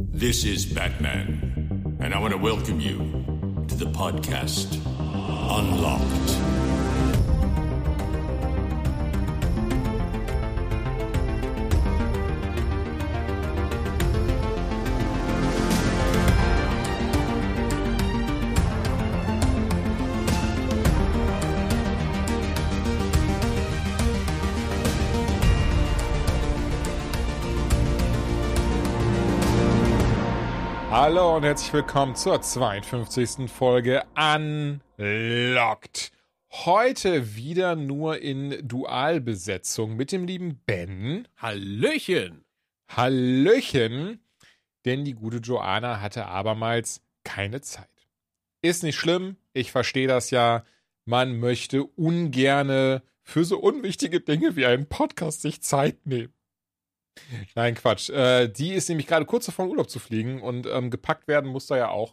This is Batman, and I want to welcome you to the podcast Unlocked. Hallo und herzlich willkommen zur 52. Folge Unlocked. Heute wieder nur in Dualbesetzung mit dem lieben Ben. Hallöchen! Hallöchen! Denn die gute Joanna hatte abermals keine Zeit. Ist nicht schlimm, ich verstehe das ja. Man möchte ungerne für so unwichtige Dinge wie einen Podcast sich Zeit nehmen. Nein, Quatsch. Die ist nämlich gerade kurz davor, in Urlaub zu fliegen und gepackt werden muss da ja auch.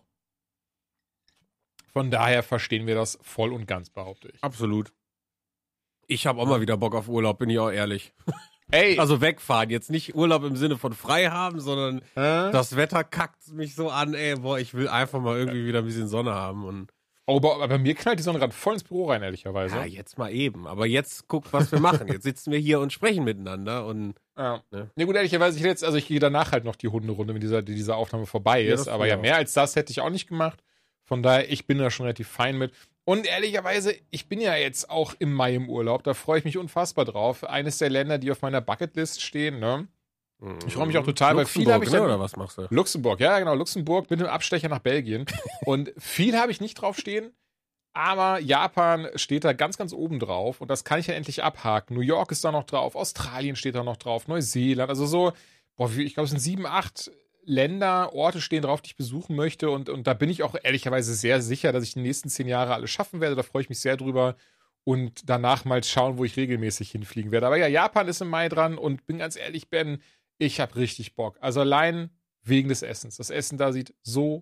Von daher verstehen wir das voll und ganz, behaupte ich. Absolut. Ich habe auch mal wieder Bock auf Urlaub, bin ich auch ehrlich. Ey! Also wegfahren, jetzt nicht Urlaub im Sinne von frei haben, sondern das Wetter kackt mich so an, ey, boah, ich will einfach mal irgendwie wieder ein bisschen Sonne haben und Aber bei mir knallt die Sonne gerade voll ins Büro rein, ehrlicherweise. ja, jetzt mal eben. Aber jetzt guck, was wir machen. Jetzt sitzen wir hier und sprechen miteinander und Ja. Ne? Ne, gut, ehrlicherweise, ich gehe danach halt noch die Hunderunde, wenn diese Aufnahme vorbei Ja, ist. das Aber tue ja, ich auch. mehr als das hätte ich auch nicht gemacht. Von daher, ich bin da schon relativ fein mit. Und ehrlicherweise, ich bin ja jetzt auch im Mai im Urlaub. Da freue ich mich unfassbar drauf. Eines der Länder, die auf meiner Bucketlist stehen, ne? Ich freue mich auch total, weil viel habe ich ne, ja, oder was machst du? Luxemburg, ja genau, Luxemburg mit einem Abstecher nach Belgien. Und viel habe ich nicht drauf stehen, aber Japan steht da ganz, ganz oben drauf und das kann ich ja endlich abhaken. New York ist da noch drauf, Australien steht da noch drauf, Neuseeland, also so, ich glaube, es sind 7, 8 Länder, Orte stehen drauf, die ich besuchen möchte und da bin ich auch ehrlicherweise sehr sicher, dass ich die nächsten 10 Jahre alles schaffen werde, da freue ich mich sehr drüber und danach mal schauen, wo ich regelmäßig hinfliegen werde. Aber ja, Japan ist im Mai dran und bin ganz ehrlich, Ben, ich habe richtig Bock. Also allein wegen des Essens. Das Essen da sieht so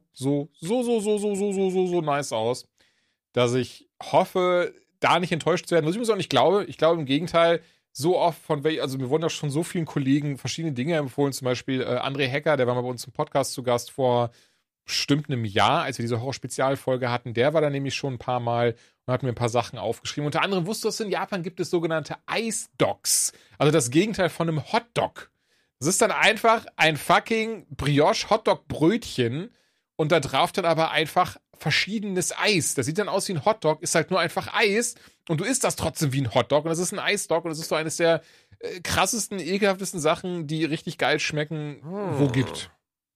nice aus, dass ich hoffe, da nicht enttäuscht zu werden. Was ich mir auch nicht glaube. Ich glaube im Gegenteil, so oft also mir wurden ja schon so vielen Kollegen verschiedene Dinge empfohlen, zum Beispiel André Hecker, der war mal bei uns im Podcast zu Gast vor bestimmt einem Jahr, als wir diese Horror-Spezialfolge hatten. Der war da nämlich schon ein paar Mal und hat mir ein paar Sachen aufgeschrieben. Unter anderem wusstest du, in Japan gibt es sogenannte Ice Dogs. Also das Gegenteil von einem Hotdog. Das ist dann einfach ein fucking Brioche-Hotdog-Brötchen und da drauf dann aber einfach verschiedenes Eis. Das sieht dann aus wie ein Hotdog, ist halt nur einfach Eis und du isst das trotzdem wie ein Hotdog und das ist ein Eisdog und das ist so eines der krassesten, ekelhaftesten Sachen, die richtig geil schmecken, wo gibt.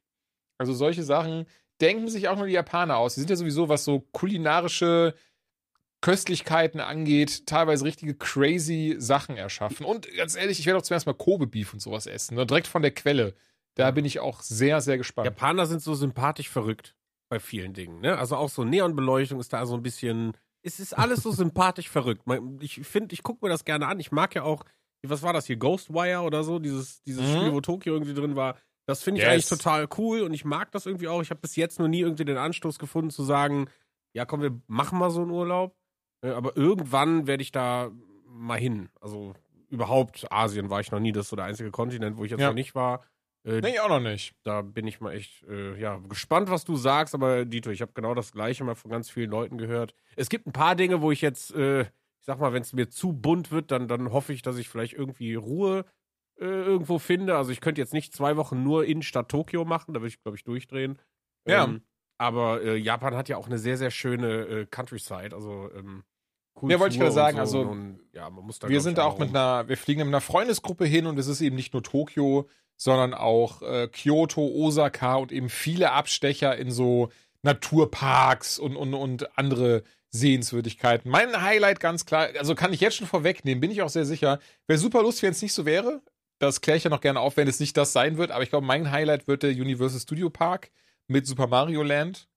Also solche Sachen denken sich auch nur die Japaner aus. Die sind ja sowieso, was so kulinarische Köstlichkeiten angeht, teilweise richtige crazy Sachen erschaffen. Und ganz ehrlich, ich werde auch zum ersten Mal Kobe-Beef und sowas essen, ne? Direkt von der Quelle. Da bin ich auch sehr, sehr gespannt. Japaner sind so sympathisch verrückt bei vielen Dingen, ne? Also auch so Neonbeleuchtung ist da so ein bisschen, es ist alles so sympathisch verrückt. Ich finde, ich gucke mir das gerne an. Ich mag ja auch, was war das hier, Ghostwire oder so, dieses Spiel, wo Tokio irgendwie drin war. Das finde ich eigentlich total cool und ich mag das irgendwie auch. Ich habe bis jetzt noch nie irgendwie den Anstoß gefunden zu sagen, ja komm, wir machen mal so einen Urlaub. Aber irgendwann werde ich da mal hin. Also überhaupt Asien war ich noch nie. Das ist so der einzige Kontinent, wo ich jetzt noch nicht war. Nee, ich auch noch nicht. Da bin ich mal echt gespannt, was du sagst. Aber Dito, ich habe genau das Gleiche mal von ganz vielen Leuten gehört. Es gibt ein paar Dinge, wo ich jetzt, ich sag mal, wenn es mir zu bunt wird, dann hoffe ich, dass ich vielleicht irgendwie Ruhe irgendwo finde. Also ich könnte jetzt nicht 2 Wochen nur in Stadt Tokio machen. Da würde ich, glaube ich, durchdrehen. Ja. Aber Japan hat ja auch eine sehr, sehr schöne Countryside. Also cool. Ja, wollte ich gerade sagen. So. Also man muss da, wir sind da auch wir fliegen mit einer Freundesgruppe hin und es ist eben nicht nur Tokio, sondern auch Kyoto, Osaka und eben viele Abstecher in so Naturparks und andere Sehenswürdigkeiten. Mein Highlight ganz klar, also kann ich jetzt schon vorwegnehmen, bin ich auch sehr sicher, wäre super lustig, wenn es nicht so wäre. Das kläre ich ja noch gerne auf, wenn es nicht das sein wird. Aber ich glaube, mein Highlight wird der Universal Studio Park mit Super Mario Land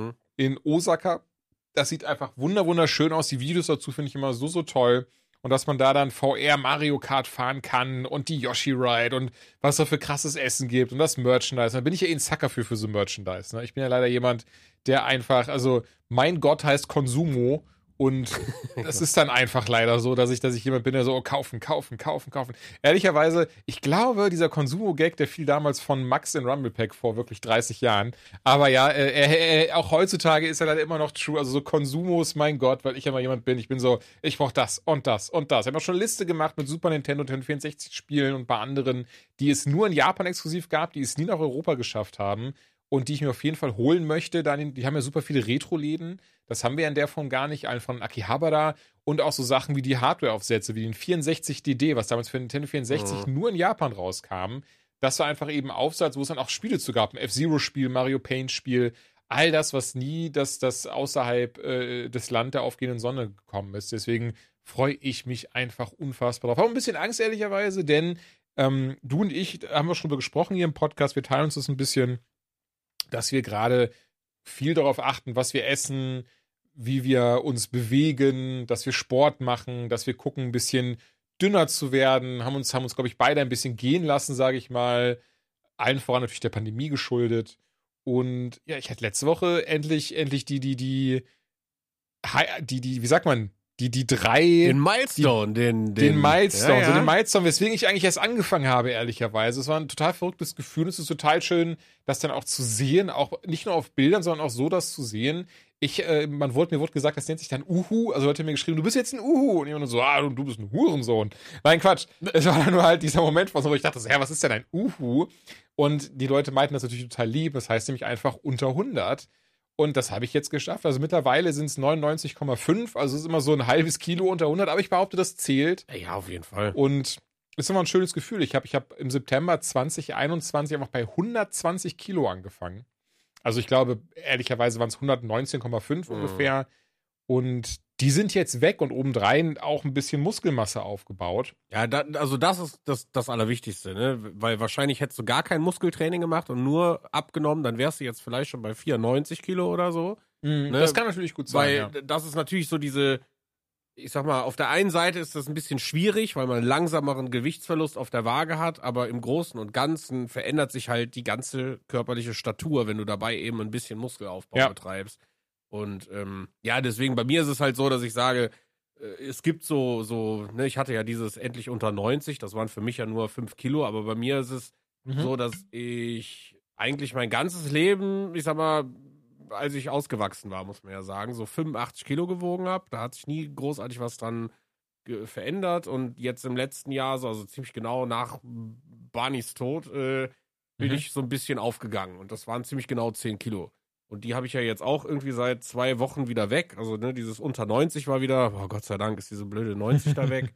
in Osaka. Das sieht einfach wunderschön aus. Die Videos dazu finde ich immer so toll. Und dass man da dann VR Mario Kart fahren kann und die Yoshi Ride und was da für krasses Essen gibt und das Merchandise. Da bin ich ja ein Sucker für so Merchandise. Ne? Ich bin ja leider jemand, der einfach, also mein Gott heißt Konsumo Und das ist dann einfach leider so, dass ich jemand bin, der so, kaufen. Ehrlicherweise, ich glaube, dieser Konsumo-Gag, der fiel damals von Max in Rumble Pack vor wirklich 30 Jahren. Aber ja, auch heutzutage ist er leider immer noch true. Also so Konsumos, mein Gott, weil ich ja mal jemand bin. Ich bin so, ich brauche das und das und das. Ich habe auch schon eine Liste gemacht mit Super Nintendo, Nintendo 64 Spielen und ein paar anderen, die es nur in Japan exklusiv gab, die es nie nach Europa geschafft haben. Und die ich mir auf jeden Fall holen möchte. Die haben ja super viele Retro-Läden. Das haben wir in der Form gar nicht. Einen von Akihabara und auch so Sachen wie die Hardware-Aufsätze, wie den 64DD, was damals für Nintendo 64 nur in Japan rauskam. Das war einfach eben Aufsatz, wo es dann auch Spiele zu gab. Ein F-Zero-Spiel, Mario Paint-Spiel. All das, was nie das außerhalb des Land der aufgehenden Sonne gekommen ist. Deswegen freue ich mich einfach unfassbar drauf. Habe ein bisschen Angst, ehrlicherweise, denn du und ich haben wir schon darüber gesprochen hier im Podcast. Wir teilen uns das ein bisschen, dass wir gerade viel darauf achten, was wir essen, wie wir uns bewegen, dass wir Sport machen, dass wir gucken, ein bisschen dünner zu werden, haben uns, glaube ich, beide ein bisschen gehen lassen, sage ich mal. Allen voran natürlich der Pandemie geschuldet. Und ja, ich hatte letzte Woche endlich wie sagt man, die drei... Den Milestone, den Milestone, ja. So den Milestone, weswegen ich eigentlich erst angefangen habe, ehrlicherweise. Es war ein total verrücktes Gefühl. Es ist total schön, das dann auch zu sehen, auch nicht nur auf Bildern, sondern auch so, das zu sehen. Mir wurde gesagt, das nennt sich dann Uhu. Also Leute haben mir geschrieben, du bist jetzt ein Uhu. Und ich war nur so, du bist ein Hurensohn. Nein, Quatsch. Es war dann nur halt dieser Moment, wo ich dachte, was ist denn ein Uhu? Und die Leute meinten das natürlich total lieb. Das heißt nämlich einfach unter 100. Und das habe ich jetzt geschafft. Also mittlerweile sind es 99,5. Also es ist immer so ein halbes Kilo unter 100. Aber ich behaupte, das zählt. Ja, auf jeden Fall. Und es ist immer ein schönes Gefühl. Ich hab im September 2021 einfach bei 120 Kilo angefangen. Also ich glaube, ehrlicherweise waren es 119,5 ungefähr. Und die sind jetzt weg und obendrein auch ein bisschen Muskelmasse aufgebaut. Ja, also das ist das Allerwichtigste, ne? Weil wahrscheinlich hättest du gar kein Muskeltraining gemacht und nur abgenommen, dann wärst du jetzt vielleicht schon bei 94 Kilo oder so. Ne? Das kann natürlich gut sein, weil das ist natürlich so ich sag mal, auf der einen Seite ist das ein bisschen schwierig, weil man einen langsameren Gewichtsverlust auf der Waage hat, aber im Großen und Ganzen verändert sich halt die ganze körperliche Statur, wenn du dabei eben ein bisschen Muskelaufbau betreibst. Und deswegen bei mir ist es halt so, dass ich sage, es gibt ne, ich hatte ja dieses endlich unter 90, das waren für mich ja nur 5 Kilo, aber bei mir ist es so, dass ich eigentlich mein ganzes Leben, ich sag mal, als ich ausgewachsen war, muss man ja sagen, so 85 Kilo gewogen habe. Da hat sich nie großartig was dran verändert. Und jetzt im letzten Jahr, also ziemlich genau nach Barneys Tod, bin ich so ein bisschen aufgegangen. Und das waren ziemlich genau 10 Kilo. Und die habe ich ja jetzt auch irgendwie seit 2 Wochen wieder weg. Also ne, dieses unter 90 war wieder, Gott sei Dank ist diese blöde 90 da weg.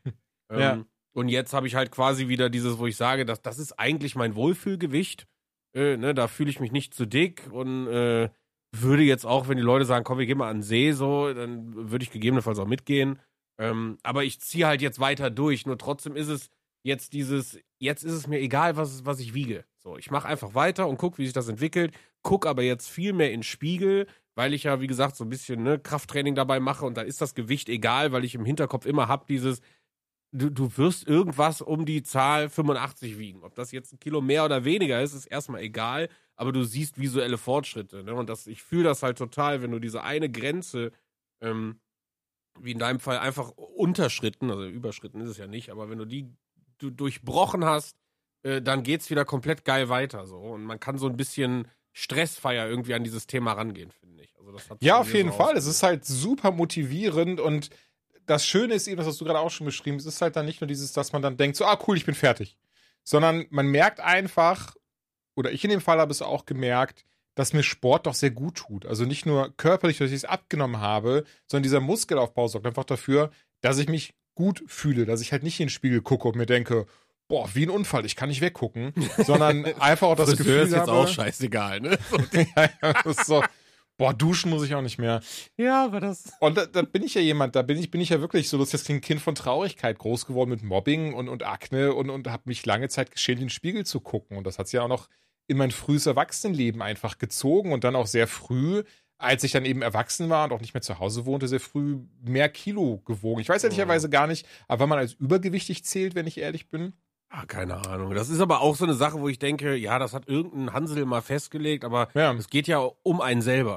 Und jetzt habe ich halt quasi wieder dieses, wo ich sage, das ist eigentlich mein Wohlfühlgewicht. Ne, da fühle ich mich nicht zu dick und würde jetzt auch, wenn die Leute sagen, komm, wir gehen mal an den See, so, dann würde ich gegebenenfalls auch mitgehen. Aber ich ziehe halt jetzt weiter durch. Nur trotzdem ist es jetzt jetzt ist es mir egal, was ich wiege. So, ich mache einfach weiter und gucke, wie sich das entwickelt. Guck aber jetzt viel mehr in den Spiegel, weil ich ja, wie gesagt, so ein bisschen Krafttraining dabei mache und dann ist das Gewicht egal, weil ich im Hinterkopf immer habe du wirst irgendwas um die Zahl 85 wiegen. Ob das jetzt 1 Kilo mehr oder weniger ist erstmal egal, aber du siehst visuelle Fortschritte. Ne? Und ich fühle das halt total, wenn du diese eine Grenze, wie in deinem Fall, einfach unterschritten, also überschritten ist es ja nicht, aber wenn du die durchbrochen hast, dann geht's wieder komplett geil weiter. So. Und man kann so ein bisschen stressfreier irgendwie an dieses Thema rangehen, finde ich. Also das hat ja, auf jeden Fall. Es ist halt super motivierend und das Schöne ist eben, das hast du gerade auch schon beschrieben, es ist halt dann nicht nur dieses, dass man dann denkt, so, cool, ich bin fertig. Sondern man merkt einfach, oder ich in dem Fall habe es auch gemerkt, dass mir Sport doch sehr gut tut. Also nicht nur körperlich, dass ich es abgenommen habe, sondern dieser Muskelaufbau sorgt einfach dafür, dass ich mich gut fühle, dass ich halt nicht in den Spiegel gucke und mir denke, boah, wie ein Unfall, ich kann nicht weggucken, sondern einfach auch das Gefühl ist jetzt habe, auch scheißegal, ne? Das ist so, boah, duschen muss ich auch nicht mehr. Ja, aber das... Und da bin ich ja jemand, bin ich ja wirklich so, dass ich ein Kind von Traurigkeit groß geworden mit Mobbing und Akne und habe mich lange Zeit geschämt, in den Spiegel zu gucken. Und das hat sich ja auch noch in mein frühes Erwachsenenleben einfach gezogen und dann auch sehr früh, als ich dann eben erwachsen war und auch nicht mehr zu Hause wohnte, sehr früh mehr Kilo gewogen. Ich weiß ehrlicherweise gar nicht, aber wenn man als übergewichtig zählt, wenn ich ehrlich bin. Keine Ahnung. Das ist aber auch so eine Sache, wo ich denke, ja, das hat irgendein Hansel mal festgelegt, aber es geht ja um einen selber.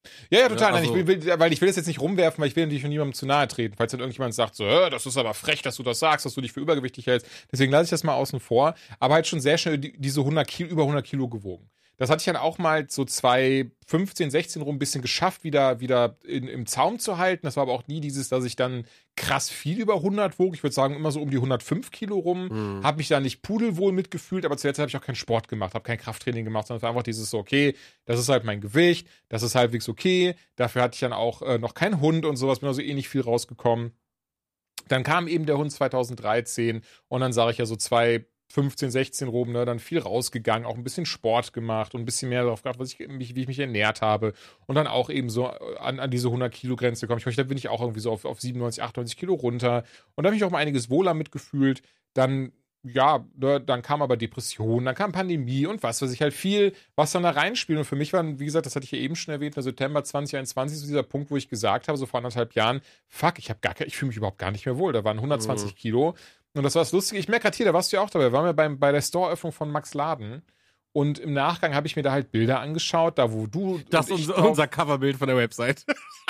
Ja, total. Also, Nein, weil ich will das jetzt nicht rumwerfen, weil ich will natürlich von niemandem zu nahe treten. Falls dann irgendjemand sagt, so, das ist aber frech, dass du das sagst, dass du dich für übergewichtig hältst. Deswegen lasse ich das mal außen vor. Aber halt schon sehr schnell diese 100 Kilo, über 100 Kilo gewogen. Das hatte ich dann auch mal so 2015, 16 rum ein bisschen geschafft, wieder im Zaum zu halten. Das war aber auch nie dieses, dass ich dann krass viel über 100 wog. Ich würde sagen, immer so um die 105 Kilo rum. Habe mich da nicht pudelwohl mitgefühlt, aber zuletzt habe ich auch keinen Sport gemacht, habe kein Krafttraining gemacht, sondern es war einfach dieses so, okay, das ist halt mein Gewicht, das ist halbwegs okay. Dafür hatte ich dann auch noch keinen Hund und sowas, bin also eh nicht viel rausgekommen. Dann kam eben der Hund 2013 und dann sage ich ja so 2015, 16 rum, ne, dann viel rausgegangen, auch ein bisschen Sport gemacht und ein bisschen mehr darauf geachtet, wie ich mich ernährt habe und dann auch eben so an diese 100-Kilo-Grenze gekommen. Da bin ich auch irgendwie so auf 97, 98 Kilo runter und da habe ich auch mal einiges wohler mitgefühlt. Dann, ja, ne, dann kam aber Depression, dann kam Pandemie und was weiß ich, halt viel, was dann da reinspielt. Und für mich war, wie gesagt, das hatte ich ja eben schon erwähnt, der September 2021 so dieser Punkt, wo ich gesagt habe, so vor 1,5 Jahren, fuck, ich fühle mich überhaupt gar nicht mehr wohl. Da waren 120 Kilo. Und das war das Lustige. Ich merke gerade hier, da warst du ja auch dabei. Waren wir bei der Store-Öffnung von Max Laden. Und im Nachgang habe ich mir da halt Bilder angeschaut, da wo du. Das ist unser Coverbild von der Website.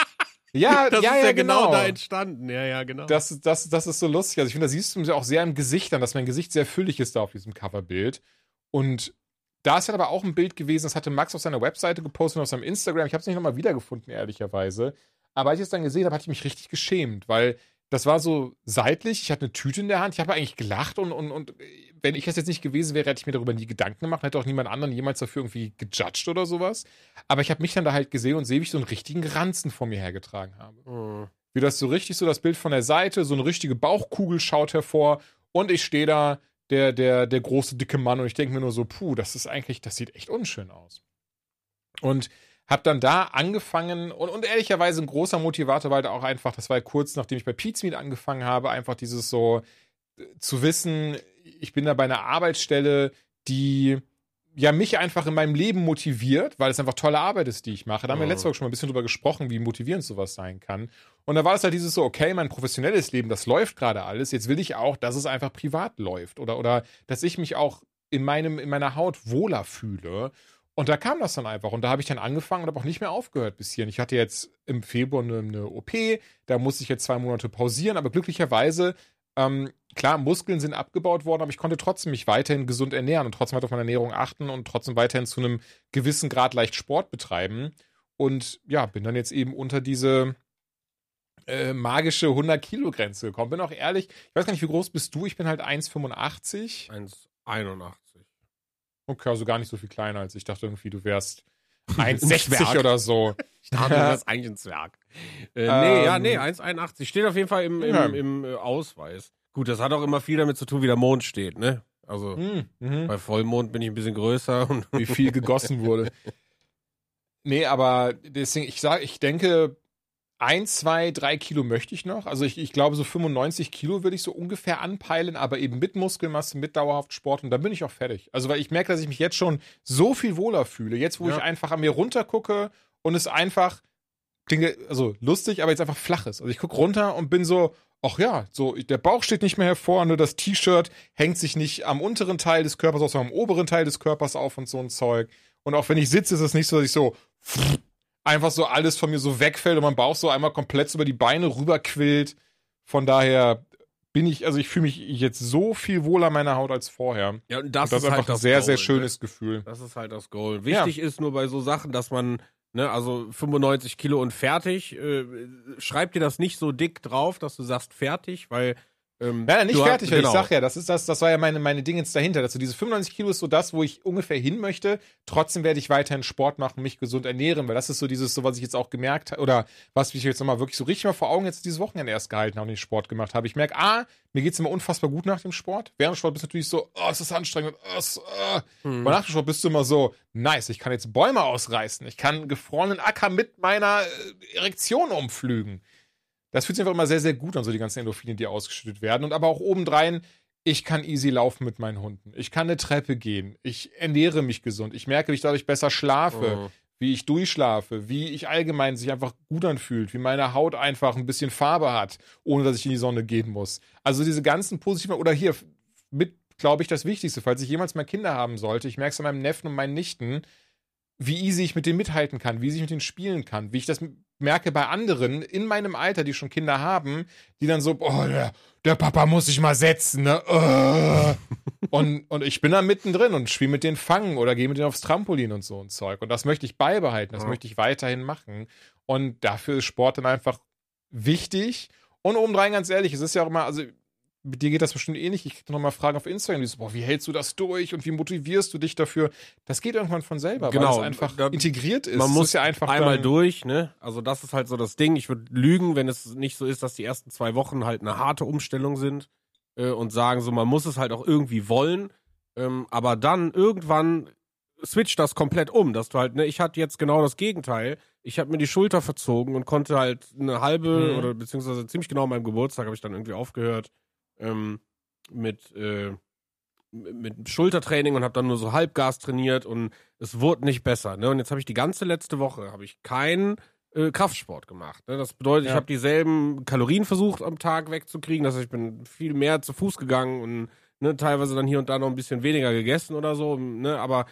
Ja, das ja, ist ja, genau da entstanden. Ja, genau. Das ist so lustig. Also ich finde, da siehst du mir auch sehr im Gesicht an, dass mein Gesicht sehr füllig ist da auf diesem Coverbild. Und da ist halt aber auch ein Bild gewesen, das hatte Max auf seiner Webseite gepostet und auf seinem Instagram. Ich habe es nicht nochmal wiedergefunden, ehrlicherweise. Aber als ich es dann gesehen habe, hatte ich mich richtig geschämt, weil das war so seitlich. Ich hatte eine Tüte in der Hand. Ich habe eigentlich gelacht und wenn ich das jetzt nicht gewesen wäre, hätte ich mir darüber nie Gedanken gemacht. Hätte auch niemand anderen jemals dafür irgendwie gejudged oder sowas. Aber ich habe mich dann da halt gesehen und sehe, wie ich so einen richtigen Ranzen vor mir hergetragen habe. Wie das so richtig so das Bild von der Seite, so eine richtige Bauchkugel schaut hervor und ich stehe da, der große, dicke Mann und ich denke mir nur so, das sieht echt unschön aus. Und hab dann da angefangen und ehrlicherweise ein großer Motivator war halt auch einfach, das war halt kurz nachdem ich bei Pete's Meat angefangen habe, einfach dieses so zu wissen, ich bin da bei einer Arbeitsstelle, die ja mich einfach in meinem Leben motiviert, weil es einfach tolle Arbeit ist, die ich mache. Da haben wir letzte Woche schon mal ein bisschen drüber gesprochen, wie motivierend sowas sein kann. Und da war es halt dieses so, okay, mein professionelles Leben, das läuft gerade alles, jetzt will ich auch, dass es einfach privat läuft oder dass ich mich auch in meiner Haut wohler fühle. Und da kam das dann einfach. Und da habe ich dann angefangen und habe auch nicht mehr aufgehört bis hierhin. Ich hatte jetzt im Februar eine OP, da musste ich jetzt 2 Monate pausieren, aber glücklicherweise, klar, Muskeln sind abgebaut worden, aber ich konnte trotzdem mich weiterhin gesund ernähren und trotzdem halt auf meine Ernährung achten und trotzdem weiterhin zu einem gewissen Grad leicht Sport betreiben. Und ja, bin dann jetzt eben unter diese magische 100-Kilo-Grenze gekommen. Bin auch ehrlich, ich weiß gar nicht, wie groß bist du? Ich bin halt 1,85. 1,81. Okay, also gar nicht so viel kleiner als ich dachte irgendwie, du wärst 1,60 oder so. Ich dachte, du wärst eigentlich ein Zwerg. Nee, 1,81. Steht auf jeden Fall im Ausweis. Gut, das hat auch immer viel damit zu tun, wie der Mond steht, ne? Also bei Vollmond bin ich ein bisschen größer und wie viel gegossen wurde. Nee, aber deswegen, ich denke, 1, 2, 3 Kilo möchte ich noch. Also ich glaube, so 95 Kilo würde ich so ungefähr anpeilen, aber eben mit Muskelmasse, mit dauerhaft Sport und dann bin ich auch fertig. Also weil ich merke, dass ich mich jetzt schon so viel wohler fühle. Jetzt, wo ich einfach an mir runtergucke und es einfach, klingt also lustig, aber jetzt einfach flach ist. Also ich gucke runter und bin so, ach ja, so der Bauch steht nicht mehr hervor, nur das T-Shirt hängt sich nicht am unteren Teil des Körpers, sondern am oberen Teil des Körpers auf und so ein Zeug. Und auch wenn ich sitze, ist es nicht so, dass ich so einfach so alles von mir so wegfällt und mein Bauch so einmal komplett so über die Beine rüberquillt. Von daher ich fühle mich jetzt so viel wohler an meiner Haut als vorher. Ja, und das ist einfach halt ein sehr, sehr schönes Gefühl. Das ist halt das Goal. Wichtig ist nur bei so Sachen, dass man, ne, also 95 Kilo und fertig, schreib dir das nicht so dick drauf, dass du sagst fertig, weil Nein, nicht fertig, weil ich sag ja, das war ja meine Dingens dahinter. Also diese 95 Kilo ist so das, wo ich ungefähr hin möchte. Trotzdem werde ich weiterhin Sport machen, mich gesund ernähren, weil das ist so dieses, so was ich jetzt auch gemerkt habe, oder was mich jetzt nochmal wirklich so richtig mal vor Augen jetzt dieses Wochenende erst gehalten habe und den Sport gemacht habe. Ich merke, mir geht's immer unfassbar gut nach dem Sport. Während dem Sport bist du natürlich so, es ist anstrengend, Und nach dem Sport bist du immer so, nice, ich kann jetzt Bäume ausreißen. Ich kann gefrorenen Acker mit meiner Erektion umpflügen. Das fühlt sich einfach immer sehr, sehr gut an, so die ganzen Endorphine, die ausgeschüttet werden. Und aber auch obendrein, ich kann easy laufen mit meinen Hunden. Ich kann eine Treppe gehen. Ich ernähre mich gesund. Ich merke, wie ich dadurch besser schlafe, wie ich durchschlafe, wie ich allgemein sich einfach gut anfühlt, wie meine Haut einfach ein bisschen Farbe hat, ohne dass ich in die Sonne gehen muss. Also diese ganzen positiven, oder hier mit, glaube ich, das Wichtigste, falls ich jemals mal Kinder haben sollte, ich merke es an meinem Neffen und meinen Nichten, wie easy ich mit denen mithalten kann, wie easy ich mit denen spielen kann, wie ich das merke bei anderen in meinem Alter, die schon Kinder haben, die dann so, oh, der Papa muss sich mal setzen, ne? Und ich bin da mittendrin und spiele mit denen Fangen oder gehe mit denen aufs Trampolin und so ein Zeug. Und das möchte ich beibehalten, das möchte ich weiterhin machen. Und dafür ist Sport dann einfach wichtig. Und obendrein, ganz ehrlich, es ist ja auch immer, also mit dir geht das bestimmt ähnlich. Ich kriege noch mal Fragen auf Instagram, die so, boah, wie hältst du das durch und wie motivierst du dich dafür? Das geht irgendwann von selber, Genau, weil es einfach integriert ist. Man muss ja einfach einmal durch, ne? Also das ist halt so das Ding. Ich würde lügen, wenn es nicht so ist, dass die ersten 2 Wochen halt eine harte Umstellung sind und sagen so, man muss es halt auch irgendwie wollen. Aber dann irgendwann switcht das komplett um, dass du halt, ne, ich hatte jetzt genau das Gegenteil. Ich habe mir die Schulter verzogen und konnte halt eine halbe oder beziehungsweise ziemlich genau an meinem Geburtstag habe ich dann irgendwie aufgehört mit Schultertraining und habe dann nur so Halbgas trainiert und es wurde nicht besser. Ne? Und jetzt habe ich die ganze letzte Woche keinen Kraftsport gemacht. Ne? Das bedeutet, ich habe dieselben Kalorien versucht am Tag wegzukriegen. Das heißt, ich bin viel mehr zu Fuß gegangen und ne, teilweise dann hier und da noch ein bisschen weniger gegessen oder so. Ne? Aber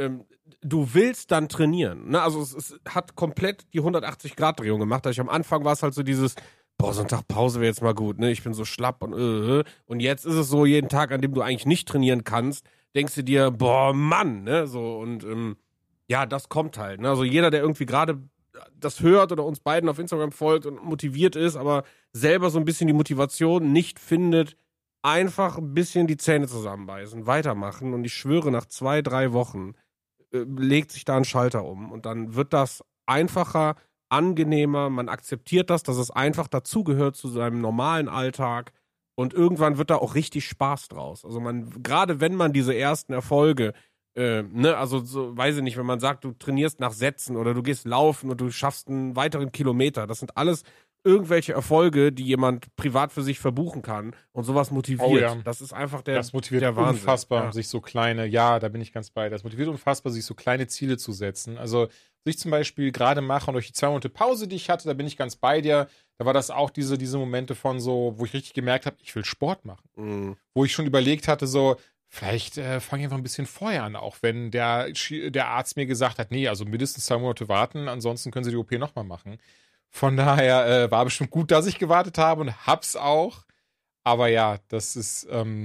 du willst dann trainieren. Ne? Also es hat komplett die 180-Grad-Drehung gemacht. Also am Anfang war es halt so dieses boah, so ein Tag Pause wäre jetzt mal gut, ne? Ich bin so schlapp und jetzt ist es so, jeden Tag, an dem du eigentlich nicht trainieren kannst, denkst du dir, boah, Mann, ne? So und ja, das kommt halt, ne? Also jeder, der irgendwie gerade das hört oder uns beiden auf Instagram folgt und motiviert ist, aber selber so ein bisschen die Motivation nicht findet, einfach ein bisschen die Zähne zusammenbeißen, weitermachen und ich schwöre, nach 2, 3 Wochen legt sich da ein Schalter um und dann wird das einfacher, angenehmer, man akzeptiert das, dass es einfach dazugehört zu seinem normalen Alltag und irgendwann wird da auch richtig Spaß draus. Also gerade wenn man diese ersten Erfolge, ne, also so, weiß ich nicht, wenn man sagt, du trainierst nach Sätzen oder du gehst laufen und du schaffst einen weiteren Kilometer, das sind alles irgendwelche Erfolge, die jemand privat für sich verbuchen kann und sowas motiviert. Oh ja. Das ist einfach das motiviert der Wahnsinn. Unfassbar, sich so kleine, ja, da bin ich ganz bei. Das motiviert unfassbar, sich so kleine Ziele zu setzen. Also, was ich zum Beispiel gerade mache und durch die 2 Monate Pause, die ich hatte, da bin ich ganz bei dir. Da war das auch diese Momente von so, wo ich richtig gemerkt habe, ich will Sport machen. Mhm. Wo ich schon überlegt hatte, so, vielleicht fange ich einfach ein bisschen vorher an, auch wenn der Arzt mir gesagt hat, nee, also mindestens 2 Monate warten, ansonsten können Sie die OP nochmal machen. Von daher war bestimmt gut, dass ich gewartet habe und hab's auch. Aber ja, das ist,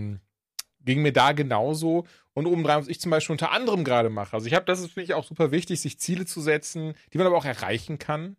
ging mir da genauso. Und obendrein, was ich zum Beispiel unter anderem gerade mache. Also das ist, finde ich, auch super wichtig, sich Ziele zu setzen, die man aber auch erreichen kann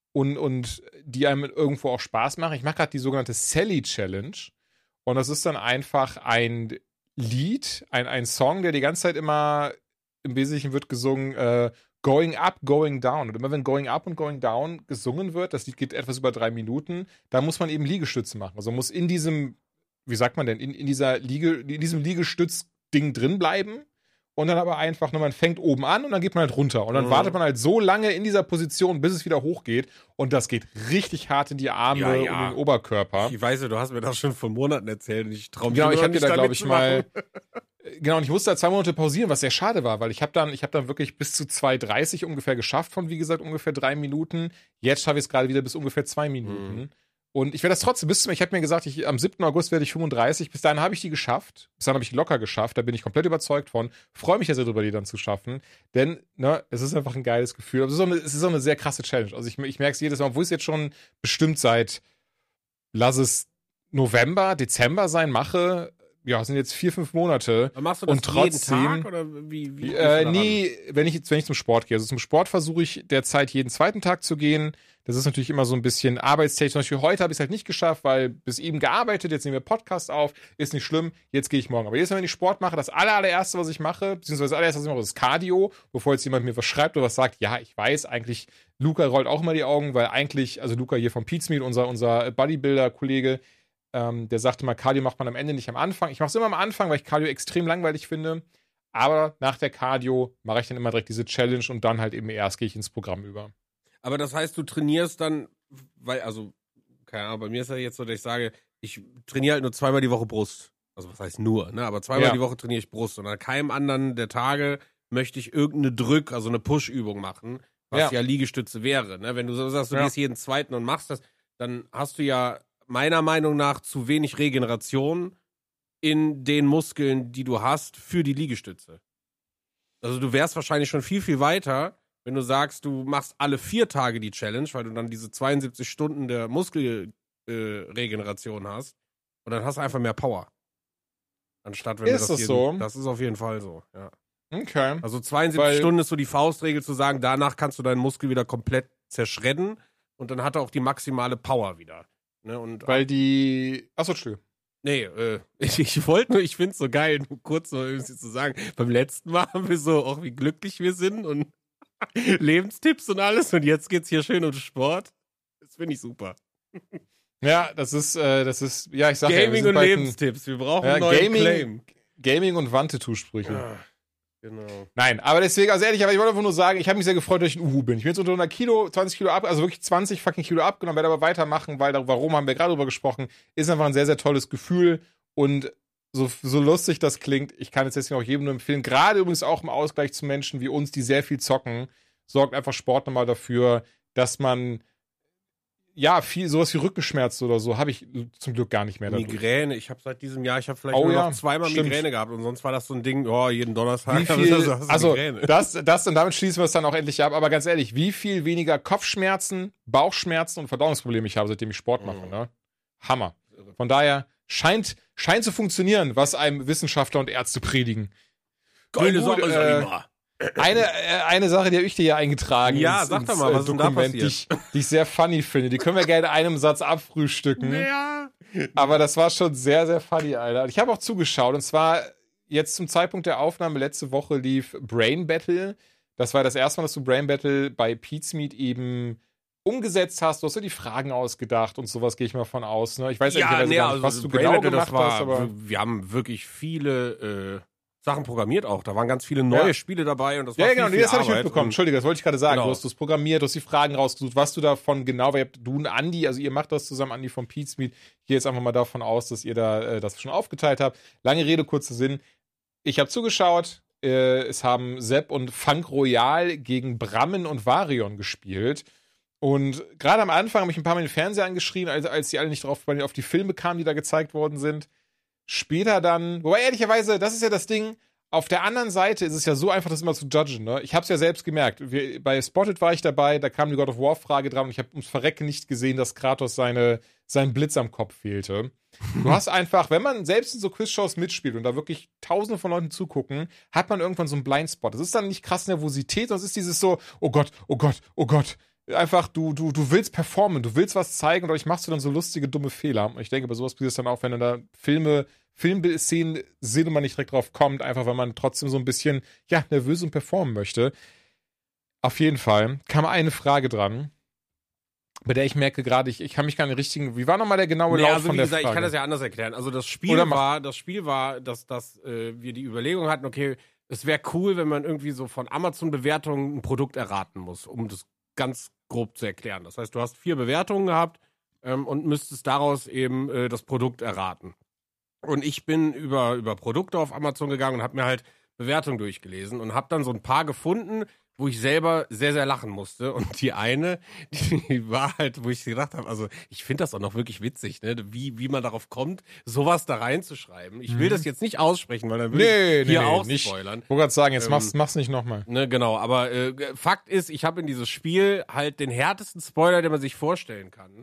und die einem irgendwo auch Spaß machen. Ich mache gerade die sogenannte Sally Challenge. Und das ist dann einfach ein Lied, ein Song, der die ganze Zeit immer, im Wesentlichen wird gesungen, Going Up, Going Down. Und immer wenn Going Up und Going Down gesungen wird, das Lied geht etwas über 3 Minuten, da muss man eben Liegestütze machen. Also man muss in diesem, wie sagt man denn, in diesem Liegestütz-Ding drin bleiben und dann aber einfach, man fängt oben an und dann geht man halt runter. Und dann wartet man halt so lange in dieser Position, bis es wieder hochgeht. Und das geht richtig hart in die Arme und den Oberkörper. Ich weiß ja, du hast mir das schon vor Monaten erzählt und ich traue mich Genau, nicht ich habe dir da, glaube ich, mitzumachen. Genau, und ich musste da 2 Monate pausieren, was sehr schade war, weil ich habe dann wirklich bis zu 2,30 ungefähr geschafft von, wie gesagt, ungefähr 3 Minuten. Jetzt schaffe ich es gerade wieder bis ungefähr 2 Minuten. Und ich werde das trotzdem ich habe mir gesagt, am 7. August werde ich 35. Bis dahin habe ich die geschafft. Bis dahin habe ich die locker geschafft. Da bin ich komplett überzeugt von. Freue mich ja sehr darüber, die dann zu schaffen. Denn, ne, es ist einfach ein geiles Gefühl. Aber es ist so eine sehr krasse Challenge. Also ich merke es jedes Mal, obwohl ich es jetzt schon bestimmt seit, lass es November, Dezember sein, mache. Ja, es sind jetzt 4, 5 Monate. Aber machst du das und trotzdem, jeden Tag oder wie nee, wenn ich zum Sport gehe. Also zum Sport versuche ich derzeit jeden 2. Tag zu gehen. Das ist natürlich immer so ein bisschen arbeitstechnisch. Zum Beispiel heute habe ich es halt nicht geschafft, weil bis eben gearbeitet, jetzt nehmen wir Podcast auf, ist nicht schlimm, jetzt gehe ich morgen. Aber jedes Mal, wenn ich Sport mache, das allererste, was ich mache, beziehungsweise das allererste, was ich mache, ist Cardio, bevor jetzt jemand mir was schreibt oder was sagt, ja, ich weiß, eigentlich, Luca rollt auch immer die Augen, weil eigentlich, also Luca hier vom Pete's Meal, unser Bodybuilder-Kollege, der sagte mal, Cardio macht man am Ende, nicht am Anfang. Ich mache es immer am Anfang, weil ich Cardio extrem langweilig finde. Aber nach der Cardio mache ich dann immer direkt diese Challenge und dann halt eben erst gehe ich ins Programm über. Aber das heißt, du trainierst dann, weil, also, keine Ahnung, bei mir ist ja jetzt so, dass ich sage, ich trainiere halt nur 2-mal die Woche Brust. Also was heißt nur, ne? Aber 2-mal die Woche trainiere ich Brust. Und an keinem anderen der Tage möchte ich irgendeine also eine Push-Übung machen, was ja Liegestütze wäre. Ne? Wenn du so sagst, du gehst jeden 2. und machst das, dann hast du ja meiner Meinung nach zu wenig Regeneration in den Muskeln, die du hast, für die Liegestütze. Also du wärst wahrscheinlich schon viel, viel weiter, wenn du sagst, du machst alle 4 Tage die Challenge, weil du dann diese 72 Stunden der Muskelregeneration hast. Und dann hast du einfach mehr Power. Anstatt wenn Ist du das so? Das ist auf jeden Fall so, ja. Okay. Also 72 Stunden ist so die Faustregel zu sagen, danach kannst du deinen Muskel wieder komplett zerschredden und dann hat er auch die maximale Power wieder. Ne? Und Weil die. Achso, Entschuldigung. Nee, ich wollte nur, ich finde es so geil, nur kurz noch irgendwie zu sagen, beim letzten Mal haben wir so, auch wie glücklich wir sind und Lebenstipps und alles und jetzt geht's hier schön um Sport. Das finde ich super. Ja, das ist, ja, ich sag Gaming ja, und Lebenstipps, wir brauchen einen neuen Claim. Gaming und Wandtattoo-Sprüche. Ja, genau. Nein, aber deswegen, also ehrlich, aber ich wollte einfach nur sagen, ich habe mich sehr gefreut, dass ich ein Uhu bin. Ich bin jetzt unter 100 Kilo, 20 Kilo ab, also wirklich 20 fucking Kilo abgenommen, werde aber weitermachen, weil warum haben wir gerade drüber gesprochen, ist einfach ein sehr, sehr tolles Gefühl und so lustig das klingt, ich kann es deswegen auch jedem nur empfehlen, gerade übrigens auch im Ausgleich zu Menschen wie uns, die sehr viel zocken, sorgt einfach Sport nochmal dafür, dass man ja, sowas wie Rückenschmerzen oder so habe ich zum Glück gar nicht mehr dadurch. Migräne, ich habe seit diesem Jahr, ich habe vielleicht nur noch zweimal stimmt. Migräne gehabt und sonst war das so ein Ding, jeden Donnerstag. Wie viel, also Migräne. das und damit schließen wir es dann auch endlich ab, aber ganz ehrlich, wie viel weniger Kopfschmerzen, Bauchschmerzen und Verdauungsprobleme ich habe, seitdem ich Sport mache, ne? Hammer. Von daher scheint zu funktionieren, was einem Wissenschaftler und Ärzte predigen. Geile Sache, sag ich mal. Eine Sache, die habe ich dir ja eingetragen. Ja, sag doch mal, was ist denn da passiert? Die ich sehr funny finde. Die können wir gerne in einem Satz abfrühstücken. Ja. Aber das war schon sehr, sehr funny, Alter. Ich habe auch zugeschaut. Und zwar jetzt zum Zeitpunkt der Aufnahme letzte Woche lief Brain Battle. Das war das erste Mal, dass du Brain Battle bei Pete's Meat eben umgesetzt hast. Du hast dir die Fragen ausgedacht und sowas, gehe ich mal von aus. Ne? Ich weiß gar nicht, was du genau gemacht hast. Aber wir haben wirklich viele Sachen programmiert auch. Da waren ganz viele neue Spiele dabei und das war genau, das habe ich mitbekommen. Entschuldige, das wollte ich gerade sagen. Genau. Du hast es programmiert, du hast die Fragen rausgesucht, was du davon genau, weil du und Andi, also ihr macht das zusammen, Andi von Pete's Meat. Ich gehe jetzt einfach mal davon aus, dass ihr da das schon aufgeteilt habt. Lange Rede, kurzer Sinn. Ich habe zugeschaut, es haben Sepp und Funk Royal gegen Brammen und Varion gespielt. Und gerade am Anfang habe ich ein paar Mal den Fernseher angeschrien, als die alle nicht auf die Filme kamen, die da gezeigt worden sind. Später dann, wobei ehrlicherweise, das ist ja das Ding, auf der anderen Seite ist es ja so einfach, das immer zu judgen, ne? Ich hab's ja selbst gemerkt. Bei Spotted war ich dabei, da kam die God of War-Frage dran und ich habe ums Verrecken nicht gesehen, dass Kratos sein Blitz am Kopf fehlte. Du hast einfach, wenn man selbst in so Quizshows mitspielt und da wirklich tausende von Leuten zugucken, hat man irgendwann so einen Blindspot. Das ist dann nicht krass Nervosität, sondern es ist dieses so, oh Gott, oh Gott, oh Gott. Einfach, du willst performen, du willst was zeigen und dadurch machst du dann so lustige, dumme Fehler. Und ich denke, bei sowas passiert es dann auch, wenn dann da Filmszenen sind und man nicht direkt drauf kommt, einfach weil man trotzdem so ein bisschen, ja, nervös und performen möchte. Auf jeden Fall kam eine Frage dran, bei der ich merke gerade, ich kann mich gar nicht richtigen, wie war nochmal der genaue Lauf von der Frage? Ich kann das ja anders erklären. Also das Spiel war, dass wir die Überlegung hatten, okay, es wäre cool, wenn man irgendwie so von Amazon-Bewertungen ein Produkt erraten muss, um das ganz grob zu erklären. Das heißt, du hast 4 Bewertungen gehabt und müsstest daraus eben das Produkt erraten. Und ich bin über Produkte auf Amazon gegangen und habe mir halt Bewertungen durchgelesen und habe dann so ein paar gefunden, wo ich selber sehr, sehr lachen musste. Und die eine, die war halt, wo ich gedacht habe, also ich finde das auch noch wirklich witzig, ne? Wie man darauf kommt, sowas da reinzuschreiben. Ich will das jetzt nicht aussprechen, weil dann will ich hier auch spoilern. Ich wollte gerade sagen, jetzt mach's nicht nochmal. Ne, genau, aber Fakt ist, ich habe in dieses Spiel halt den härtesten Spoiler, den man sich vorstellen kann.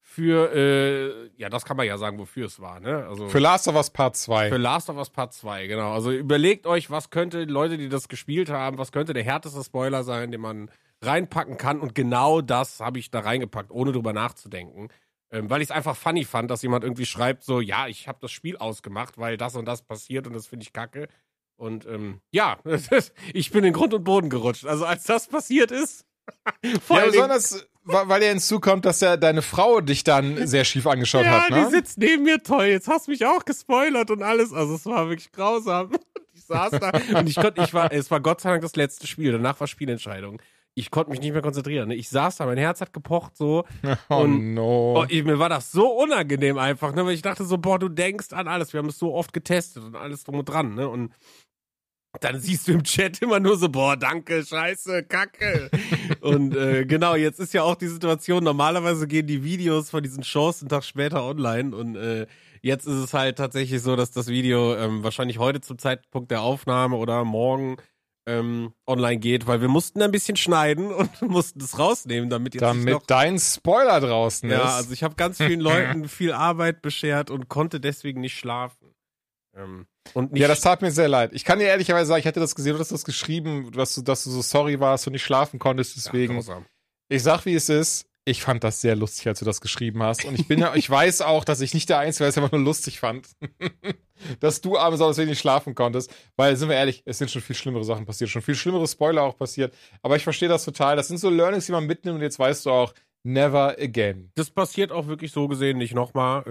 Für, das kann man ja sagen, wofür es war, ne? Also für Last of Us Part 2. Für Last of Us Part 2, genau. Also überlegt euch, was könnte Leute, die das gespielt haben, was könnte der härteste Spoiler sein, den man reinpacken kann. Und genau das habe ich da reingepackt, ohne drüber nachzudenken. Weil ich es einfach funny fand, dass jemand irgendwie schreibt so, ja, ich habe das Spiel ausgemacht, weil das und das passiert und das finde ich kacke. Und ich bin in Grund und Boden gerutscht. Also als das passiert ist, ja, besonders, weil ja hinzukommt, dass ja deine Frau dich dann sehr schief angeschaut hat, ne? Ja, die sitzt neben mir, toll, jetzt hast du mich auch gespoilert und alles. Also es war wirklich grausam. Ich saß da und es war Gott sei Dank das letzte Spiel, danach war Spielentscheidung. Ich konnte mich nicht mehr konzentrieren. Ich saß da, mein Herz hat gepocht so. Mir war das so unangenehm einfach, ne? Weil ich dachte so, boah, du denkst an alles. Wir haben es so oft getestet und alles drum und dran, ne? Und dann siehst du im Chat immer nur so, boah, danke, scheiße, kacke. Und genau, jetzt ist ja auch die Situation, normalerweise gehen die Videos von diesen Shows einen Tag später online und jetzt ist es halt tatsächlich so, dass das Video wahrscheinlich heute zum Zeitpunkt der Aufnahme oder morgen online geht, weil wir mussten ein bisschen schneiden und mussten das rausnehmen, damit jetzt nicht noch... dein Spoiler draußen ist. Ja, also ich habe ganz vielen Leuten viel Arbeit beschert und konnte deswegen nicht schlafen. Und nicht Ja, das tat mir sehr leid. Ich kann dir ehrlicherweise sagen, ich hätte das gesehen, du hast das geschrieben, dass du so sorry warst und nicht schlafen konntest, deswegen. grausam. Ich sag, wie es ist. Ich fand das sehr lustig, als du das geschrieben hast. Und ich weiß auch, dass ich nicht der Einzige war, der es einfach nur lustig fand. Dass du abends auch deswegen nicht schlafen konntest. Weil, sind wir ehrlich, es sind schon viel schlimmere Sachen passiert. Schon viel schlimmere Spoiler auch passiert. Aber ich verstehe das total. Das sind so Learnings, die man mitnimmt. Und jetzt weißt du auch, never again. Das passiert auch wirklich so gesehen nicht nochmal.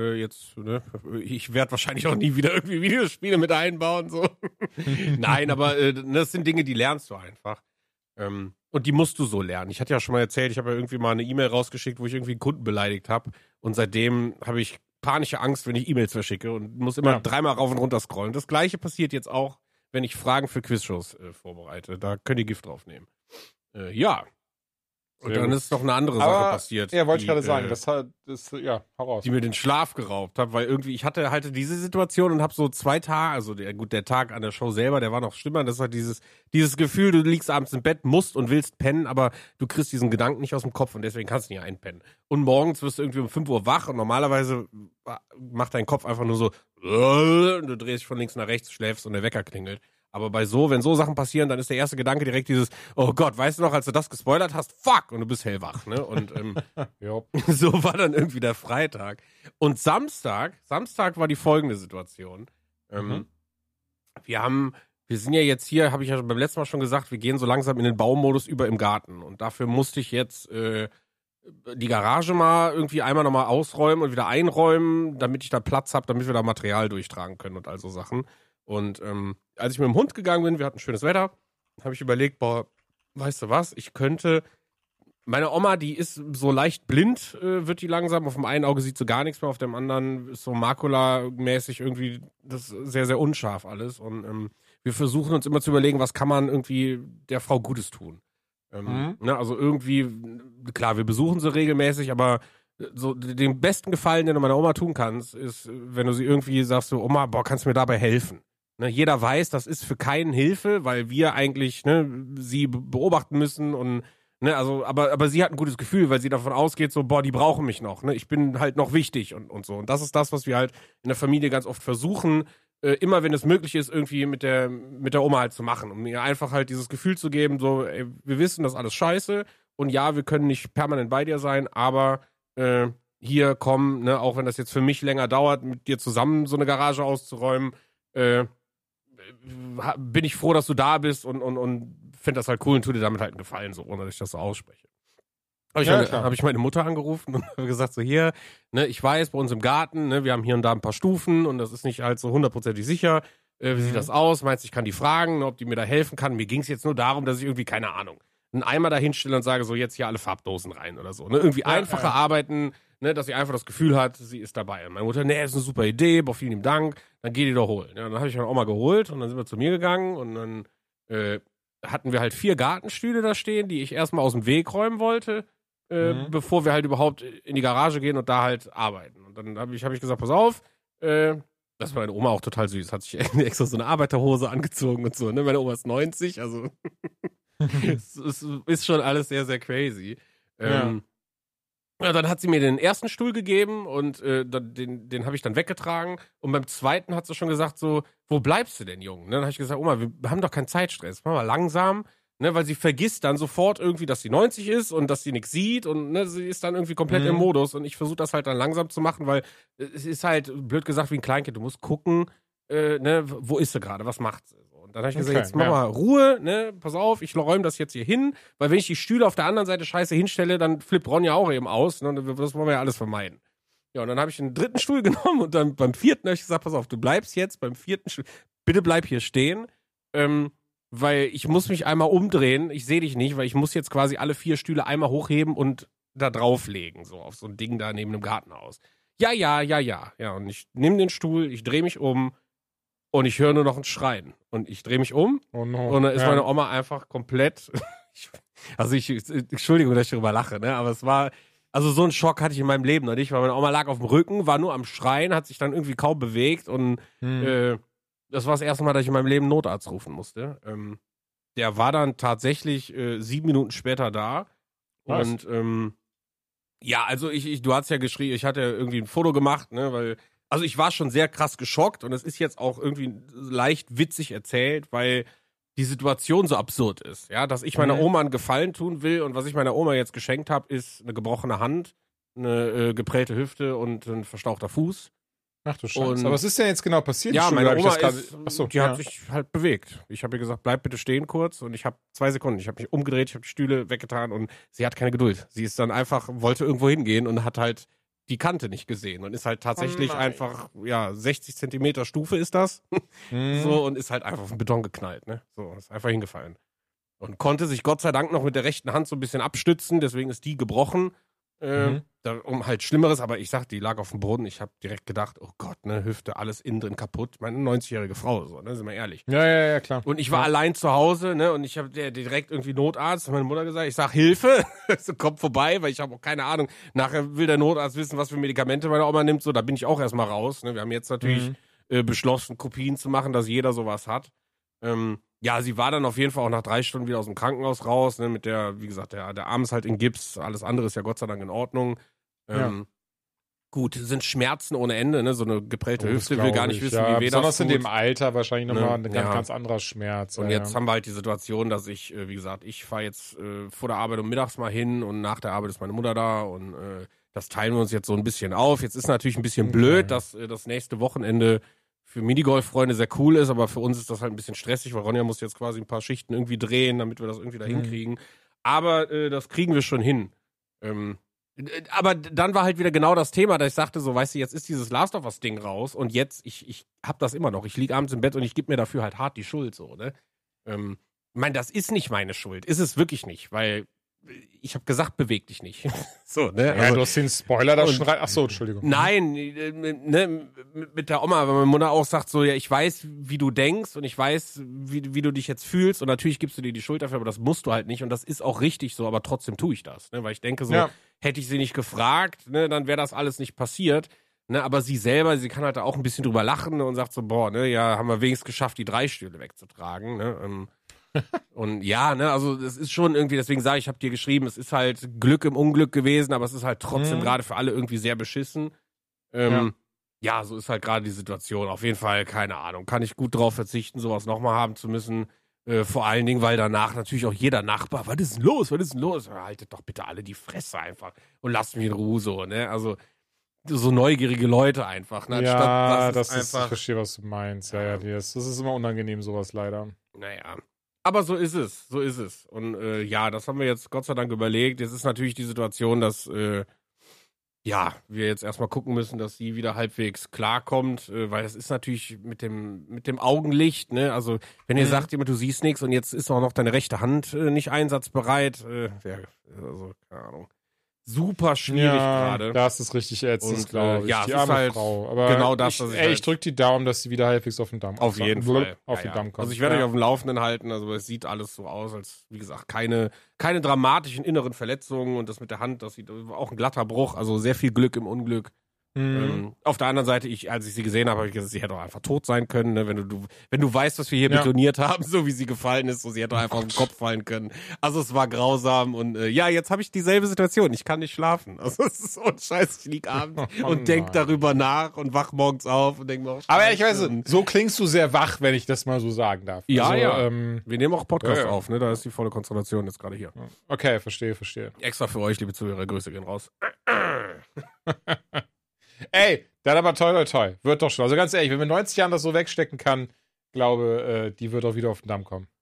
Ich werde wahrscheinlich auch nie wieder irgendwie Videospiele mit einbauen. So. Nein, aber das sind Dinge, die lernst du einfach. Und die musst du so lernen. Ich hatte ja schon mal erzählt, ich habe ja irgendwie mal eine E-Mail rausgeschickt, wo ich irgendwie einen Kunden beleidigt habe. Und seitdem habe ich panische Angst, wenn ich E-Mails verschicke und muss immer dreimal rauf und runter scrollen. Das Gleiche passiert jetzt auch, wenn ich Fragen für Quizshows vorbereite. Da könnt ihr Gift drauf nehmen. Ja. Und dann ist noch eine andere Sache passiert. Ja, wollte ich gerade sagen. Hau raus. Die mir den Schlaf geraubt hat, weil irgendwie, ich hatte halt diese Situation und habe so 2 Tage, also der Tag an der Show selber, der war noch schlimmer. Das war dieses Gefühl, du liegst abends im Bett, musst und willst pennen, aber du kriegst diesen Gedanken nicht aus dem Kopf und deswegen kannst du nicht einpennen. Und morgens wirst du irgendwie um 5 Uhr wach und normalerweise macht dein Kopf einfach nur so, und du drehst dich von links nach rechts, schläfst und der Wecker klingelt. Aber wenn so Sachen passieren, dann ist der erste Gedanke direkt dieses, oh Gott, weißt du noch, als du das gespoilert hast, fuck, und du bist hellwach, ne? Und so war dann irgendwie der Freitag. Und Samstag war die folgende Situation. Wir sind ja jetzt hier, habe ich ja beim letzten Mal schon gesagt, wir gehen so langsam in den Baumodus über im Garten. Und dafür musste ich jetzt die Garage mal irgendwie einmal nochmal ausräumen und wieder einräumen, damit ich da Platz habe, damit wir da Material durchtragen können und all so Sachen. Und als ich mit dem Hund gegangen bin, wir hatten schönes Wetter, habe ich überlegt, weißt du was, meine Oma, die ist so leicht blind, wird die langsam, auf dem einen Auge sieht sie gar nichts mehr, auf dem anderen ist so makulamäßig irgendwie, das ist sehr, sehr unscharf alles. Und wir versuchen uns immer zu überlegen, was kann man irgendwie der Frau Gutes tun. Ne, also irgendwie, klar, wir besuchen sie regelmäßig, aber so den besten Gefallen, den du meiner Oma tun kannst, ist, wenn du sie irgendwie sagst, so, Oma, kannst du mir dabei helfen? Ne, jeder weiß, das ist für keinen Hilfe, weil wir eigentlich sie beobachten müssen und also, aber sie hat ein gutes Gefühl, weil sie davon ausgeht, so, die brauchen mich noch, ne? Ich bin halt noch wichtig und so. Und das ist das, was wir halt in der Familie ganz oft versuchen, immer wenn es möglich ist, irgendwie mit der Oma halt zu machen, um ihr einfach halt dieses Gefühl zu geben, so, ey, wir wissen, das ist alles scheiße und ja, wir können nicht permanent bei dir sein, aber hier komm, ne, auch wenn das jetzt für mich länger dauert, mit dir zusammen so eine Garage auszuräumen, bin ich froh, dass du da bist und finde das halt cool und tu dir damit halt einen Gefallen, so, ohne dass ich das so ausspreche. Habe ich meine Mutter angerufen und gesagt, so hier, ne, ich weiß, bei uns im Garten, ne, wir haben hier und da ein paar Stufen und das ist nicht halt so 100%ig sicher. Wie sieht das aus? Meinst du, ich kann die fragen, ne, ob die mir da helfen kann? Mir ging es jetzt nur darum, dass ich irgendwie, keine Ahnung, einen Eimer da hinstelle und sage, so jetzt hier alle Farbdosen rein oder so. Ne? Irgendwie einfacher arbeiten, ne, dass sie einfach das Gefühl hat, sie ist dabei. Und meine Mutter, nee, ist eine super Idee, vielen lieben Dank, dann geh die doch holen. Ja, dann habe ich meine Oma geholt und dann sind wir zu mir gegangen und dann hatten wir halt 4 Gartenstühle da stehen, die ich erstmal aus dem Weg räumen wollte, bevor wir halt überhaupt in die Garage gehen und da halt arbeiten. Und dann hab ich gesagt, pass auf, das war meine Oma auch total süß, hat sich extra so eine Arbeiterhose angezogen und so, ne? Meine Oma ist 90, also es ist schon alles sehr, sehr crazy. Ja, dann hat sie mir den ersten Stuhl gegeben und den habe ich dann weggetragen. Und beim zweiten hat sie schon gesagt so, wo bleibst du denn, Junge? Dann habe ich gesagt, Oma, wir haben doch keinen Zeitstress. Mach mal langsam, ne, weil sie vergisst dann sofort irgendwie, dass sie 90 ist und dass sie nichts sieht und ne, sie ist dann irgendwie komplett im Modus. Und ich versuche das halt dann langsam zu machen, weil es ist halt, blöd gesagt, wie ein Kleinkind. Du musst gucken, ne, wo ist sie gerade, was macht sie? Und dann habe ich gesagt, jetzt mach mal Ruhe, ne, pass auf, ich räume das jetzt hier hin, weil wenn ich die Stühle auf der anderen Seite scheiße hinstelle, dann flippt Ronja auch eben aus, ne, und das wollen wir ja alles vermeiden. Ja, und dann habe ich einen 3. Stuhl genommen und dann beim 4. habe ich gesagt, pass auf, du bleibst jetzt beim 4. Stuhl, bitte bleib hier stehen, weil ich muss mich einmal umdrehen, ich sehe dich nicht, weil ich muss jetzt quasi alle 4 Stühle einmal hochheben und da drauflegen, so auf so ein Ding da neben dem Gartenhaus. Ja, und ich nehme den Stuhl, ich drehe mich um und ich höre nur noch ein Schreien. Und ich drehe mich um und dann ist meine Oma einfach komplett, Entschuldigung, dass ich darüber lache, ne, aber es war, also so einen Schock hatte ich in meinem Leben noch nicht, weil meine Oma lag auf dem Rücken, war nur am Schreien, hat sich dann irgendwie kaum bewegt und das war das erste Mal, dass ich in meinem Leben einen Notarzt rufen musste. der war dann tatsächlich 7 Minuten später da. Was? Und ja, also du hast ja geschrieben, ich hatte irgendwie ein Foto gemacht, ne, weil, also ich war schon sehr krass geschockt und es ist jetzt auch irgendwie leicht witzig erzählt, weil die Situation so absurd ist, ja, dass ich meiner Oma einen Gefallen tun will und was ich meiner Oma jetzt geschenkt habe, ist eine gebrochene Hand, eine geprellte Hüfte und ein verstauchter Fuß. Ach du Scheiße. Und- Aber was ist denn jetzt genau passiert? Ja, meine Entschuldigung, Oma hab ich das grad- Achso, die hat sich halt bewegt. Ich habe ihr gesagt, bleib bitte stehen kurz und ich habe 2 Sekunden. Ich habe mich umgedreht, ich habe die Stühle weggetan und sie hat keine Geduld. Sie ist dann einfach, wollte irgendwo hingehen und hat halt die Kante nicht gesehen und ist halt tatsächlich Oh nein. einfach, ja, 60 Zentimeter Stufe ist das. Mhm. So und ist halt einfach auf den Beton geknallt, ne? So, ist einfach hingefallen. Und konnte sich Gott sei Dank noch mit der rechten Hand so ein bisschen abstützen, deswegen ist die gebrochen. Um halt Schlimmeres, aber ich sag, die lag auf dem Boden. Ich habe direkt gedacht, oh Gott, ne, Hüfte, alles innen drin kaputt. Meine 90-jährige Frau, so, ne, sind wir ehrlich. Ja, klar. Und ich war allein zu Hause, ne, und ich habe direkt irgendwie Notarzt, hat meine Mutter gesagt, ich sag Hilfe, so, kommt vorbei, weil ich habe auch keine Ahnung. Nachher will der Notarzt wissen, was für Medikamente meine Oma nimmt, so, da bin ich auch erstmal raus, ne. Wir haben jetzt natürlich beschlossen, Kopien zu machen, dass jeder sowas hat. Ja, sie war dann auf jeden Fall auch nach 3 Stunden wieder aus dem Krankenhaus raus, ne, mit der, wie gesagt, der Arm ist halt in Gips, alles andere ist ja Gott sei Dank in Ordnung. Gut, sind Schmerzen ohne Ende, ne, so eine geprellte Oh, das Hüfte, will glaub gar nicht ich, wissen, ja. wie weh das Besonders in tut. dem Alter wahrscheinlich nochmal ein Ja. ganz anderer Schmerz. Und ja, jetzt haben wir halt die Situation, dass ich, wie gesagt, ich fahre jetzt vor der Arbeit mittags mal hin und nach der Arbeit ist meine Mutter da und das teilen wir uns jetzt so ein bisschen auf. Jetzt ist natürlich ein bisschen blöd, dass das nächste Wochenende für Minigolf-Freunde sehr cool ist, aber für uns ist das halt ein bisschen stressig, weil Ronja muss jetzt quasi ein paar Schichten irgendwie drehen, damit wir das irgendwie da hinkriegen. Aber das kriegen wir schon hin. Aber dann war halt wieder genau das Thema, dass ich sagte so, weißt du, jetzt ist dieses Last of Us Ding raus und jetzt, ich hab das immer noch. Ich lieg abends im Bett und ich gebe mir dafür halt hart die Schuld, so, ne? Ich meine, das ist nicht meine Schuld. Ist es wirklich nicht, weil ich habe gesagt, beweg dich nicht. So, ne? Ja, Also, du hast den Spoiler da und- schon rein. Achso, Entschuldigung. nein, ne, mit der Oma, wenn meine Mutter auch sagt so, ja, ich weiß, wie du denkst und ich weiß, wie du dich jetzt fühlst und natürlich gibst du dir die Schuld dafür, aber das musst du halt nicht und das ist auch richtig so, aber trotzdem tue ich das, ne, weil ich denke so, Ja. hätte ich sie nicht gefragt, ne, dann wäre das alles nicht passiert, ne, aber sie selber, sie kann halt da auch ein bisschen drüber lachen, ne, und sagt so, boah, ne, ja, haben wir wenigstens geschafft, die 3 Stühle wegzutragen, ne, und ja, ne, also das ist schon irgendwie, deswegen sage ich, habe dir geschrieben, es ist halt Glück im Unglück gewesen, aber es ist halt trotzdem gerade für alle irgendwie sehr beschissen. Ja, so ist halt gerade die Situation. Auf jeden Fall, keine Ahnung, kann ich gut drauf verzichten, sowas nochmal haben zu müssen. Vor allen Dingen, weil danach natürlich auch jeder Nachbar, was ist denn los, was ist denn los? Haltet doch bitte alle die Fresse einfach und lasst mich in Ruhe so, ne, also so neugierige Leute einfach, ne, Ja, anstatt, das ist, ich einfach, verstehe, was du meinst. Ja, das ist immer unangenehm, sowas leider. naja. Aber so ist es, so ist es. Und ja, das haben wir jetzt Gott sei Dank überlegt. Jetzt ist natürlich die Situation, dass ja, wir jetzt erstmal gucken müssen, dass sie wieder halbwegs klarkommt, weil das ist natürlich mit dem Augenlicht, ne? Also, wenn ihr sagt, jemand, du siehst nichts und jetzt ist auch noch deine rechte Hand nicht einsatzbereit, also, keine Ahnung. Super schwierig gerade. Das ist richtig ätzend, Und, glaube ich. ja, Die es ist arme halt Frau. Aber genau das, ich, was ich ey, halt- ich drücke die Daumen, dass sie wieder halbwegs auf den Damm Auf jeden Fall. Auf Ja, den ja. Damm kommt. Also ich werde ja. euch auf dem Laufenden halten, also es sieht alles so aus, als, wie gesagt, keine dramatischen inneren Verletzungen und das mit der Hand, das sieht auch ein glatter Bruch, also sehr viel Glück im Unglück. Auf der anderen Seite, als ich sie gesehen habe, habe ich gesagt, sie hätte auch einfach tot sein können, ne? Wenn du weißt, was wir hier Ja. betoniert haben, so wie sie gefallen ist, so sie hätte auch einfach auf den Kopf fallen können. Also es war grausam und ja, jetzt habe ich dieselbe Situation, ich kann nicht schlafen. Also es ist so ein Scheiß, ich lieg abends und denk nein. darüber nach und wach morgens auf und denk mir, oh, Aber Scheiße. ehrlicherweise, so klingst du sehr wach, wenn ich das mal so sagen darf. Ja, also, ja. Wir nehmen auch Podcast ja. auf, ne? Da ist die volle Konzentration jetzt gerade hier. Okay, verstehe. Extra für euch, liebe Zuhörer, Grüße gehen raus. Ey, dann aber toll. Wird doch schon. Also ganz ehrlich, wenn wir 90 Jahren das so wegstecken kann, glaube, die wird auch wieder auf den Damm kommen.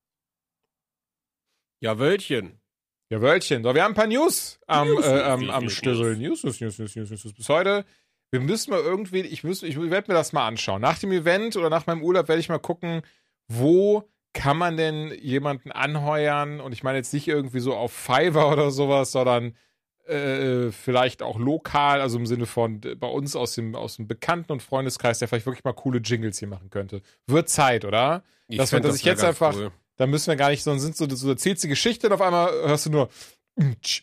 Ja, Wölkchen. Ja, Wörtchen. So, wir haben ein paar News am News. Stissel. News. Bis heute. Wir müssen mal irgendwie, ich werde mir das mal anschauen. Nach dem Event oder nach meinem Urlaub werde ich mal gucken, wo kann man denn jemanden anheuern? Und ich meine jetzt nicht irgendwie so auf Fiverr oder sowas, sondern vielleicht auch lokal, also im Sinne von bei uns aus dem Bekannten- und Freundeskreis, der vielleicht wirklich mal coole Jingles hier machen könnte. Wird Zeit, oder? Dass fänd, ich wär jetzt ganz einfach, cool. da müssen wir gar nicht, sondern so erzählst die Geschichte und auf einmal hörst du nur News.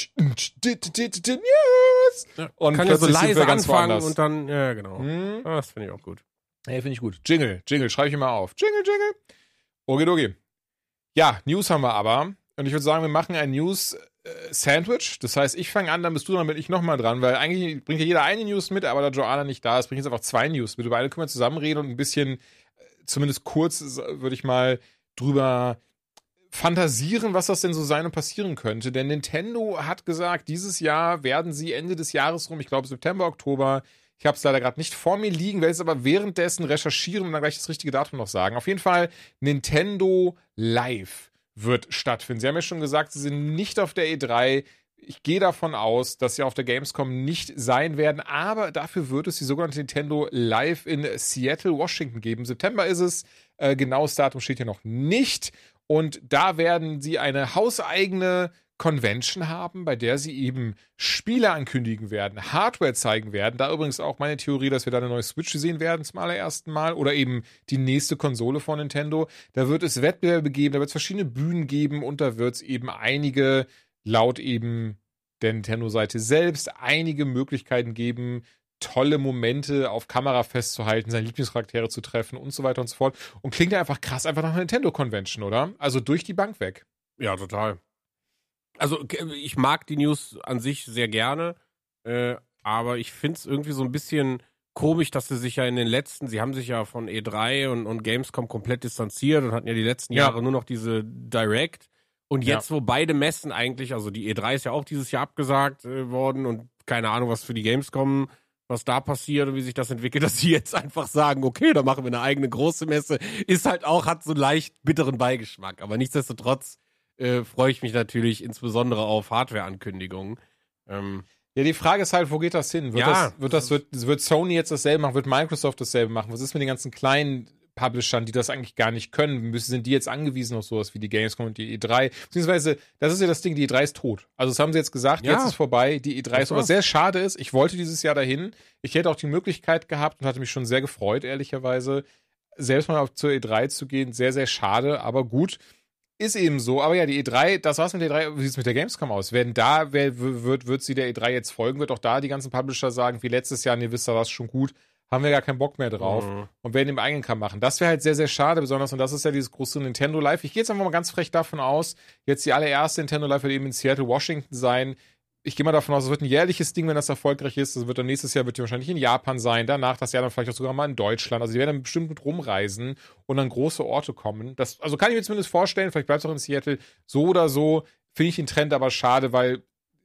Ja, Und kann ja so plötzlich sind leise wir ganz anfangen woanders. und dann, ja, genau. Hm? Das finde ich auch gut. Hey, finde ich gut. Jingle, schreibe ich mir mal auf. Jingle. Okidoki. Ja, News haben wir aber. Und ich würde sagen, wir machen ein News-Sandwich. Das heißt, ich fange an, dann bist du, dann bin ich nochmal dran, weil eigentlich bringt ja jeder eine News mit, aber da Joanna nicht da ist, bringe ich jetzt einfach 2 News mit. Über eine können wir zusammen reden und ein bisschen, zumindest kurz, würde ich mal drüber fantasieren, was das denn so sein und passieren könnte. Denn Nintendo hat gesagt, dieses Jahr werden sie Ende des Jahres rum, ich glaube September, Oktober, ich habe es leider gerade nicht vor mir liegen, werde es aber währenddessen recherchieren und dann gleich das richtige Datum noch sagen. Auf jeden Fall Nintendo Live wird stattfinden. Sie haben ja schon gesagt, sie sind nicht auf der E3. Ich gehe davon aus, dass sie auf der Gamescom nicht sein werden, aber dafür wird es die sogenannte Nintendo Live in Seattle, Washington geben. September ist es. Genaues Datum steht hier noch nicht. Und da werden sie eine hauseigene Convention haben, bei der sie eben Spiele ankündigen werden, Hardware zeigen werden. Da übrigens auch meine Theorie, dass wir da eine neue Switch sehen werden zum allerersten Mal oder eben die nächste Konsole von Nintendo. Da wird es Wettbewerbe geben, da wird es verschiedene Bühnen geben und da wird es eben einige, laut eben der Nintendo-Seite selbst, einige Möglichkeiten geben, tolle Momente auf Kamera festzuhalten, seine Lieblingscharaktere zu treffen und so weiter und so fort. Und klingt ja einfach krass, einfach nach einer Nintendo-Convention, oder? Also durch die Bank weg. Ja, total. Also ich mag die News an sich sehr gerne, aber ich finde es irgendwie so ein bisschen komisch, dass sie sich ja sie haben sich ja von E3 und Gamescom komplett distanziert und hatten ja die letzten Jahre nur noch diese Direct. Und jetzt, wo beide Messen eigentlich, also die E3 ist ja auch dieses Jahr abgesagt worden und keine Ahnung, was für die Gamescom, was da passiert und wie sich das entwickelt, dass sie jetzt einfach sagen, okay, da machen wir eine eigene große Messe, ist halt auch, hat so einen leicht bitteren Beigeschmack. Aber nichtsdestotrotz freue ich mich natürlich insbesondere auf Hardware-Ankündigungen. Ja, die Frage ist halt, wo geht das hin? Wird Sony jetzt dasselbe machen? Wird Microsoft dasselbe machen? Was ist mit den ganzen kleinen Publishern, die das eigentlich gar nicht können? Sind die jetzt angewiesen auf sowas wie die Gamescom und die E3? Beziehungsweise, das ist ja das Ding, die E3 ist tot. Also das haben sie jetzt gesagt, jetzt ist vorbei, die E3 ist, was sehr schade ist. Ich wollte dieses Jahr dahin. Ich hätte auch die Möglichkeit gehabt und hatte mich schon sehr gefreut, ehrlicherweise, selbst mal zur E3 zu gehen. Sehr, sehr schade, aber gut. Ist eben so, aber ja, die E3, das war's mit der E3, wie sieht's mit der Gamescom aus? Wird sie der E3 jetzt folgen? Wird auch da die ganzen Publisher sagen, wie letztes Jahr, nee, wisst ihr was, schon gut, haben wir gar keinen Bock mehr drauf und werden im eigenen Kram machen. Das wäre halt sehr, sehr schade, besonders, und das ist ja dieses große Nintendo Live. Ich gehe jetzt einfach mal ganz frech davon aus, jetzt die allererste Nintendo Live wird eben in Seattle, Washington sein. Ich gehe mal davon aus, es wird ein jährliches Ding, wenn das erfolgreich ist. Das wird dann nächstes Jahr wird die wahrscheinlich in Japan sein. Danach das Jahr dann vielleicht auch sogar mal in Deutschland. Also die werden dann bestimmt mit rumreisen und an große Orte kommen. Also kann ich mir zumindest vorstellen, vielleicht bleibt es auch in Seattle. So oder so finde ich den Trend aber schade, weil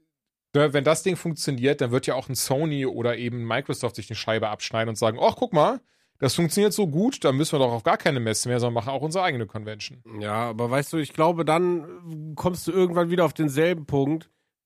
wenn das Ding funktioniert, dann wird ja auch ein Sony oder eben Microsoft sich eine Scheibe abschneiden und sagen, ach, guck mal, das funktioniert so gut, dann müssen wir doch auf gar keine Messe mehr, sondern machen auch unsere eigene Convention. Ja, aber weißt du, ich glaube, dann kommst du irgendwann wieder auf denselben Punkt,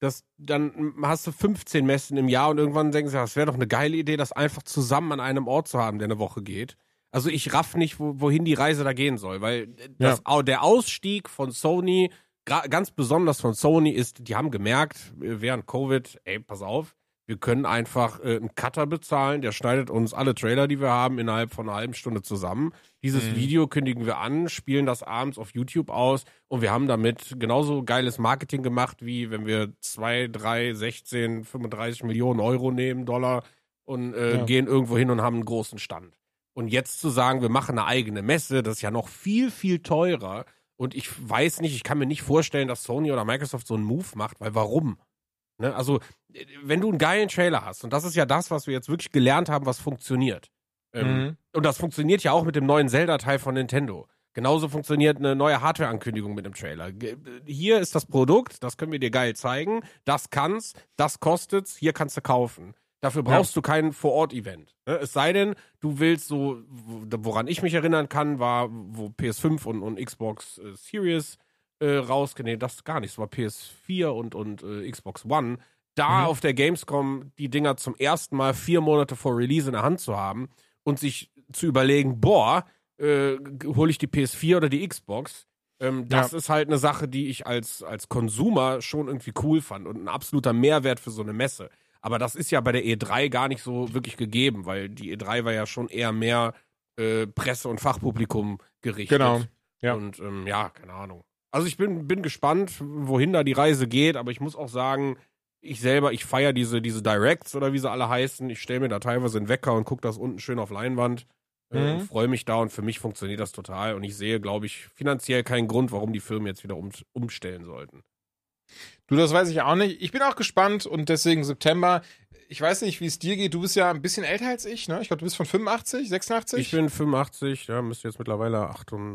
dann hast du 15 Messen im Jahr und irgendwann denkst du, das wäre doch eine geile Idee, das einfach zusammen an einem Ort zu haben, der eine Woche geht. Also ich raff nicht, wohin die Reise da gehen soll, weil der Ausstieg von Sony, ganz besonders von Sony, ist, die haben gemerkt, während Covid, ey, pass auf, wir können einfach einen Cutter bezahlen, der schneidet uns alle Trailer, die wir haben, innerhalb von einer halben Stunde zusammen. Dieses Video kündigen wir an, spielen das abends auf YouTube aus und wir haben damit genauso geiles Marketing gemacht, wie wenn wir 2, 3, 16, 35 Millionen Euro nehmen, Dollar und gehen irgendwo hin und haben einen großen Stand. Und jetzt zu sagen, wir machen eine eigene Messe, das ist ja noch viel, viel teurer. Und ich weiß nicht, ich kann mir nicht vorstellen, dass Sony oder Microsoft so einen Move macht, weil warum? Ne? Also, wenn du einen geilen Trailer hast, und das ist ja das, was wir jetzt wirklich gelernt haben, was funktioniert. Und das funktioniert ja auch mit dem neuen Zelda-Teil von Nintendo. Genauso funktioniert eine neue Hardware-Ankündigung mit dem Trailer. Hier ist das Produkt, das können wir dir geil zeigen, das kann's, das kostet's, hier kannst du kaufen. Dafür brauchst du kein Vor-Ort-Event. Ne? Es sei denn, du willst so, woran ich mich erinnern kann, war, wo PS5 und Xbox Series nee, das gar nicht, es war PS4 und Xbox One, da auf der Gamescom die Dinger zum ersten Mal 4 Monate vor Release in der Hand zu haben und sich zu überlegen, hole ich die PS4 oder die Xbox? Das ist halt eine Sache, die ich als Consumer schon irgendwie cool fand und ein absoluter Mehrwert für so eine Messe. Aber das ist ja bei der E3 gar nicht so wirklich gegeben, weil die E3 war ja schon eher mehr Presse- und Fachpublikum gerichtet. Genau, ja. Und keine Ahnung. Also ich bin gespannt, wohin da die Reise geht, aber ich muss auch sagen, ich feiere diese Directs oder wie sie alle heißen. Ich stelle mir da teilweise einen Wecker und gucke das unten schön auf Leinwand. und freue mich da und für mich funktioniert das total und ich sehe, glaube ich, finanziell keinen Grund, warum die Firmen jetzt wieder umstellen sollten. Du, das weiß ich auch nicht. Ich bin auch gespannt und deswegen September. Ich weiß nicht, wie es dir geht. Du bist ja ein bisschen älter als ich, ne? Ich glaube, du bist von 85, 86? Ich bin 85, ja, müsste jetzt mittlerweile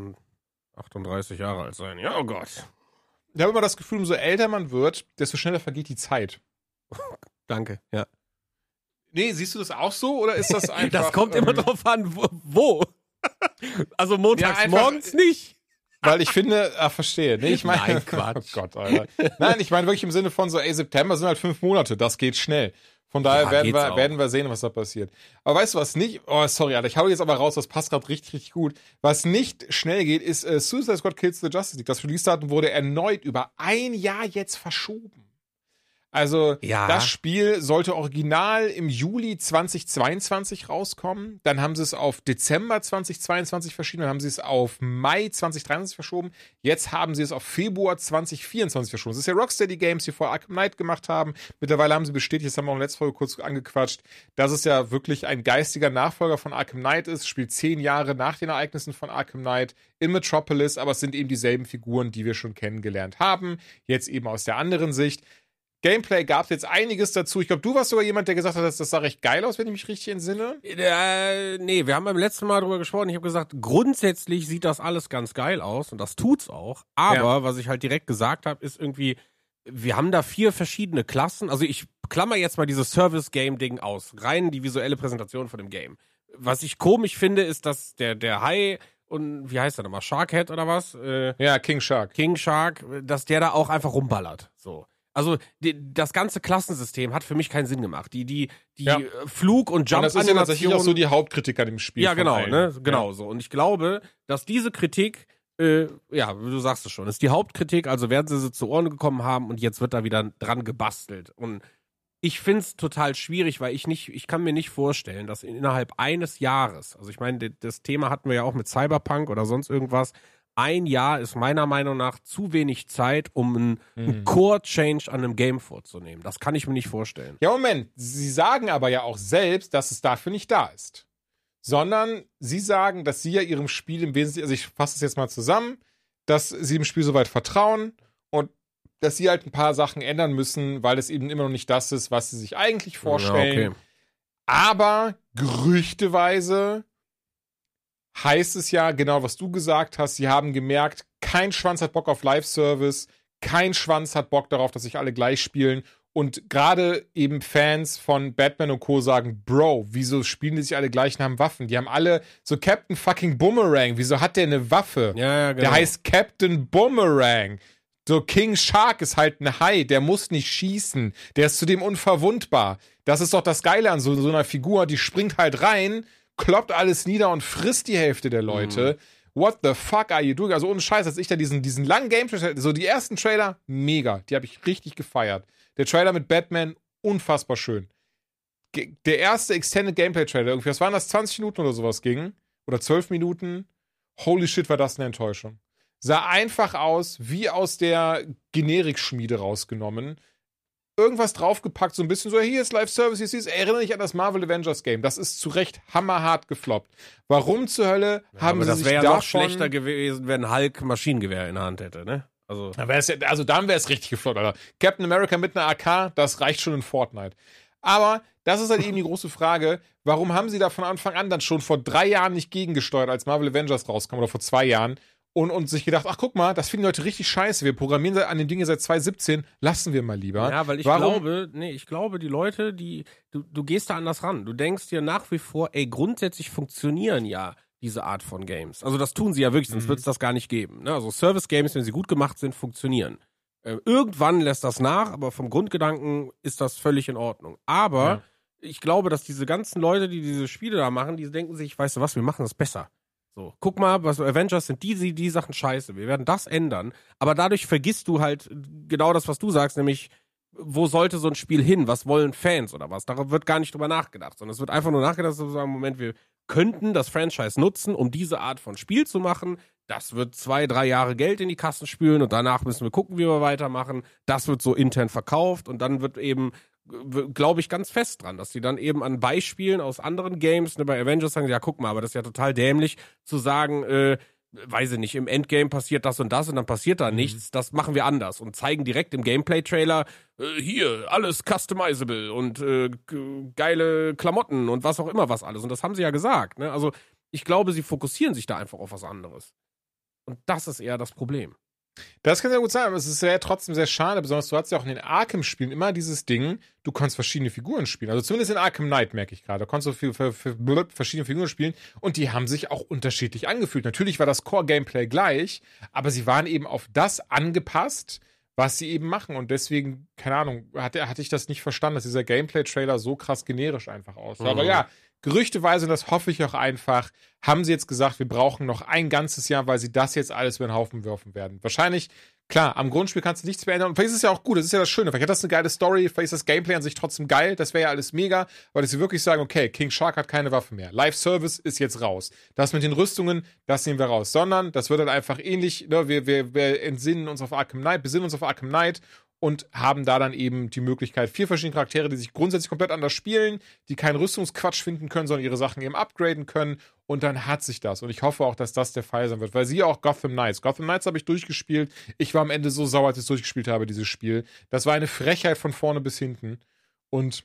38 Jahre alt sein. Ja, oh Gott. Ich habe immer das Gefühl, umso älter man wird, desto schneller vergeht die Zeit. Danke, ja. Nee, siehst du das auch so oder ist das einfach... Das kommt immer drauf an, wo. Also montags morgens nicht. Weil ich finde, verstehe. Nee, ich meine... Nein, Quatsch. Oh Gott, Alter. Nein, ich meine wirklich im Sinne von so, ey, September sind halt 5 Monate, das geht schnell. Von daher werden wir sehen, was da passiert. Aber weißt du, was nicht... Oh, sorry, Alter, ich hau jetzt aber raus, das passt gerade richtig, richtig gut. Was nicht schnell geht, ist Suicide Squad Kills the Justice League. Das Release-Datum wurde erneut über ein Jahr jetzt verschoben. Also, das Spiel sollte original im Juli 2022 rauskommen. Dann haben sie es auf Dezember 2022 verschoben. Dann haben sie es auf Mai 2023 verschoben. Jetzt haben sie es auf Februar 2024 verschoben. Das ist ja Rocksteady Games, die vorher Arkham Knight gemacht haben. Mittlerweile haben sie bestätigt, das haben wir auch in der letzten Folge kurz angequatscht, dass es ja wirklich ein geistiger Nachfolger von Arkham Knight ist. Spielt 10 Jahre nach den Ereignissen von Arkham Knight in Metropolis. Aber es sind eben dieselben Figuren, die wir schon kennengelernt haben. Jetzt eben aus der anderen Sicht. Gameplay gab es jetzt einiges dazu. Ich glaube, du warst sogar jemand, der gesagt hat, das sah recht geil aus, wenn ich mich richtig entsinne. Nee, wir haben beim letzten Mal drüber gesprochen. Ich habe gesagt, grundsätzlich sieht das alles ganz geil aus und das tut's auch. Aber was ich halt direkt gesagt habe, ist irgendwie, wir haben da 4 verschiedene Klassen. Also ich klammer jetzt mal dieses Service-Game-Ding aus. Rein die visuelle Präsentation von dem Game. Was ich komisch finde, ist, dass der Hai und, wie heißt der nochmal, Sharkhead oder was? Ja, King Shark, dass der da auch einfach rumballert. So. Also das ganze Klassensystem hat für mich keinen Sinn gemacht. Die Flug- und Jump-Animation. Das ist ja tatsächlich auch so die Hauptkritik an dem Spiel. Ja, genau, genau so. Und ich glaube, dass diese Kritik, du sagst es schon, ist die Hauptkritik, also werden sie zu Ohren gekommen haben und jetzt wird da wieder dran gebastelt. Und ich finde es total schwierig, weil ich kann mir nicht vorstellen, dass innerhalb eines Jahres, also ich meine, das Thema hatten wir ja auch mit Cyberpunk oder sonst irgendwas, ein Jahr ist meiner Meinung nach zu wenig Zeit, um einen Core-Change an einem Game vorzunehmen. Das kann ich mir nicht vorstellen. Ja, Moment. Sie sagen aber ja auch selbst, dass es dafür nicht da ist. Sondern sie sagen, dass sie ja ihrem Spiel im Wesentlichen, also ich fasse es jetzt mal zusammen, dass sie dem Spiel soweit vertrauen und dass sie halt ein paar Sachen ändern müssen, weil es eben immer noch nicht das ist, was sie sich eigentlich vorstellen. Ja, okay. Aber gerüchteweise heißt es ja, genau was du gesagt hast, sie haben gemerkt, kein Schwanz hat Bock auf Live-Service, kein Schwanz hat Bock darauf, dass sich alle gleich spielen und gerade eben Fans von Batman und Co. sagen, Bro, wieso spielen die sich alle gleich und haben Waffen? Die haben alle so Captain fucking Boomerang, wieso hat der eine Waffe? Ja, genau. Der heißt Captain Boomerang. So King Shark ist halt ein Hai, der muss nicht schießen, der ist zudem unverwundbar. Das ist doch das Geile an so einer Figur, die springt halt rein, kloppt alles nieder und frisst die Hälfte der Leute. What the fuck are you doing? Also ohne Scheiß, als ich da diesen langen Game-Trailer, so die ersten Trailer, mega. Die habe ich richtig gefeiert. Der Trailer mit Batman, unfassbar schön. Der erste Extended Gameplay-Trailer, irgendwie, was waren das, 20 Minuten oder sowas ging? Oder 12 Minuten? Holy shit, war das eine Enttäuschung. Sah einfach aus, wie aus der Generikschmiede rausgenommen. Irgendwas draufgepackt, so ein bisschen so, hier ist Live-Service, hier ist, erinnere dich an das Marvel Avengers Game. Das ist zu Recht hammerhart gefloppt. Warum zur Hölle haben sie sich davon... Das wäre ja noch schlechter gewesen, wenn Hulk Maschinengewehr in der Hand hätte, ne? Also dann wäre es richtig gefloppt, Alter. Captain America mit einer AK, das reicht schon in Fortnite. Aber das ist halt eben die große Frage, warum haben sie da von Anfang an dann schon vor 3 Jahren nicht gegengesteuert, als Marvel Avengers rauskam, oder vor 2 Jahren, und sich gedacht, ach guck mal, das finden die Leute richtig scheiße, wir programmieren an den Dingen seit 2017, lassen wir mal lieber. Ja, weil ich glaube, die Leute, du gehst da anders ran. Du denkst dir nach wie vor, ey, grundsätzlich funktionieren ja diese Art von Games. Also das tun sie ja wirklich, sonst wird es das gar nicht geben. Ne? Also Service-Games, wenn sie gut gemacht sind, funktionieren. Irgendwann lässt das nach, aber vom Grundgedanken ist das völlig in Ordnung. Aber ich glaube, dass diese ganzen Leute, die diese Spiele da machen, die denken sich, weißt du was, wir machen das besser. So, guck mal, was Avengers sind, die Sachen scheiße. Wir werden das ändern. Aber dadurch vergisst du halt genau das, was du sagst, nämlich, wo sollte so ein Spiel hin? Was wollen Fans oder was? Darauf wird gar nicht drüber nachgedacht, sondern es wird einfach nur nachgedacht, dass wir sagen, Moment, wir könnten das Franchise nutzen, um diese Art von Spiel zu machen. Das wird 2-3 Jahre Geld in die Kassen spülen und danach müssen wir gucken, wie wir weitermachen. Das wird so intern verkauft und dann wird eben glaube ich ganz fest dran, dass die dann eben an Beispielen aus anderen Games, ne, bei Avengers sagen, ja, guck mal, aber das ist ja total dämlich zu sagen, weiß ich nicht, im Endgame passiert das und dann passiert da nichts, das machen wir anders und zeigen direkt im Gameplay-Trailer, hier, alles customizable und geile Klamotten und was auch immer was alles. Und das haben sie ja gesagt, ne? Also ich glaube, sie fokussieren sich da einfach auf was anderes. Und das ist eher das Problem. Das kann ja gut sein, aber es ist ja trotzdem sehr schade. Besonders du hast ja auch in den Arkham-Spielen immer dieses Ding, du kannst verschiedene Figuren spielen. Also zumindest in Arkham Knight merke ich gerade. Da konntest du verschiedene Figuren spielen und die haben sich auch unterschiedlich angefühlt. Natürlich war das Core-Gameplay gleich, aber sie waren eben auf das angepasst, was sie eben machen. Und deswegen, keine Ahnung, hatte ich das nicht verstanden, dass dieser Gameplay-Trailer so krass generisch einfach aussah. Aber ja, gerüchteweise, und das hoffe ich auch einfach, haben sie jetzt gesagt, wir brauchen noch ein ganzes Jahr, weil sie das jetzt alles über den Haufen werfen werden. Wahrscheinlich, klar, am Grundspiel kannst du nichts mehr ändern. Und vielleicht ist es ja auch gut, das ist ja das Schöne. Vielleicht hat das eine geile Story, vielleicht ist das Gameplay an sich trotzdem geil, das wäre ja alles mega, aber dass sie wirklich sagen, okay, King Shark hat keine Waffe mehr. Live Service ist jetzt raus. Das mit den Rüstungen, das nehmen wir raus. Sondern, das wird dann einfach ähnlich, ne, wir entsinnen uns auf Arkham Knight, besinnen uns auf Arkham Knight und haben da dann eben die Möglichkeit, 4 verschiedene Charaktere, die sich grundsätzlich komplett anders spielen, die keinen Rüstungsquatsch finden können, sondern ihre Sachen eben upgraden können und dann hat sich das. Und ich hoffe auch, dass das der Fall sein wird, weil sie auch Gotham Knights habe ich durchgespielt. Ich war am Ende so sauer, als ich es durchgespielt habe, dieses Spiel. Das war eine Frechheit von vorne bis hinten und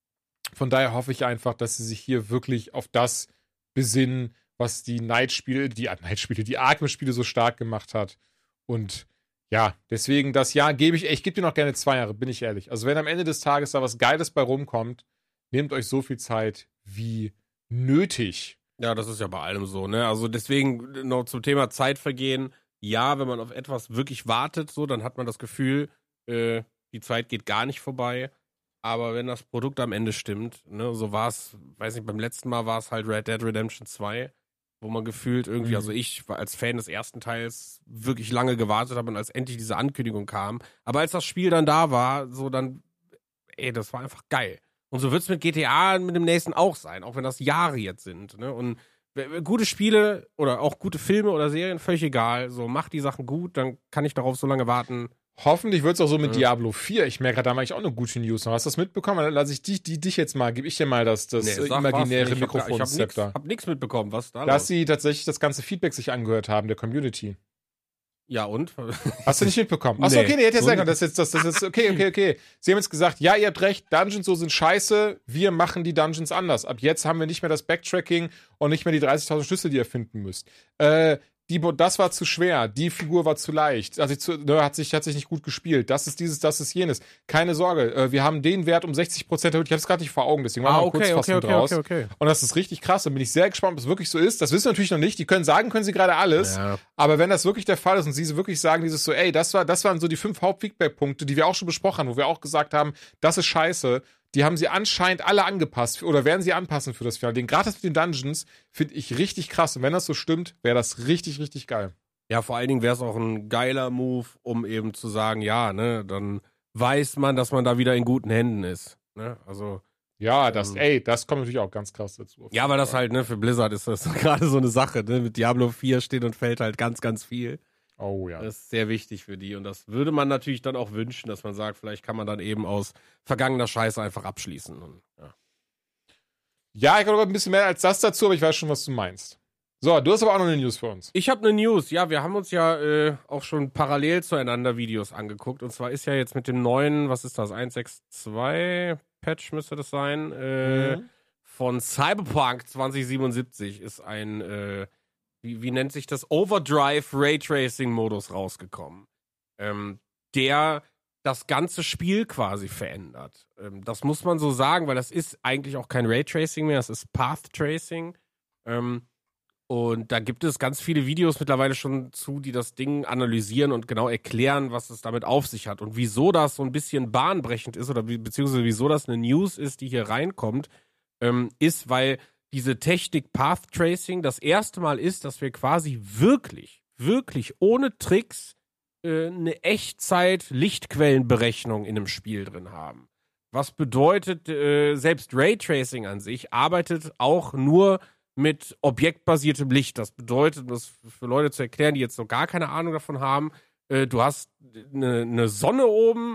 von daher hoffe ich einfach, dass sie sich hier wirklich auf das besinnen, was die Arkham-Spiele so stark gemacht hat und ja, deswegen das Jahr ich gebe dir noch gerne 2 Jahre, bin ich ehrlich. Also wenn am Ende des Tages da was Geiles bei rumkommt, nehmt euch so viel Zeit wie nötig. Ja, das ist ja bei allem so, ne? Also deswegen noch zum Thema Zeitvergehen. Ja, wenn man auf etwas wirklich wartet, so, dann hat man das Gefühl, die Zeit geht gar nicht vorbei. Aber wenn das Produkt am Ende stimmt, ne, so war es, weiß nicht, beim letzten Mal war es halt Red Dead Redemption 2, wo man gefühlt irgendwie, also ich war als Fan des ersten Teils wirklich lange gewartet habe und als endlich diese Ankündigung kam. Aber als das Spiel dann da war, so dann, das war einfach geil. Und so wird es mit GTA mit dem nächsten auch sein, auch wenn das Jahre jetzt sind. Ne? Und gute Spiele oder auch gute Filme oder Serien, völlig egal. So, macht die Sachen gut, dann kann ich darauf so lange warten. Hoffentlich wird es auch so mit Diablo 4. Ich merke gerade, da mache ich auch eine gute News noch. Hast du das mitbekommen? Dann lasse ich dich jetzt mal, gebe ich dir mal das imaginäre Mikrofon-Zepter. Ich habe nichts mitbekommen, was da Dass sie tatsächlich das ganze Feedback sich angehört haben, der Community. Ja, und? Hast du nicht mitbekommen? Achso, okay, nee, hätte ja sagen können, das ist okay. Sie haben jetzt gesagt, ja, ihr habt recht, Dungeons so sind scheiße, wir machen die Dungeons anders. Ab jetzt haben wir nicht mehr das Backtracking und nicht mehr die 30.000 Schlüssel, die ihr finden müsst. Das war zu schwer, die Figur war zu leicht, also hat sich nicht gut gespielt, das ist dieses, das ist jenes. Keine Sorge, wir haben den Wert um 60% erhöht, ich habe es gerade nicht vor Augen, deswegen machen wir kurz Fassung draus. Okay. Und das ist richtig krass, und bin ich sehr gespannt, ob es wirklich so ist. Das wissen wir natürlich noch nicht, können sie gerade alles, aber wenn das wirklich der Fall ist und sie wirklich sagen, dieses so, das waren so die 5 Hauptfeedback-Punkte, die wir auch schon besprochen haben, wo wir auch gesagt haben, das ist scheiße, die haben sie anscheinend alle angepasst oder werden sie anpassen für das Finale. Den gratis mit den Dungeons finde ich richtig krass. Und wenn das so stimmt, wäre das richtig, richtig geil. Ja, vor allen Dingen wäre es auch ein geiler Move, um eben zu sagen, ja, ne, dann weiß man, dass man da wieder in guten Händen ist. Ne? Also. Ja, das kommt natürlich auch ganz krass dazu. Ja, aber das halt, ne, für Blizzard ist das gerade so eine Sache, ne? Mit Diablo 4 steht und fällt halt ganz, ganz viel. Oh ja. Das ist sehr wichtig für die und das würde man natürlich dann auch wünschen, dass man sagt, vielleicht kann man dann eben aus vergangener Scheiße einfach abschließen. Und, ja, ich habe noch ein bisschen mehr als das dazu, aber ich weiß schon, was du meinst. So, du hast aber auch noch eine News für uns. Ich habe eine News, ja, wir haben uns ja auch schon parallel zueinander Videos angeguckt und zwar ist ja jetzt mit dem neuen, was ist das, 1.6.2 Patch müsste das sein, von Cyberpunk 2077 ist ein wie nennt sich das? Overdrive Raytracing-Modus rausgekommen. Der das ganze Spiel quasi verändert. Das muss man so sagen, weil das ist eigentlich auch kein Raytracing mehr, das ist Path Tracing. Und da gibt es ganz viele Videos mittlerweile schon zu, die das Ding analysieren und genau erklären, was es damit auf sich hat. Und wieso das so ein bisschen bahnbrechend ist oder beziehungsweise wieso das eine News ist, die hier reinkommt, ist, weil diese Technik Path Tracing das erste Mal ist, dass wir quasi wirklich, wirklich ohne Tricks eine Echtzeit-Lichtquellenberechnung in einem Spiel drin haben. Was bedeutet, selbst Raytracing an sich arbeitet auch nur mit objektbasiertem Licht. Das bedeutet, das für Leute zu erklären, die jetzt noch gar keine Ahnung davon haben, du hast eine Sonne oben,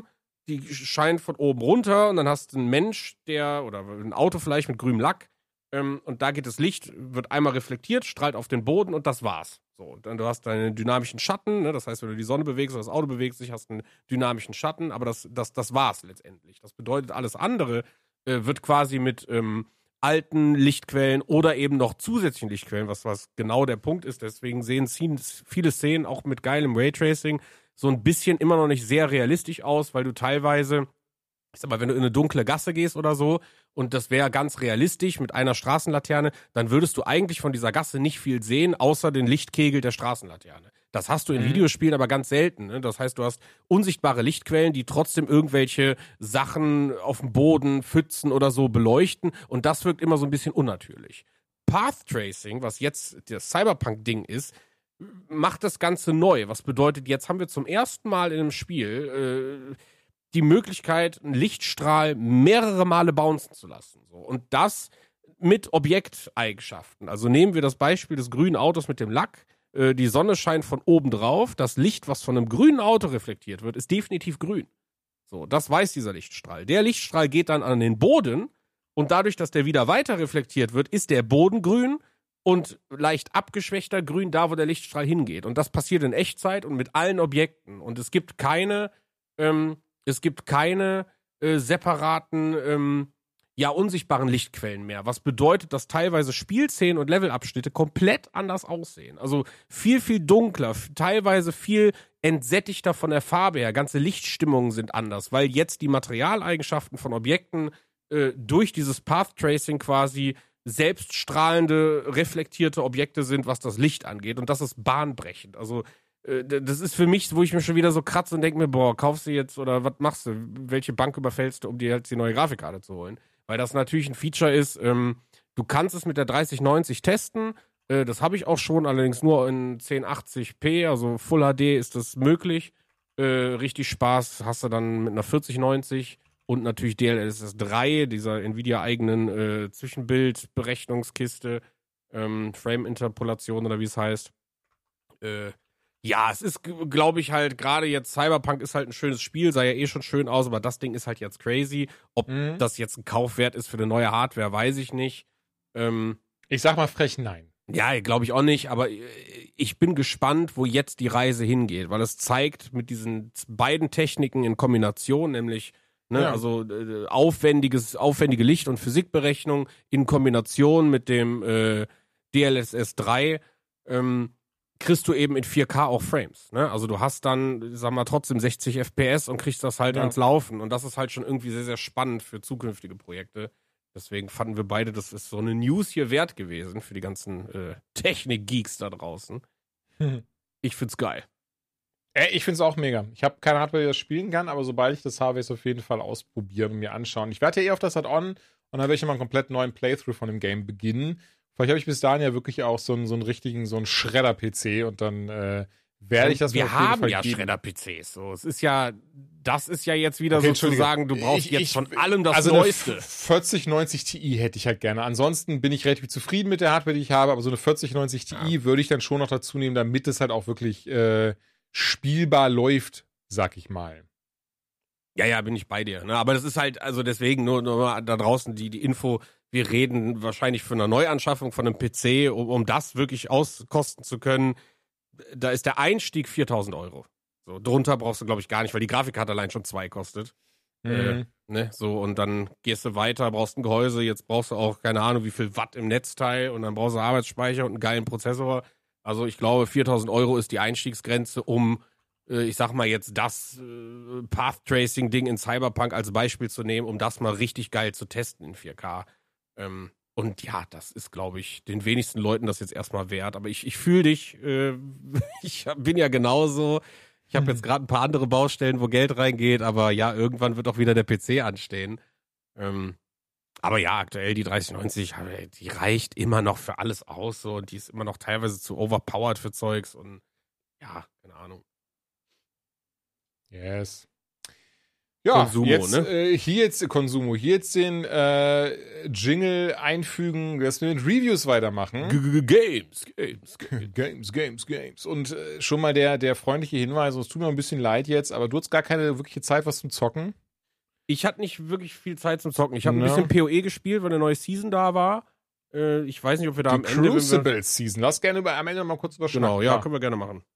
die scheint von oben runter und dann hast du einen Mensch, oder ein Auto vielleicht mit grünem Lack, und da geht das Licht, wird einmal reflektiert, strahlt auf den Boden und das war's. So, und dann du hast deinen dynamischen Schatten, ne? Das heißt, wenn du die Sonne bewegst oder das Auto bewegt sich, hast du einen dynamischen Schatten, aber das war's letztendlich. Das bedeutet, alles andere wird quasi mit alten Lichtquellen oder eben noch zusätzlichen Lichtquellen, was genau der Punkt ist. Deswegen sehen viele Szenen auch mit geilem Raytracing so ein bisschen immer noch nicht sehr realistisch aus, weil du teilweise, ich sag mal, wenn du in eine dunkle Gasse gehst oder so und das wäre ganz realistisch mit einer Straßenlaterne, dann würdest du eigentlich von dieser Gasse nicht viel sehen, außer den Lichtkegel der Straßenlaterne. Das hast du in Videospielen aber ganz selten. Ne? Das heißt, du hast unsichtbare Lichtquellen, die trotzdem irgendwelche Sachen auf dem Boden, Pfützen oder so beleuchten und das wirkt immer so ein bisschen unnatürlich. Path Tracing, was jetzt das Cyberpunk-Ding ist, macht das Ganze neu. Was bedeutet, jetzt haben wir zum ersten Mal in einem Spiel die Möglichkeit, einen Lichtstrahl mehrere Male bouncen zu lassen. So. Und das mit Objekteigenschaften. Also nehmen wir das Beispiel des grünen Autos mit dem Lack. Die Sonne scheint von oben drauf. Das Licht, was von einem grünen Auto reflektiert wird, ist definitiv grün. So, das weiß dieser Lichtstrahl. Der Lichtstrahl geht dann an den Boden und dadurch, dass der wieder weiter reflektiert wird, ist der Boden grün und leicht abgeschwächter grün da, wo der Lichtstrahl hingeht. Und das passiert in Echtzeit und mit allen Objekten. Und es gibt keine separaten, unsichtbaren Lichtquellen mehr. Was bedeutet, dass teilweise Spielszenen und Levelabschnitte komplett anders aussehen. Also viel, viel dunkler, teilweise viel entsättigter von der Farbe her. Ganze Lichtstimmungen sind anders, weil jetzt die Materialeigenschaften von Objekten durch dieses Path Tracing quasi selbststrahlende, reflektierte Objekte sind, was das Licht angeht. Und das ist bahnbrechend. Also das ist für mich, wo ich mir schon wieder so kratze und denke mir, boah, kaufst du jetzt oder was machst du? Welche Bank überfällst du, um dir jetzt die neue Grafikkarte zu holen? Weil das natürlich ein Feature ist, du kannst es mit der 3090 testen. Das habe ich auch schon, allerdings nur in 1080p, also Full HD ist das möglich. Richtig Spaß hast du dann mit einer 4090 und natürlich DLSS 3, dieser Nvidia-eigenen Zwischenbildberechnungskiste, Frame-Interpolation oder wie es heißt. Ja, es ist, glaube ich, halt gerade jetzt Cyberpunk ist halt ein schönes Spiel, sah ja eh schon schön aus, aber das Ding ist halt jetzt crazy. Ob das jetzt ein Kaufwert ist für eine neue Hardware, weiß ich nicht. Ich sag mal frech nein. Ja, glaube ich auch nicht, aber ich bin gespannt, wo jetzt die Reise hingeht, weil es zeigt mit diesen beiden Techniken in Kombination, nämlich also aufwendige Licht- und Physikberechnung in Kombination mit dem DLSS 3, kriegst du eben in 4K auch Frames. Ne? Also du hast dann, sag mal, trotzdem 60 FPS und kriegst das halt ans Laufen. Und das ist halt schon irgendwie sehr, sehr spannend für zukünftige Projekte. Deswegen fanden wir beide, das ist so eine News hier wert gewesen für die ganzen Technik-Geeks da draußen. Ich find's geil. Ich find's auch mega. Ich habe keine Hardware, die das spielen kann, aber sobald ich das habe, werde ich es auf jeden Fall ausprobieren und mir anschauen. Ich werde ja auf das Add-on und dann werde ich mal einen komplett neuen Playthrough von dem Game beginnen. Vielleicht habe ich bis dahin ja wirklich auch so einen richtigen, so einen Schredder-PC und dann werde ich das Wir auf jeden haben Fall ja geben. Schredder-PCs. So. Das ist ja jetzt wieder so zu sagen, du brauchst jetzt von allem das also Neueste. Eine 4090 Ti hätte ich halt gerne. Ansonsten bin ich relativ zufrieden mit der Hardware, die ich habe, aber so eine 4090 Ti würde ich dann schon noch dazu nehmen, damit es halt auch wirklich spielbar läuft, sag ich mal. Ja, bin ich bei dir. Ne? Aber das ist halt, also deswegen nur da draußen die Info, wir reden wahrscheinlich von einer Neuanschaffung von einem PC, um das wirklich auskosten zu können. Da ist der Einstieg 4.000 Euro. So, drunter brauchst du, glaube ich, gar nicht, weil die Grafikkarte allein schon 2 kostet. So, und dann gehst du weiter, brauchst ein Gehäuse, jetzt brauchst du auch, keine Ahnung, wie viel Watt im Netzteil und dann brauchst du Arbeitsspeicher und einen geilen Prozessor. Also ich glaube, 4.000 Euro ist die Einstiegsgrenze, um ich sag mal jetzt das Path-Tracing-Ding in Cyberpunk als Beispiel zu nehmen, um das mal richtig geil zu testen in 4K. Und ja, das ist, glaube ich, den wenigsten Leuten das jetzt erstmal wert. Aber ich fühle dich, ich bin ja genauso. Ich habe jetzt gerade ein paar andere Baustellen, wo Geld reingeht, aber ja, irgendwann wird auch wieder der PC anstehen. Aber ja, aktuell die 3090, die reicht immer noch für alles aus so, und die ist immer noch teilweise zu overpowered für Zeugs und ja, keine Ahnung. Yes. Ja, Consumo, jetzt, ne? Hier jetzt den Jingle einfügen, dass wir mit Reviews weitermachen. Games. Und schon mal der freundliche Hinweis, es tut mir ein bisschen leid jetzt, aber du hast gar keine wirkliche Zeit, was zum Zocken. Ich hatte nicht wirklich viel Zeit zum Zocken. Ich habe ein Ja. bisschen PoE gespielt, weil eine neue Season da war. Ich weiß nicht, ob wir da Die am Ende... Crucible-Season. Lass gerne am Ende mal kurz überschneiden. Genau, ja, können wir gerne machen.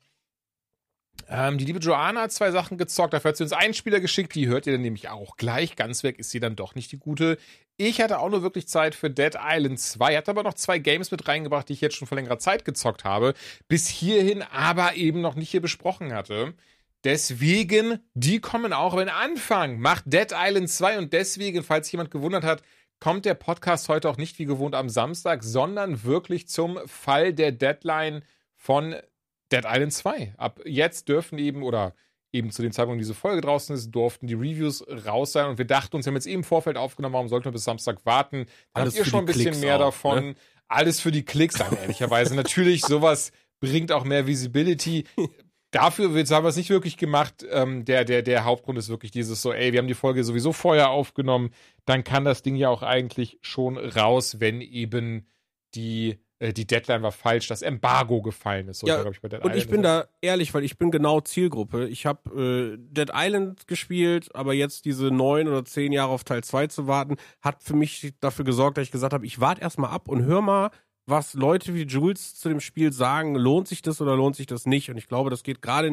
Die liebe Joanna hat 2 Sachen gezockt. Dafür hat sie uns einen Spieler geschickt. Die hört ihr dann nämlich auch gleich. Ganz weg ist sie dann doch nicht die gute. Ich hatte auch nur wirklich Zeit für Dead Island 2. Hatte aber noch 2 Games mit reingebracht, die ich jetzt schon vor längerer Zeit gezockt habe. Bis hierhin aber eben noch nicht hier besprochen hatte. Deswegen, die kommen auch wenn Anfang. Macht Dead Island 2 und deswegen, falls sich jemand gewundert hat, kommt der Podcast heute auch nicht wie gewohnt am Samstag, sondern wirklich zum Fall der Deadline von Dead Island 2. Ab jetzt dürfen eben zu dem Zeitpunkt, wo diese Folge draußen ist, durften die Reviews raus sein und wir dachten uns, wir haben jetzt eben im Vorfeld aufgenommen, warum sollten wir bis Samstag warten? Dann habt ihr schon ein bisschen Klicks mehr auch, davon. Ne? Alles für die Klicks, dann ehrlicherweise. Natürlich, sowas bringt auch mehr Visibility. Dafür haben wir es nicht wirklich gemacht. Der Hauptgrund ist wirklich dieses so, wir haben die Folge sowieso vorher aufgenommen, dann kann das Ding ja auch eigentlich schon raus, wenn eben die Deadline war falsch, das Embargo gefallen ist. So, Ja, glaub ich, bei Dead und ich Island bin ist. da ehrlich, weil ich bin genau Zielgruppe. Ich habe Dead Island gespielt, aber jetzt diese 9 oder 10 Jahre auf Teil 2 zu warten, hat für mich dafür gesorgt, dass ich gesagt habe, ich warte erstmal ab und hör mal, was Leute wie Jules zu dem Spiel sagen, lohnt sich das oder lohnt sich das nicht? Und ich glaube, das geht gerade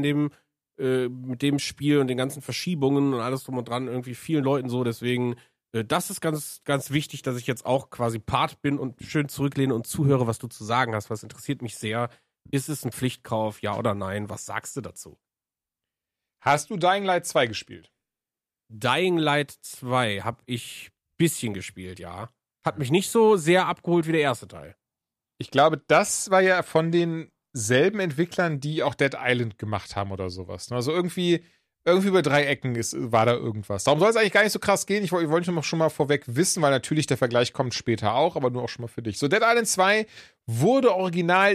mit dem Spiel und den ganzen Verschiebungen und alles drum und dran irgendwie vielen Leuten so. Deswegen, das ist ganz, ganz wichtig, dass ich jetzt auch quasi Part bin und schön zurücklehne und zuhöre, was du zu sagen hast. Was interessiert mich sehr. Ist es ein Pflichtkauf, ja oder nein? Was sagst du dazu? Hast du Dying Light 2 gespielt? Dying Light 2 habe ich ein bisschen gespielt, ja. Hat mich nicht so sehr abgeholt wie der erste Teil. Ich glaube, das war ja von denselben Entwicklern, die auch Dead Island gemacht haben oder sowas. Also irgendwie über 3 Ecken war da irgendwas. Darum soll es eigentlich gar nicht so krass gehen. Ich wollte schon mal vorweg wissen, weil natürlich der Vergleich kommt später auch, aber nur auch schon mal für dich. So, Dead Island 2 wurde original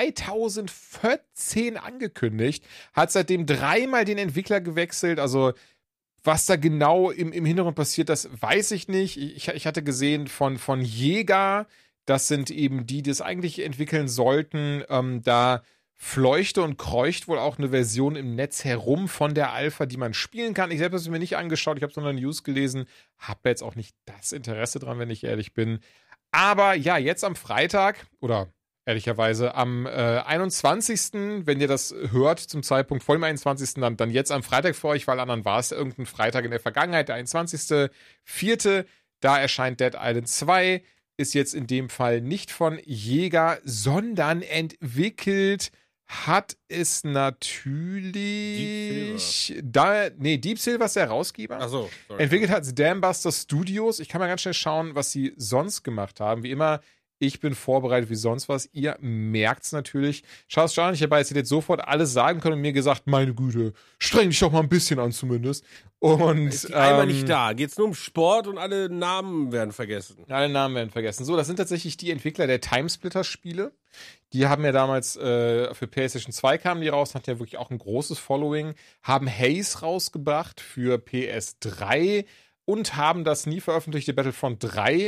2014 angekündigt, hat seitdem 3-mal den Entwickler gewechselt. Also was da genau im Hintergrund passiert, das weiß ich nicht. Ich hatte gesehen von Jäger, das sind eben die das eigentlich entwickeln sollten. Da fleuchte und kreucht wohl auch eine Version im Netz herum von der Alpha, die man spielen kann. Ich selbst habe es mir nicht angeschaut, ich habe es nur in News gelesen, habe jetzt auch nicht das Interesse dran, wenn ich ehrlich bin. Aber ja, jetzt am Freitag, oder ehrlicherweise am 21., wenn ihr das hört, zum Zeitpunkt vor dem 21., dann jetzt am Freitag für euch, weil anderen war es irgendein Freitag in der Vergangenheit, der 21.04., da erscheint Dead Island 2, ist jetzt in dem Fall nicht von Jäger, sondern entwickelt hat es natürlich Deep Silver ist der Herausgeber. Achso, Entwickelt hat es Dambuster Studios. Ich kann mal ganz schnell schauen, was sie sonst gemacht haben. Wie immer, ich bin vorbereitet wie sonst was. Ihr merkt's natürlich. Schaut an, ich habe jetzt sofort alles sagen können und mir gesagt, meine Güte, streng dich doch mal ein bisschen an zumindest. Und ist die einmal nicht da. Geht's nur um Sport und alle Namen werden vergessen. Alle Namen werden vergessen. So, das sind tatsächlich die Entwickler der Timesplitter-Spiele. Die haben ja damals für PlayStation 2 kamen die raus, hatten ja wirklich auch ein großes Following, haben Haze rausgebracht für PS3 und haben das nie veröffentlichte Battlefront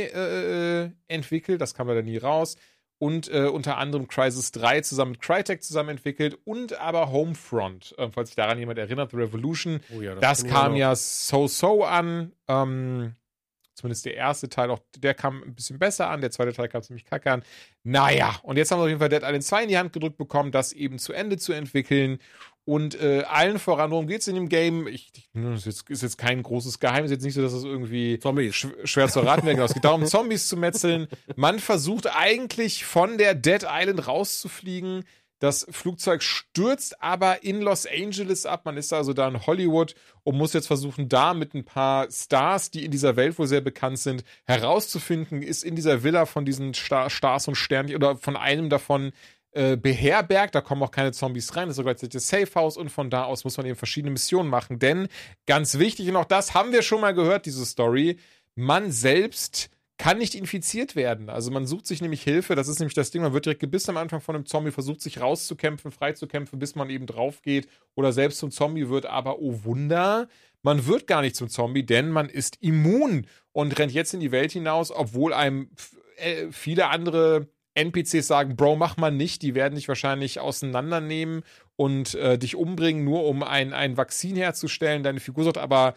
3 entwickelt. Das kam leider nie raus. Und unter anderem Crysis 3 zusammen mit Crytek zusammen entwickelt und aber Homefront, falls sich daran jemand erinnert, The Revolution. Oh ja, das kam ja so an. Zumindest der erste Teil, auch der kam ein bisschen besser an, der zweite Teil kam ziemlich kacke an. Naja, und jetzt haben wir auf jeden Fall Dead Island 2 in die Hand gedrückt bekommen, das eben zu Ende zu entwickeln. Und allen voran, worum geht es in dem Game? Das ist jetzt kein großes Geheimnis, jetzt nicht so, dass es irgendwie schwer zu erraten wäre. Genau, es geht darum, Zombies zu metzeln. Man versucht eigentlich von der Dead Island rauszufliegen. Das Flugzeug stürzt aber in Los Angeles ab. Man ist also da in Hollywood und muss jetzt versuchen, da mit ein paar Stars, die in dieser Welt wohl sehr bekannt sind, herauszufinden, ist in dieser Villa von diesen Stars und Sternchen oder von einem davon beherbergt. Da kommen auch keine Zombies rein. Das ist sogar das Safe House und von da aus muss man eben verschiedene Missionen machen. Denn, ganz wichtig, und auch das haben wir schon mal gehört, diese Story, man selbst kann nicht infiziert werden. Also man sucht sich nämlich Hilfe, das ist nämlich das Ding, man wird direkt gebissen am Anfang von einem Zombie, versucht sich rauszukämpfen, freizukämpfen, bis man eben drauf geht oder selbst zum Zombie wird, aber oh Wunder, man wird gar nicht zum Zombie, denn man ist immun und rennt jetzt in die Welt hinaus, obwohl einem viele andere NPCs sagen, Bro, mach mal nicht, die werden dich wahrscheinlich auseinandernehmen und dich umbringen, nur um ein Vakzin herzustellen. Deine Figur sagt aber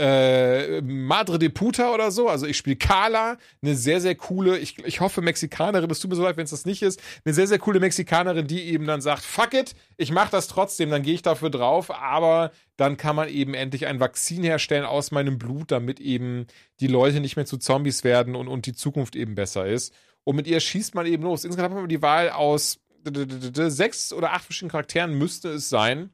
Madre de Puta oder so, also ich spiele Carla, eine sehr, sehr coole, ich hoffe Mexikanerin, es tut mir so leid, wenn es das nicht ist, eine sehr, sehr coole Mexikanerin, die eben dann sagt, fuck it, ich mach das trotzdem, dann gehe ich dafür drauf, aber dann kann man eben endlich ein Vakzin herstellen aus meinem Blut, damit eben die Leute nicht mehr zu Zombies werden und die Zukunft eben besser ist. Und mit ihr schießt man eben los. Insgesamt haben wir die Wahl aus 6 oder 8 verschiedenen Charakteren, müsste es sein.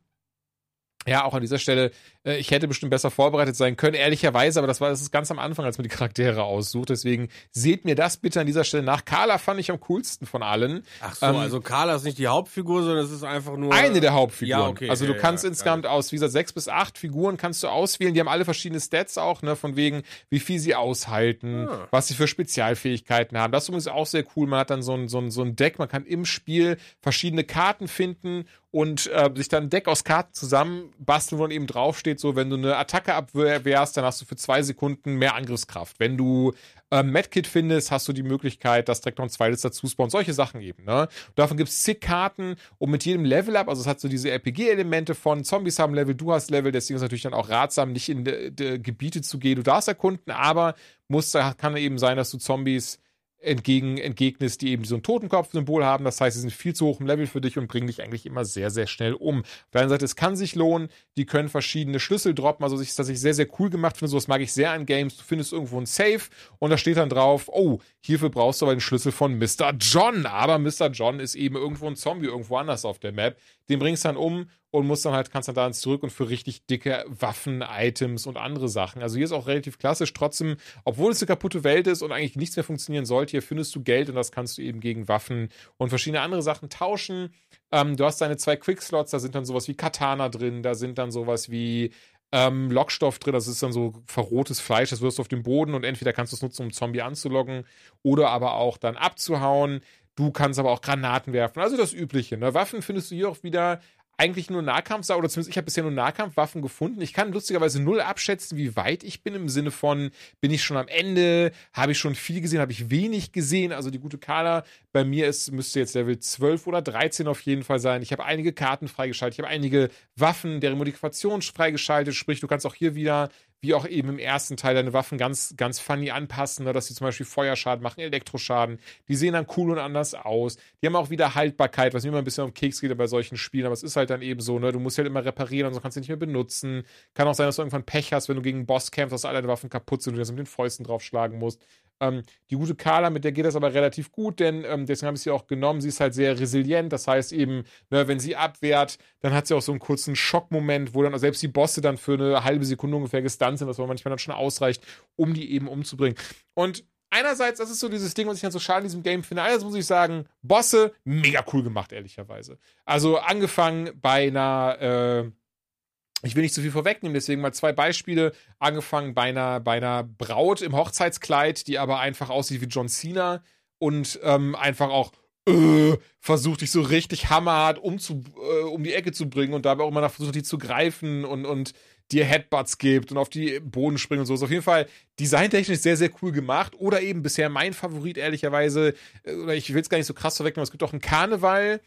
Ja, auch an dieser Stelle, ich hätte bestimmt besser vorbereitet sein können, ehrlicherweise, aber das ist ganz am Anfang, als man die Charaktere aussucht. Deswegen seht mir das bitte an dieser Stelle nach. Carla fand ich am coolsten von allen. Ach so, also Carla ist nicht die Hauptfigur, sondern es ist einfach nur... Eine der Hauptfiguren. Ja, okay, also du kannst insgesamt aus, wie gesagt, 6 bis 8 Figuren kannst du auswählen. Die haben alle verschiedene Stats auch, ne, von wegen, wie viel sie aushalten, was sie für Spezialfähigkeiten haben. Das ist übrigens auch sehr cool. Man hat dann so ein Deck, man kann im Spiel verschiedene Karten finden und sich dann ein Deck aus Karten zusammenbasteln, wo dann eben draufsteht, so, wenn du eine Attacke abwehrst, dann hast du für 2 Sekunden mehr Angriffskraft. Wenn du Medkit findest, hast du die Möglichkeit, dass direkt noch ein zweites dazu spawnt. Solche Sachen eben, ne? Und davon gibt es zig Karten und mit jedem Level-Up, also es hat so diese RPG-Elemente von Zombies haben Level, du hast Level, deswegen ist es natürlich dann auch ratsam, nicht in die Gebiete zu gehen. Du darfst erkunden, aber kann eben sein, dass du Zombies entgegnest, die eben so ein Totenkopf-Symbol haben. Das heißt, sie sind viel zu hoch im Level für dich und bringen dich eigentlich immer sehr, sehr schnell um. Auf der einen Seite, es kann sich lohnen, die können verschiedene Schlüssel droppen, also das ich sehr, sehr cool gemacht finde, sowas mag ich sehr an Games. Du findest irgendwo ein Safe und da steht dann drauf, oh, hierfür brauchst du aber den Schlüssel von Mr. John, aber Mr. John ist eben irgendwo ein Zombie, irgendwo anders auf der Map. Den bringst du dann um und kannst dann da zurück und für richtig dicke Waffen, Items und andere Sachen. Also hier ist auch relativ klassisch, trotzdem, obwohl es eine kaputte Welt ist und eigentlich nichts mehr funktionieren sollte, hier findest du Geld und das kannst du eben gegen Waffen und verschiedene andere Sachen tauschen. Du hast deine 2 Quickslots, da sind dann sowas wie Katana drin, da sind dann sowas wie Lockstoff drin, das ist dann so verrohtes Fleisch, das wirst du auf dem Boden und entweder kannst du es nutzen, um einen Zombie anzulocken oder aber auch dann abzuhauen. Du kannst aber auch Granaten werfen, also das Übliche. Ne? Waffen findest du hier auch wieder eigentlich nur Nahkampf, oder zumindest ich habe bisher nur Nahkampfwaffen gefunden. Ich kann lustigerweise 0 abschätzen, wie weit ich bin, im Sinne von, bin ich schon am Ende, habe ich schon viel gesehen, habe ich wenig gesehen, also die gute Carla, bei mir müsste jetzt Level 12 oder 13 auf jeden Fall sein. Ich habe einige Karten freigeschaltet, ich habe einige Waffen, deren Modifikation freigeschaltet, sprich, du kannst auch hier wieder, wie auch eben im ersten Teil, deine Waffen ganz, ganz funny anpassen, ne, dass sie zum Beispiel Feuerschaden machen, Elektroschaden. Die sehen dann cool und anders aus. Die haben auch wieder Haltbarkeit, was mir immer ein bisschen auf den Keks geht bei solchen Spielen, aber es ist halt dann eben so, ne, du musst halt immer reparieren und so kannst du nicht mehr benutzen. Kann auch sein, dass du irgendwann Pech hast, wenn du gegen einen Boss kämpfst, dass alle deine Waffen kaputt sind und du das mit den Fäusten draufschlagen musst. Die gute Carla, mit der geht das aber relativ gut, denn deswegen habe ich sie auch genommen. Sie ist halt sehr resilient, das heißt eben, ne, wenn sie abwehrt, dann hat sie auch so einen kurzen Schockmoment, wo dann selbst die Bosse dann für eine halbe Sekunde ungefähr gestunt sind, was aber manchmal dann schon ausreicht, um die eben umzubringen. Und einerseits, das ist so dieses Ding, was ich dann so schade in diesem Game finde. Einerseits muss ich sagen, Bosse, mega cool gemacht, ehrlicherweise. Also angefangen bei einer, ich will nicht zu viel vorwegnehmen, deswegen mal 2 Beispiele. Angefangen bei einer Braut im Hochzeitskleid, die aber einfach aussieht wie John Cena und einfach auch versucht, dich so richtig hammerhart um die Ecke zu bringen und dabei auch immer versucht, die zu greifen und dir Headbutts gibt und auf die Boden springen und so. Ist auf jeden Fall designtechnisch sehr, sehr cool gemacht. Oder eben bisher mein Favorit, ehrlicherweise, oder ich will es gar nicht so krass vorwegnehmen, aber es gibt auch einen Karneval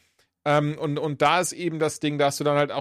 und da ist eben das Ding, da hast du dann halt auch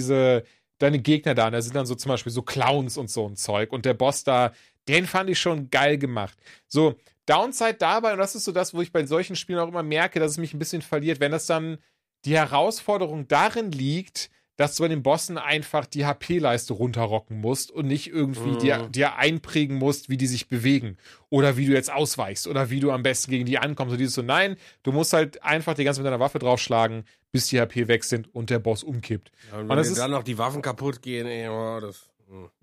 deine Gegner da, und da sind dann so zum Beispiel so Clowns und so ein Zeug. Und der Boss da, den fand ich schon geil gemacht. So, Downside dabei, und das ist so das, wo ich bei solchen Spielen auch immer merke, dass es mich ein bisschen verliert, wenn das dann die Herausforderung darin liegt, dass du bei den Bossen einfach die HP-Leiste runterrocken musst und nicht irgendwie dir einprägen musst, wie die sich bewegen oder wie du jetzt ausweichst oder wie du am besten gegen die ankommst. Und dieses so, nein, du musst halt einfach die ganze mit deiner Waffe draufschlagen, bis die HP weg sind und der Boss umkippt. Ja, und wenn dir dann noch die Waffen kaputt gehen, das...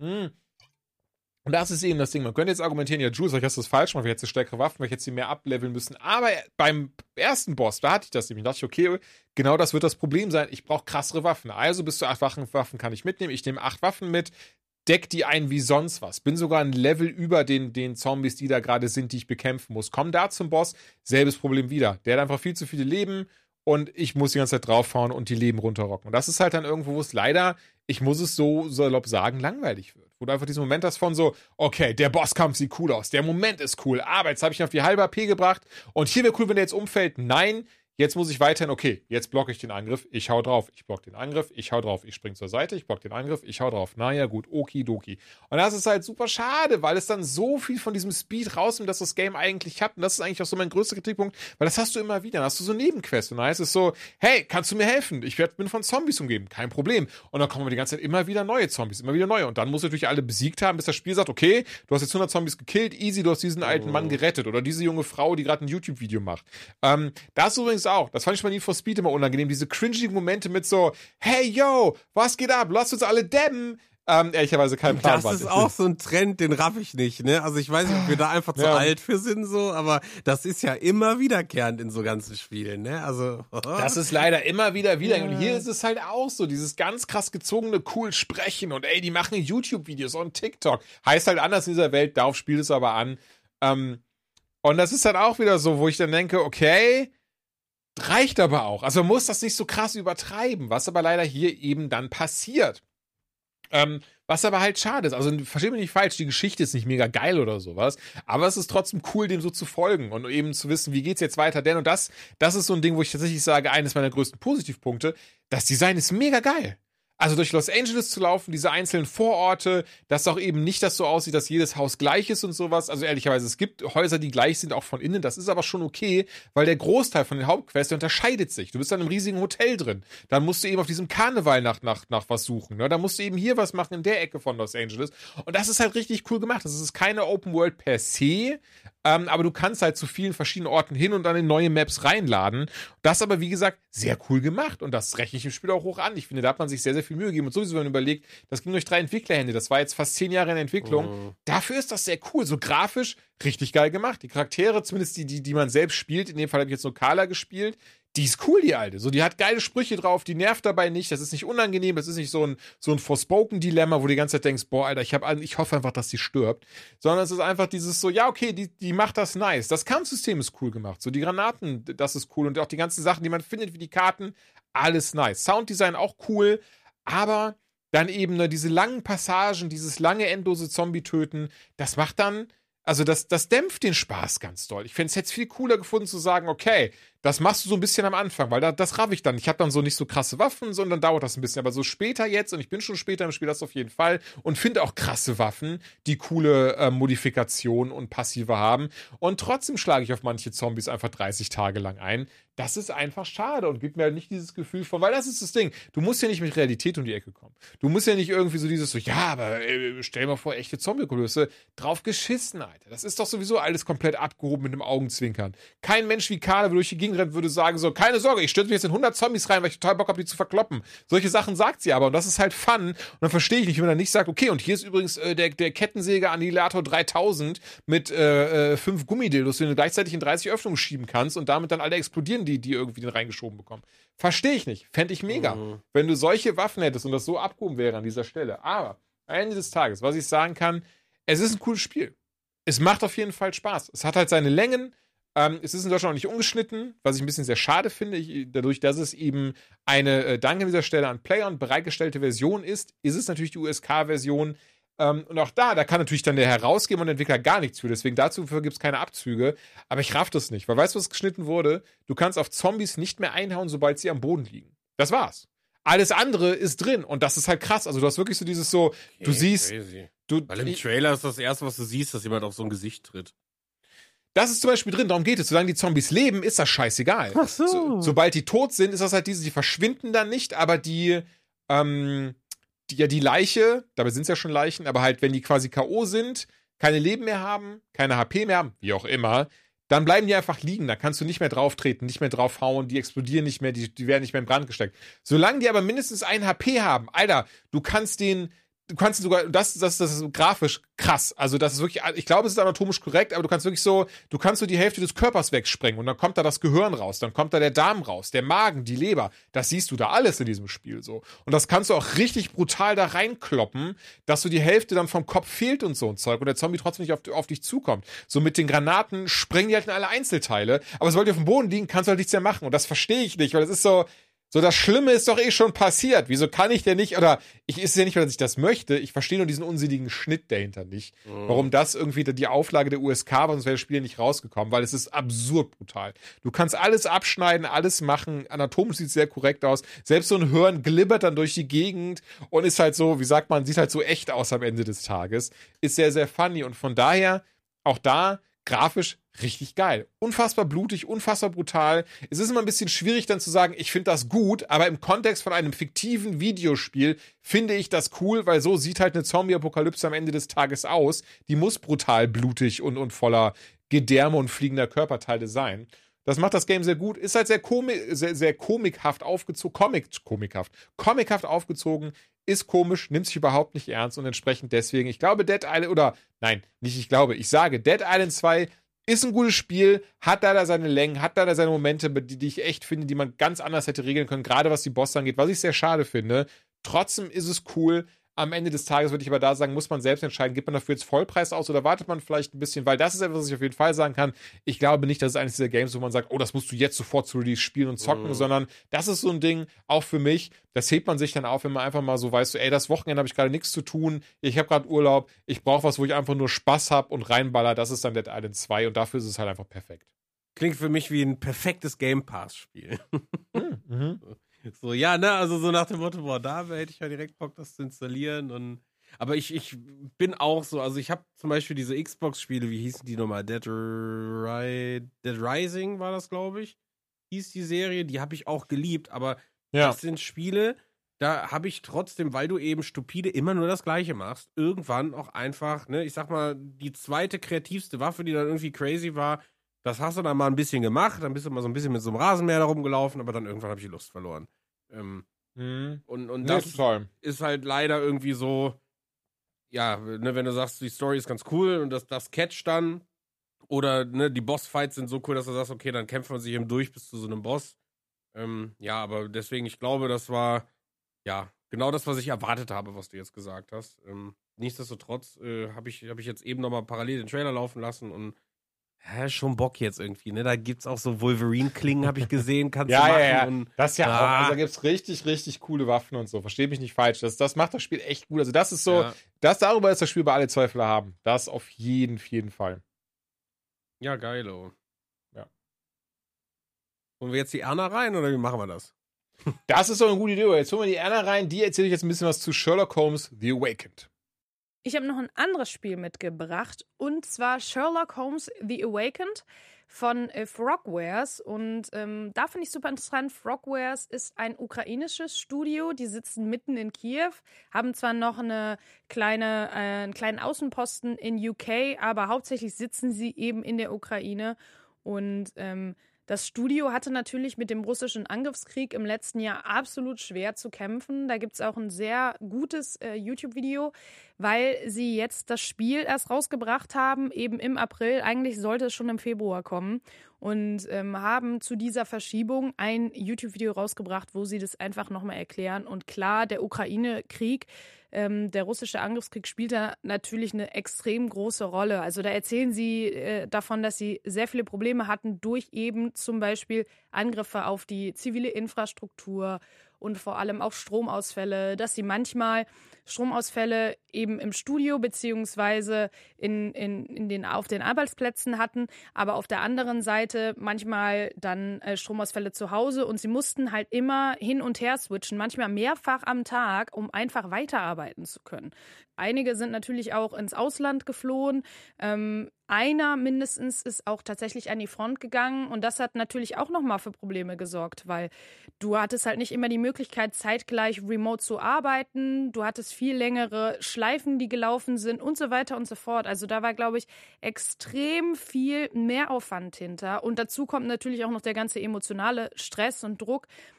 Und das ist eben das Ding. Man könnte jetzt argumentieren, ja, Jules, vielleicht hast du das falsch gemacht, wir hätten stärkere Waffen, vielleicht hätten sie mehr ableveln müssen. Aber beim ersten Boss, da hatte ich das nämlich. Da dachte ich, okay, genau das wird das Problem sein. Ich brauche krassere Waffen. Also bis zu 8 Waffen kann ich mitnehmen. Ich nehme 8 Waffen mit. deck die ein wie sonst was. Bin sogar ein Level über den Zombies, die da gerade sind, die ich bekämpfen muss. Komm da zum Boss, selbes Problem wieder. Der hat einfach viel zu viele Leben und ich muss die ganze Zeit draufhauen und die Leben runterrocken. Und das ist halt dann irgendwo, wo es leider, ich muss es so salopp sagen, langweilig wird. Wo du einfach diesen Moment hast von so, okay, der Bosskampf sieht cool aus, der Moment ist cool, aber jetzt habe ich ihn auf die halbe AP gebracht und hier wäre cool, wenn der jetzt umfällt. Nein, jetzt muss ich weiterhin, okay, jetzt blocke ich den Angriff, ich hau drauf, ich block den Angriff, ich hau drauf, ich spring zur Seite, ich block den Angriff, ich hau drauf. Naja, gut, okidoki. Und das ist halt super schade, weil es dann so viel von diesem Speed rausnimmt, dass das Game eigentlich hat. Und das ist eigentlich auch so mein größter Kritikpunkt, weil das hast du immer wieder. Dann hast du so Nebenquests und dann heißt es so, hey, kannst du mir helfen? Bin von Zombies umgeben, kein Problem. Und dann kommen wir die ganze Zeit immer wieder neue Zombies, immer wieder neue. Und dann musst du natürlich alle besiegt haben, bis das Spiel sagt, okay, du hast jetzt 100 Zombies gekillt, easy, du hast diesen alten Mann gerettet oder diese junge Frau, die gerade ein YouTube-Video macht. Das übrigens auch, das fand ich bei Need for Speed immer unangenehm, diese cringigen Momente mit so, hey, yo, was geht ab, lasst uns alle dabben. Ehrlicherweise kein Plan. Das ist auch so ein Trend, den raff ich nicht, ne? Also ich weiß nicht, ob wir da einfach zu alt für sind, so, aber das ist ja immer wiederkehrend in so ganzen Spielen, ne? Also. Das ist leider immer wieder. Und hier ist es halt auch so, dieses ganz krass gezogene cool sprechen und ey, die machen YouTube-Videos und TikTok. Heißt halt anders in dieser Welt, darauf spielt es aber an. Und das ist halt auch wieder so, wo ich dann denke, okay, reicht aber auch. Also man muss das nicht so krass übertreiben, was aber leider hier eben dann passiert. Was aber halt schade ist. Also versteht mich nicht falsch, die Geschichte ist nicht mega geil oder sowas, aber es ist trotzdem cool, dem so zu folgen und eben zu wissen, wie geht's jetzt weiter denn. Und das ist so ein Ding, wo ich tatsächlich sage, eines meiner größten Positivpunkte, das Design ist mega geil. Also durch Los Angeles zu laufen, diese einzelnen Vororte, dass auch eben nicht das so aussieht, dass jedes Haus gleich ist und sowas. Also ehrlicherweise, es gibt Häuser, die gleich sind, auch von innen. Das ist aber schon okay, weil der Großteil von den Hauptquests, der unterscheidet sich. Du bist dann im riesigen Hotel drin. Dann musst du eben auf diesem Karneval nach was suchen. Ne? Dann musst du eben hier was machen in der Ecke von Los Angeles. Und das ist halt richtig cool gemacht. Das ist keine Open World per se, aber du kannst halt zu vielen verschiedenen Orten hin und dann in neue Maps reinladen. Das aber, wie gesagt, sehr cool gemacht. Und das rechne ich im Spiel auch hoch an. Ich finde, da hat man sich sehr, sehr viel Mühe gegeben. Und sowieso, wenn man überlegt, das ging durch 3 Entwicklerhände. Das war jetzt fast 10 Jahre in Entwicklung. Dafür ist das sehr cool. So grafisch richtig geil gemacht. Die Charaktere, zumindest die man selbst spielt, in dem Fall habe ich jetzt nur Carla gespielt, die ist cool, die Alte. So, die hat geile Sprüche drauf, die nervt dabei nicht, das ist nicht unangenehm, das ist nicht so ein Forspoken-Dilemma, wo du die ganze Zeit denkst, boah, Alter, ich hoffe einfach, dass sie stirbt. Sondern es ist einfach dieses so, ja, okay, die macht das nice. Das Kampfsystem ist cool gemacht. So, die Granaten, das ist cool. Und auch die ganzen Sachen, die man findet, wie die Karten, alles nice. Sounddesign auch cool, aber dann eben diese langen Passagen, dieses lange endlose Zombie-Töten, das macht dann, also das dämpft den Spaß ganz doll. Ich fände es jetzt viel cooler gefunden zu sagen, okay, das machst du so ein bisschen am Anfang, weil das raff ich dann. Ich habe dann so nicht so krasse Waffen, sondern dauert das ein bisschen. Aber so später jetzt, und ich bin schon später im Spiel, das auf jeden Fall, und finde auch krasse Waffen, die coole Modifikationen und Passive haben. Und trotzdem schlage ich auf manche Zombies einfach 30 Tage lang ein. Das ist einfach schade und gibt mir halt nicht dieses Gefühl von, weil das ist das Ding, du musst ja nicht mit Realität um die Ecke kommen. Du musst ja nicht irgendwie so dieses so, ja, aber stell dir mal vor, echte Zombie-Größe, drauf geschissen, Alter. Das ist doch sowieso alles komplett abgehoben mit einem Augenzwinkern. Kein Mensch wie Karl, der durch die Gegend rennt, würde sagen so, keine Sorge, ich stürze mich jetzt in 100 Zombies rein, weil ich total Bock habe, die zu verkloppen. Solche Sachen sagt sie aber und das ist halt Fun. Und dann verstehe ich nicht, wenn man dann nicht sagt, okay, und hier ist übrigens der Kettensäger Annihilator 3000 mit 5 Gummidildos, den du gleichzeitig in 30 Öffnungen schieben kannst und damit dann alle explodieren, die irgendwie den reingeschoben bekommen. Verstehe ich nicht. Fände ich mega. Wenn du solche Waffen hättest und das so abgehoben wäre an dieser Stelle. Aber am Ende des Tages, was ich sagen kann, es ist ein cooles Spiel. Es macht auf jeden Fall Spaß. Es hat halt seine Längen. Es ist in Deutschland auch nicht ungeschnitten, was ich ein bisschen sehr schade finde. Dadurch, dass es eben eine, danke an dieser Stelle an PlayOn bereitgestellte Version ist es natürlich die USK-Version. Und auch da kann natürlich dann der Herausgeber und der Entwickler gar nichts für. Deswegen dafür gibt es keine Abzüge. Aber ich raff das nicht. Weil weißt du, was geschnitten wurde? Du kannst auf Zombies nicht mehr einhauen, sobald sie am Boden liegen. Das war's. Alles andere ist drin. Und das ist halt krass. Also du hast wirklich so dieses so, okay, du siehst... Weil im Trailer ist das Erste, was du siehst, dass jemand auf so ein Gesicht tritt. Das ist zum Beispiel drin, darum geht es. Solange die Zombies leben, ist das scheißegal. Ach so. Sobald die tot sind, ist das halt die verschwinden dann nicht, aber die Leiche, dabei sind es ja schon Leichen, aber halt, wenn die quasi K.O. sind, keine Leben mehr haben, keine HP mehr haben, wie auch immer, dann bleiben die einfach liegen. Da kannst du nicht mehr drauf treten, nicht mehr drauf hauen, die explodieren nicht mehr, die werden nicht mehr in Brand gesteckt. Solange die aber mindestens 1 HP haben, Alter, du kannst den du kannst sogar, das ist grafisch krass. Also das ist wirklich, ich glaube, es ist anatomisch korrekt, aber du kannst so die Hälfte des Körpers wegsprengen und dann kommt da das Gehirn raus, dann kommt da der Darm raus, der Magen, die Leber. Das siehst du da alles in diesem Spiel so. Und das kannst du auch richtig brutal da reinkloppen, dass so die Hälfte dann vom Kopf fehlt und so ein Zeug und der Zombie trotzdem nicht auf dich zukommt. So mit den Granaten sprengen die halt in alle Einzelteile, aber sobald die auf dem Boden liegen, kannst du halt nichts mehr machen. Und das verstehe ich nicht, weil das ist so das Schlimme ist doch schon passiert. Wieso kann ich denn nicht, ist es ja nicht, weil ich das möchte, ich verstehe nur diesen unsinnigen Schnitt dahinter nicht. Warum das irgendwie die Auflage der USK war, sonst wäre das Spiel ja nicht rausgekommen, weil es ist absurd brutal. Du kannst alles abschneiden, alles machen, anatomisch sieht es sehr korrekt aus. Selbst so ein Hirn glibbert dann durch die Gegend und ist halt so, wie sagt man, sieht halt so echt aus am Ende des Tages. Ist sehr, sehr funny und von daher, auch da, grafisch richtig geil. Unfassbar blutig, unfassbar brutal. Es ist immer ein bisschen schwierig dann zu sagen, ich finde das gut, aber im Kontext von einem fiktiven Videospiel finde ich das cool, weil so sieht halt eine Zombie-Apokalypse am Ende des Tages aus. Die muss brutal blutig und voller Gedärme und fliegender Körperteile sein. Das macht das Game sehr gut. Ist halt sehr komikhaft aufgezogen. Comichaft aufgezogen. Ist komisch, nimmt sich überhaupt nicht ernst und entsprechend deswegen, ich glaube, Dead Island, ich sage, Dead Island 2 ist ein gutes Spiel, hat leider seine Längen, hat leider seine Momente, die ich echt finde, die man ganz anders hätte regeln können, gerade was die Boss angeht, was ich sehr schade finde. Trotzdem ist es cool. Am Ende des Tages würde ich aber da sagen, muss man selbst entscheiden, gibt man dafür jetzt Vollpreis aus oder wartet man vielleicht ein bisschen, weil das ist etwas, was ich auf jeden Fall sagen kann. Ich glaube nicht, dass es eines dieser Games, wo man sagt, oh, das musst du jetzt sofort zu Release spielen und zocken, sondern das ist so ein Ding, auch für mich, das hebt man sich dann auf, wenn man einfach mal so weiß, so, ey, das Wochenende habe ich gerade nichts zu tun, ich habe gerade Urlaub, ich brauche was, wo ich einfach nur Spaß habe und reinballer, das ist dann Dead Island 2 und dafür ist es halt einfach perfekt. Klingt für mich wie ein perfektes Game Pass-Spiel. So, ja, ne, also so nach dem Motto, boah, da hätte ich ja direkt Bock, das zu installieren. Aber ich bin auch so, also ich habe zum Beispiel diese Xbox-Spiele, wie hießen die nochmal? Dead Rising war das, glaube ich, hieß die Serie, die habe ich auch geliebt, aber das sind Spiele, da habe ich trotzdem, weil du eben stupide immer nur das Gleiche machst, irgendwann auch einfach, ne, ich sag mal, die zweite kreativste Waffe, die dann irgendwie crazy war, das hast du dann mal ein bisschen gemacht, dann bist du mal so ein bisschen mit so einem Rasenmäher da rumgelaufen, aber dann irgendwann habe ich die Lust verloren. Und das ist halt leider irgendwie so, ja, ne, wenn du sagst, die Story ist ganz cool und das catcht dann, oder ne, die Bossfights sind so cool, dass du sagst, okay, dann kämpft man sich eben durch bis zu so einem Boss. Ja, aber deswegen, ich glaube, das war, ja, genau das, was ich erwartet habe, was du jetzt gesagt hast. Nichtsdestotrotz habe ich jetzt eben nochmal parallel den Trailer laufen lassen und schon Bock jetzt irgendwie, ne? Da gibt's auch so Wolverine-Klingen, habe ich gesehen, kannst du machen. Ja. Und das ja auch, also da gibt's richtig, richtig coole Waffen und so. Versteh mich nicht falsch. Das macht das Spiel echt gut. Also das ist so, darüber ist das Spiel bei alle Zweifel haben. Das auf jeden Fall. Ja, geilo. Ja. Holen wir jetzt die Erna rein oder wie machen wir das? Das ist doch eine gute Idee. Jetzt holen wir die Erna rein, die erzählt euch jetzt ein bisschen was zu Sherlock Holmes The Awakened. Ich habe noch ein anderes Spiel mitgebracht, und zwar Sherlock Holmes The Awakened von Frogwares. Und da finde ich super interessant, Frogwares ist ein ukrainisches Studio, die sitzen mitten in Kiew, haben zwar noch einen kleinen Außenposten in UK, aber hauptsächlich sitzen sie eben in der Ukraine. Und das Studio hatte natürlich mit dem russischen Angriffskrieg im letzten Jahr absolut schwer zu kämpfen. Da gibt es auch ein sehr gutes YouTube-Video, weil sie jetzt das Spiel erst rausgebracht haben, eben im April. Eigentlich sollte es schon im Februar kommen. Und haben zu dieser Verschiebung ein YouTube-Video rausgebracht, wo sie das einfach nochmal erklären. Und klar, der Ukraine-Krieg, der russische Angriffskrieg spielt da natürlich eine extrem große Rolle. Also da erzählen sie davon, dass sie sehr viele Probleme hatten durch eben zum Beispiel Angriffe auf die zivile Infrastruktur und vor allem auch Stromausfälle, dass sie manchmal Stromausfälle eben im Studio beziehungsweise auf den Arbeitsplätzen hatten, aber auf der anderen Seite manchmal dann Stromausfälle zu Hause, und sie mussten halt immer hin und her switchen, manchmal mehrfach am Tag, um einfach weiterarbeiten zu können. Einige sind natürlich auch ins Ausland geflohen. Einer mindestens ist auch tatsächlich an die Front gegangen, und das hat natürlich auch nochmal für Probleme gesorgt, weil du hattest halt nicht immer die Möglichkeit, zeitgleich remote zu arbeiten, du hattest viel längere Schleifen, die gelaufen sind und so weiter und so fort. Also da war, glaube ich, extrem viel Mehraufwand hinter, und dazu kommt natürlich auch noch der ganze emotionale Stress und Druck,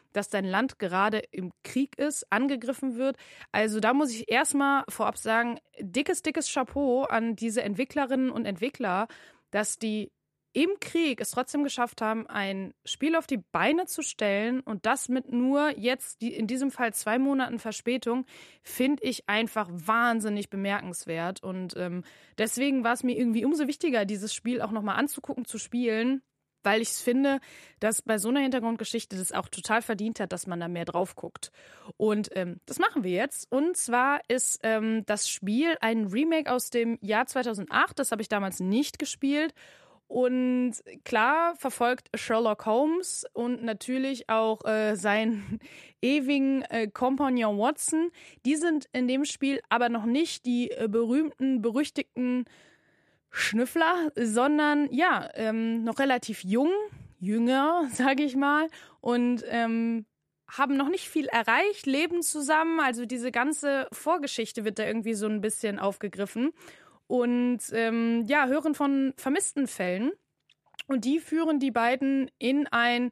dass dein Land gerade im Krieg ist, angegriffen wird. Also da muss ich erstmal vorab sagen, dickes Chapeau an diese Entwicklerinnen und Entwickler, dass die im Krieg es trotzdem geschafft haben, ein Spiel auf die Beine zu stellen und das mit nur jetzt, in diesem Fall 2 Monaten Verspätung, finde ich einfach wahnsinnig bemerkenswert. Und deswegen war es mir irgendwie umso wichtiger, dieses Spiel auch nochmal anzugucken, zu spielen, weil ich finde, dass bei so einer Hintergrundgeschichte das auch total verdient hat, dass man da mehr drauf guckt. Und das machen wir jetzt. Und zwar ist das Spiel ein Remake aus dem Jahr 2008. Das habe ich damals nicht gespielt. Und klar verfolgt Sherlock Holmes und natürlich auch seinen ewigen Kompagnon Watson. Die sind in dem Spiel aber noch nicht die berühmten, berüchtigten Schnüffler, sondern ja, noch relativ jünger, sage ich mal, und haben noch nicht viel erreicht, leben zusammen. Also diese ganze Vorgeschichte wird da irgendwie so ein bisschen aufgegriffen. Und hören von vermissten Fällen. Und die führen die beiden in eine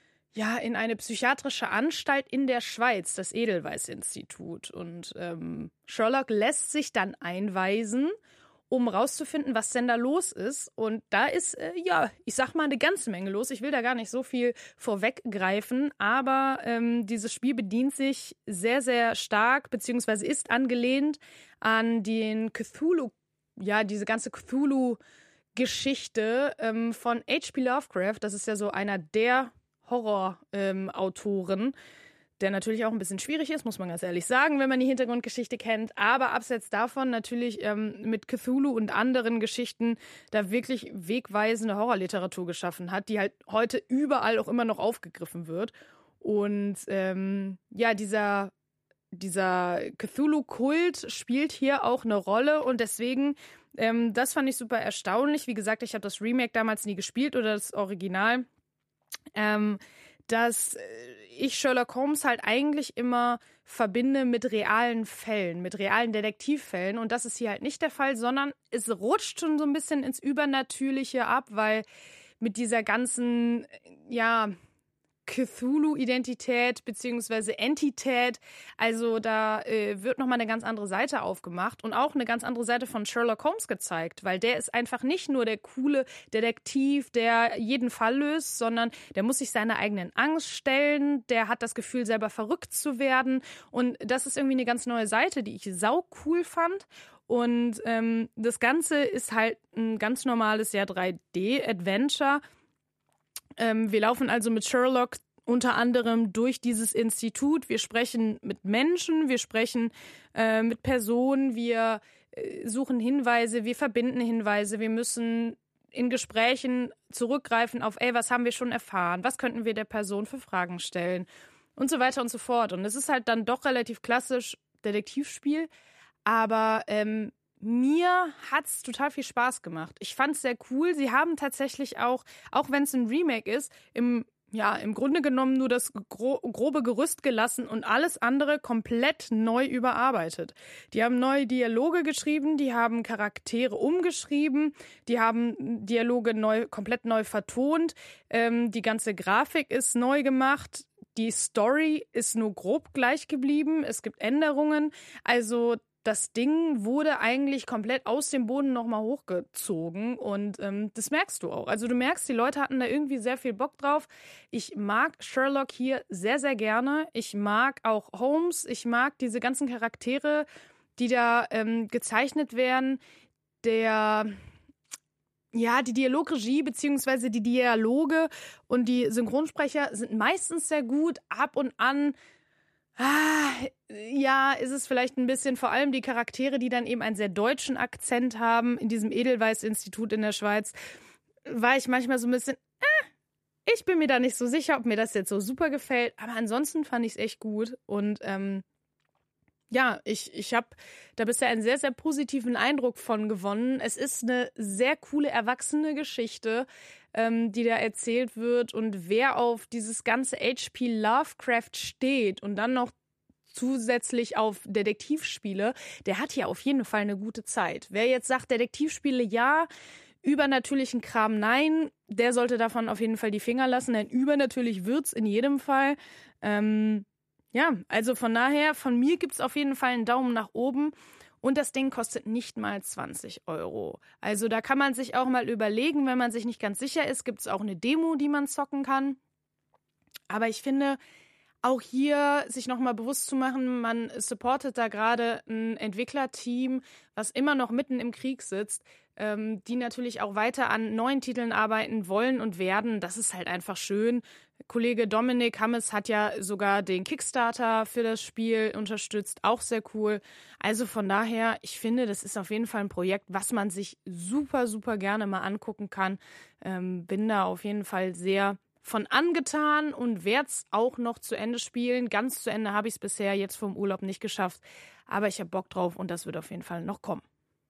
psychiatrische Anstalt in der Schweiz, das Edelweiss-Institut. Und Sherlock lässt sich dann einweisen, um rauszufinden, was denn da los ist. Und da ist, ich sag mal, eine ganze Menge los. Ich will da gar nicht so viel vorweggreifen, aber dieses Spiel bedient sich sehr, sehr stark, beziehungsweise ist angelehnt an den Cthulhu, diese ganze Cthulhu-Geschichte von H.P. Lovecraft. Das ist ja so einer der Horror-Autoren, der natürlich auch ein bisschen schwierig ist, muss man ganz ehrlich sagen, wenn man die Hintergrundgeschichte kennt. Aber abseits davon natürlich mit Cthulhu und anderen Geschichten da wirklich wegweisende Horrorliteratur geschaffen hat, die halt heute überall auch immer noch aufgegriffen wird. Und dieser Cthulhu-Kult spielt hier auch eine Rolle und deswegen, das fand ich super erstaunlich. Wie gesagt, ich habe das Remake damals nie gespielt oder das Original, dass ich Sherlock Holmes halt eigentlich immer verbinde mit realen Fällen, mit realen Detektivfällen und das ist hier halt nicht der Fall, sondern es rutscht schon so ein bisschen ins Übernatürliche ab, weil mit dieser ganzen, Cthulhu-Identität beziehungsweise Entität, also da wird nochmal eine ganz andere Seite aufgemacht und auch eine ganz andere Seite von Sherlock Holmes gezeigt, weil der ist einfach nicht nur der coole Detektiv, der jeden Fall löst, sondern der muss sich seiner eigenen Angst stellen, der hat das Gefühl, selber verrückt zu werden und das ist irgendwie eine ganz neue Seite, die ich sau cool fand. Und das Ganze ist halt ein ganz normales 3D-Adventure. Wir laufen also mit Sherlock unter anderem durch dieses Institut. Wir sprechen mit Menschen, wir sprechen mit Personen, wir suchen Hinweise, wir verbinden Hinweise, wir müssen in Gesprächen zurückgreifen auf, was haben wir schon erfahren, was könnten wir der Person für Fragen stellen und so weiter und so fort. Und es ist halt dann doch relativ klassisch Detektivspiel, aber mir hat's total viel Spaß gemacht. Ich fand's sehr cool. Sie haben tatsächlich auch wenn es ein Remake ist, im Grunde genommen nur das grobe Gerüst gelassen und alles andere komplett neu überarbeitet. Die haben neue Dialoge geschrieben, die haben Charaktere umgeschrieben, die haben Dialoge komplett neu vertont, die ganze Grafik ist neu gemacht, die Story ist nur grob gleich geblieben, es gibt Änderungen, also das Ding wurde eigentlich komplett aus dem Boden nochmal hochgezogen und das merkst du auch. Also du merkst, die Leute hatten da irgendwie sehr viel Bock drauf. Ich mag Sherlock hier sehr, sehr gerne. Ich mag auch Holmes. Ich mag diese ganzen Charaktere, die da gezeichnet werden. Die Dialogregie bzw. die Dialoge und die Synchronsprecher sind meistens sehr gut. Ab und an ist es vielleicht ein bisschen, vor allem die Charaktere, die dann eben einen sehr deutschen Akzent haben, in diesem Edelweiss-Institut in der Schweiz, war ich manchmal so ein bisschen, ich bin mir da nicht so sicher, ob mir das jetzt so super gefällt, aber ansonsten fand ich es echt gut und ich habe da bisher einen sehr, sehr positiven Eindruck von gewonnen. Es ist eine sehr coole, erwachsene Geschichte, die da erzählt wird. Und wer auf dieses ganze H.P. Lovecraft steht und dann noch zusätzlich auf Detektivspiele, der hat hier auf jeden Fall eine gute Zeit. Wer jetzt sagt, Detektivspiele ja, übernatürlichen Kram nein, der sollte davon auf jeden Fall die Finger lassen, denn übernatürlich wird's in jedem Fall. Ja, also von daher, von mir gibt es auf jeden Fall einen Daumen nach oben. Und das Ding kostet nicht mal 20 €. Also da kann man sich auch mal überlegen, wenn man sich nicht ganz sicher ist, gibt es auch eine Demo, die man zocken kann. Aber ich finde, auch hier sich nochmal bewusst zu machen, man supportet da gerade ein Entwicklerteam, was immer noch mitten im Krieg sitzt, die natürlich auch weiter an neuen Titeln arbeiten wollen und werden. Das ist halt einfach schön. Kollege Dominik Hammes hat ja sogar den Kickstarter für das Spiel unterstützt, auch sehr cool. Also von daher, ich finde, das ist auf jeden Fall ein Projekt, was man sich super, super gerne mal angucken kann. Bin da auf jeden Fall sehr von angetan und werde es auch noch zu Ende spielen. Ganz zu Ende habe ich es bisher jetzt vom Urlaub nicht geschafft, aber ich habe Bock drauf und das wird auf jeden Fall noch kommen.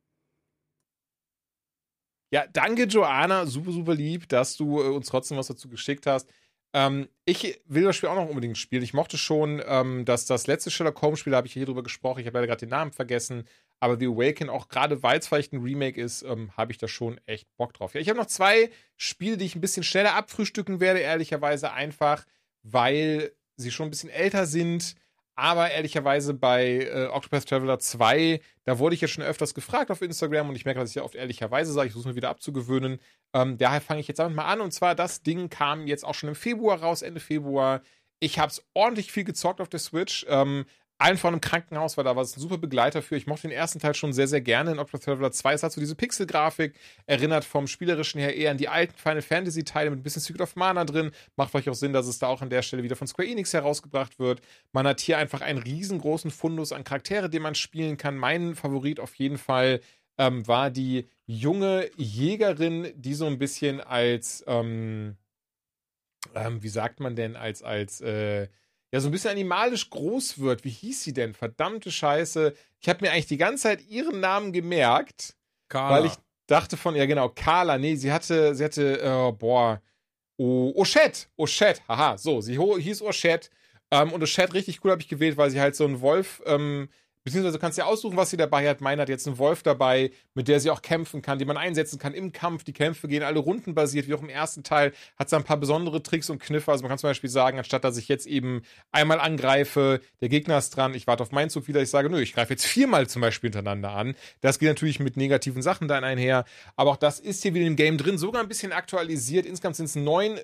Ja, danke, Joanna. Super, super lieb, dass du uns trotzdem was dazu geschickt hast. Ich will das Spiel auch noch unbedingt spielen. Ich mochte schon, dass das letzte Sherlock Holmes Spiel, da habe ich hier drüber gesprochen, ich habe leider gerade den Namen vergessen, aber The Awaken, auch gerade weil es vielleicht ein Remake ist, habe ich da schon echt Bock drauf. Ja, ich habe noch 2 Spiele, die ich ein bisschen schneller abfrühstücken werde, ehrlicherweise einfach, weil sie schon ein bisschen älter sind. Aber ehrlicherweise bei Octopath Traveler 2, da wurde ich ja schon öfters gefragt auf Instagram und ich merke, dass ich ja oft ehrlicherweise sage, ich versuche mir wieder abzugewöhnen. Daher fange ich jetzt damit mal an und zwar, das Ding kam jetzt auch schon im Februar raus, Ende Februar. Ich habe es ordentlich viel gezockt auf der Switch. Allen voran im Krankenhaus, weil da war es ein super Begleiter für. Ich mochte den ersten Teil schon sehr, sehr gerne in Octopath Traveler 2. Es hat so diese Pixel-Grafik, erinnert vom Spielerischen her eher an die alten Final Fantasy-Teile mit ein bisschen Secret of Mana drin. Macht vielleicht auch Sinn, dass es da auch an der Stelle wieder von Square Enix herausgebracht wird. Man hat hier einfach einen riesengroßen Fundus an Charaktere, den man spielen kann. Mein Favorit auf jeden Fall war die junge Jägerin, die so ein bisschen als, wie sagt man denn, ja, so ein bisschen animalisch groß wird. Wie hieß sie denn? Verdammte Scheiße. Ich habe mir eigentlich die ganze Zeit ihren Namen gemerkt, Carla. weil ich dachte von, ja genau, Carla. Nee, sie hatte, Oshette, haha, so, sie hieß Oshette. Und Oshette richtig cool habe ich gewählt, weil sie halt so ein Wolf, beziehungsweise du kannst ja aussuchen, was sie dabei hat. Meine hat jetzt einen Wolf dabei, mit der sie auch kämpfen kann, die man einsetzen kann im Kampf. Die Kämpfe gehen alle rundenbasiert, wie auch im ersten Teil. Hat sie ein paar besondere Tricks und Kniffe. Also man kann zum Beispiel sagen, anstatt dass ich jetzt eben einmal angreife, der Gegner ist dran, ich warte auf meinen Zug wieder, ich sage, nö, ich greife jetzt 4-mal zum Beispiel hintereinander an. Das geht natürlich mit negativen Sachen dann einher. Aber auch das ist hier wieder im Game drin, sogar ein bisschen aktualisiert. Insgesamt sind es 9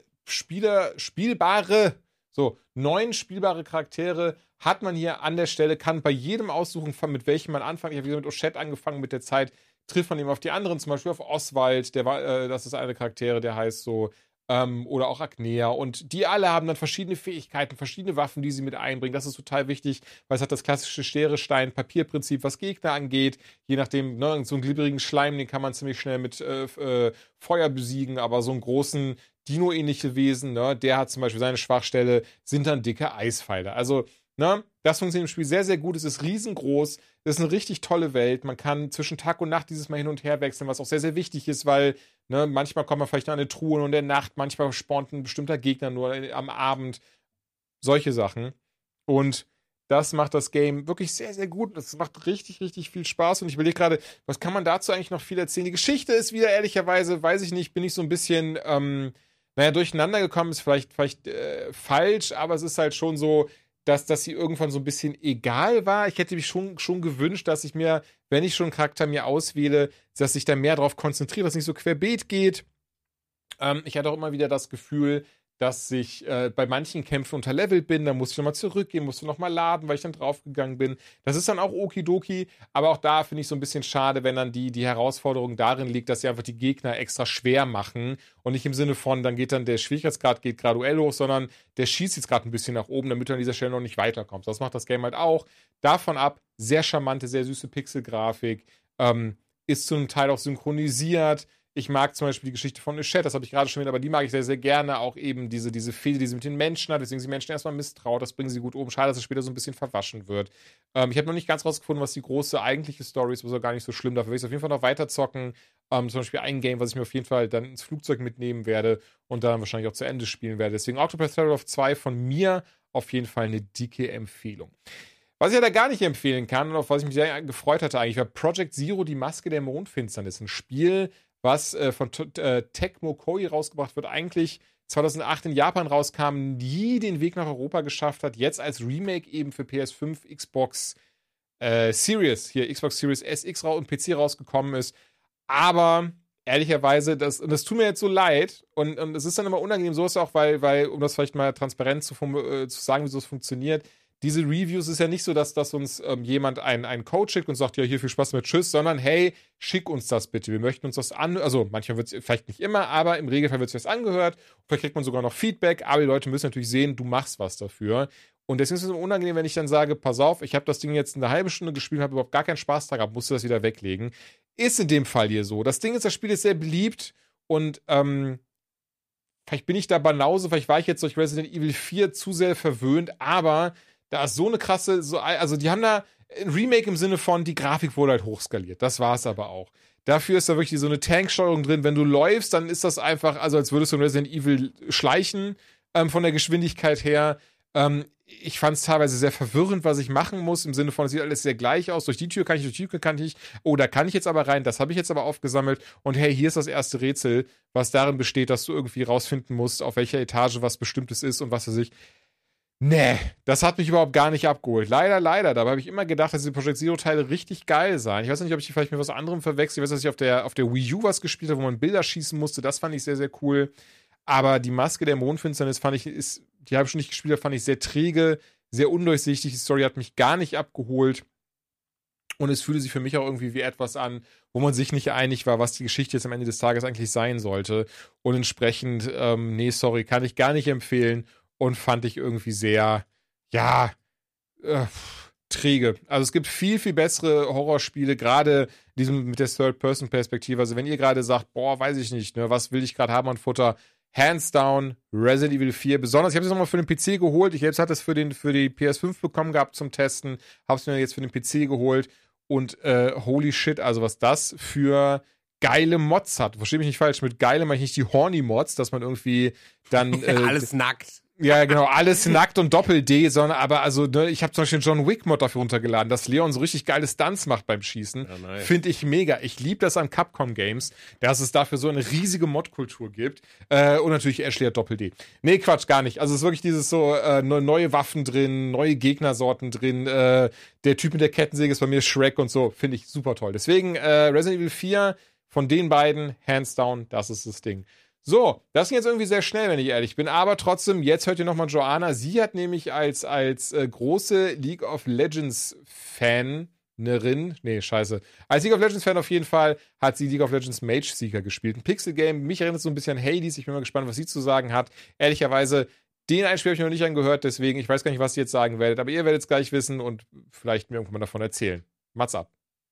spielbare Charaktere hat man hier an der Stelle, kann bei jedem aussuchen, mit welchem man anfangen. Ich habe wieder mit Oshette angefangen, mit der Zeit trifft man eben auf die anderen, zum Beispiel auf Oswald, das ist eine Charaktere, der heißt so, oder auch Agnea und die alle haben dann verschiedene Fähigkeiten, verschiedene Waffen, die sie mit einbringen. Das ist total wichtig, weil es hat das klassische Schere-Stein-Papier-Prinzip, was Gegner angeht. Je nachdem, ne, so einen glibberigen Schleim, den kann man ziemlich schnell mit Feuer besiegen, aber so einen großen Dino-ähnliche Wesen, ne, der hat zum Beispiel seine Schwachstelle, sind dann dicke Eispfeile. Also, ne, das funktioniert im Spiel sehr, sehr gut. Es ist riesengroß. Es ist eine richtig tolle Welt. Man kann zwischen Tag und Nacht dieses Mal hin und her wechseln, was auch sehr, sehr wichtig ist, weil ne, manchmal kommt man vielleicht noch an eine Truhe und in der Nacht, manchmal spawnt ein bestimmter Gegner nur am Abend. Solche Sachen. Und das macht das Game wirklich sehr, sehr gut. Das macht richtig, richtig viel Spaß. Und ich überlege gerade, was kann man dazu eigentlich noch viel erzählen? Die Geschichte ist wieder, ehrlicherweise, weiß ich nicht, bin ich so ein bisschen durcheinander gekommen, ist vielleicht falsch, aber es ist halt schon so, dass sie irgendwann so ein bisschen egal war. Ich hätte mich schon gewünscht, dass ich mir, wenn ich schon einen Charakter mir auswähle, dass ich da mehr drauf konzentriere, dass es nicht so querbeet geht. Ich hatte auch immer wieder das Gefühl, dass ich bei manchen Kämpfen unterlevelt bin, dann musste ich nochmal zurückgehen, musste nochmal laden, weil ich dann draufgegangen bin. Das ist dann auch okidoki, aber auch da finde ich so ein bisschen schade, wenn dann die Herausforderung darin liegt, dass sie einfach die Gegner extra schwer machen und nicht im Sinne von, dann geht dann der Schwierigkeitsgrad geht graduell hoch, sondern der schießt jetzt gerade ein bisschen nach oben, damit du an dieser Stelle noch nicht weiterkommst. Das macht das Game halt auch. Davon ab, sehr charmante, sehr süße Pixelgrafik, ist zum Teil auch synchronisiert. Ich mag zum Beispiel die Geschichte von Oshette, das habe ich gerade schon wieder, aber die mag ich sehr, sehr gerne. Auch eben diese Fehde, die sie mit den Menschen hat, deswegen sind die Menschen erstmal misstraut, das bringen sie gut um. Schade, dass es später so ein bisschen verwaschen wird. Ich habe noch nicht ganz rausgefunden, was die große eigentliche Story ist, aber ist auch gar nicht so schlimm. Dafür will ich es auf jeden Fall noch weiter zocken. Zum Beispiel ein Game, was ich mir auf jeden Fall dann ins Flugzeug mitnehmen werde und dann wahrscheinlich auch zu Ende spielen werde. Deswegen Octopath Traveler 2 von mir auf jeden Fall eine dicke Empfehlung. Was ich ja da gar nicht empfehlen kann und auf was ich mich sehr gefreut hatte eigentlich, war Project Zero, die Maske der Mondfinsternis. Ein Spiel, was von Tecmo Koei rausgebracht wird, eigentlich 2008 in Japan rauskam, nie den Weg nach Europa geschafft hat, jetzt als Remake eben für PS5, Xbox Series, hier Xbox Series SX und PC rausgekommen ist. Aber ehrlicherweise, das tut mir jetzt so leid und es ist dann immer unangenehm, so ist es auch, weil, um das vielleicht mal transparent zu sagen, wie so es funktioniert, diese Reviews ist ja nicht so, dass uns jemand einen Code schickt und sagt, ja, hier viel Spaß mit, tschüss, sondern hey, schick uns das bitte. Wir möchten uns das also manchmal wird es vielleicht nicht immer, aber im Regelfall wird es das angehört. Vielleicht kriegt man sogar noch Feedback, aber die Leute müssen natürlich sehen, du machst was dafür. Und deswegen ist es immer unangenehm, wenn ich dann sage, pass auf, ich habe das Ding jetzt eine halbe Stunde gespielt, habe überhaupt gar keinen Spaß daran, musste das wieder weglegen. Ist in dem Fall hier so. Das Ding ist, das Spiel ist sehr beliebt und vielleicht bin ich da Banause, vielleicht war ich jetzt durch Resident Evil 4 zu sehr verwöhnt, aber da ist so eine krasse, also die haben da ein Remake im Sinne von, die Grafik wurde halt hochskaliert. Das war es aber auch. Dafür ist da wirklich so eine Tanksteuerung drin. Wenn du läufst, dann ist das einfach, also als würdest du in Resident Evil schleichen, von der Geschwindigkeit her. Ich fand es teilweise sehr verwirrend, was ich machen muss, im Sinne von, es sieht alles sehr gleich aus. Durch die Tür kann ich, oh, da kann ich jetzt aber rein, das habe ich jetzt aber aufgesammelt. Und hey, hier ist das erste Rätsel, was darin besteht, dass du irgendwie rausfinden musst, auf welcher Etage was Bestimmtes ist und was weiß ich. Nee, das hat mich überhaupt gar nicht abgeholt. Leider. Dabei habe ich immer gedacht, dass diese Project Zero-Teile richtig geil seien. Ich weiß nicht, ob ich die vielleicht mit was anderem verwechsel. Ich weiß, dass ich auf der Wii U was gespielt habe, wo man Bilder schießen musste. Das fand ich sehr, sehr cool. Aber die Maske der Mondfinsternis die habe ich schon nicht gespielt, fand ich sehr träge, sehr undurchsichtig. Die Story hat mich gar nicht abgeholt. Und es fühlte sich für mich auch irgendwie wie etwas an, wo man sich nicht einig war, was die Geschichte jetzt am Ende des Tages eigentlich sein sollte. Und entsprechend, nee, sorry, kann ich gar nicht empfehlen. Und fand ich irgendwie sehr, träge. Also es gibt viel, viel bessere Horrorspiele, gerade mit der Third-Person-Perspektive. Also wenn ihr gerade sagt, boah, weiß ich nicht, ne, was will ich gerade haben an Futter? Hands down, Resident Evil 4. Besonders, ich habe es nochmal für den PC geholt. Ich selbst hatte es für die PS5 bekommen gehabt zum Testen. Habe es mir jetzt für den PC geholt. Und holy shit, also was das für geile Mods hat. Verstehe mich nicht falsch, mit geile meine ich nicht die Horny-Mods, dass man irgendwie dann alles nackt. Ja, genau, alles nackt und Doppel-D, sondern aber, also, ne, ich habe zum Beispiel den John Wick-Mod dafür runtergeladen, dass Leon so richtig geile Stunts macht beim Schießen. Ja, nice. Finde ich mega. Ich liebe das an Capcom-Games, dass es dafür so eine riesige Mod-Kultur gibt. Und natürlich Ashley hat Doppel-D. Nee, Quatsch, gar nicht. Also es ist wirklich dieses so, neue Waffen drin, neue Gegnersorten drin. Der Typ mit der Kettensäge ist bei mir Shrek und so. Finde ich super toll. Deswegen Resident Evil 4 von den beiden, hands down, das ist das Ding. So, das ging jetzt irgendwie sehr schnell, wenn ich ehrlich bin, aber trotzdem, jetzt hört ihr nochmal Joanna. Sie hat nämlich als große League of Legends Fanerin, als League of Legends Fan auf jeden Fall, hat sie League of Legends Mage Seeker gespielt. Ein Pixel-Game, mich erinnert so ein bisschen an Hades, ich bin mal gespannt, was sie zu sagen hat. Ehrlicherweise, den Einspiel habe ich noch nicht angehört, deswegen, ich weiß gar nicht, was sie jetzt sagen werdet, aber ihr werdet es gleich wissen und vielleicht mir irgendwann mal davon erzählen. Mats ab.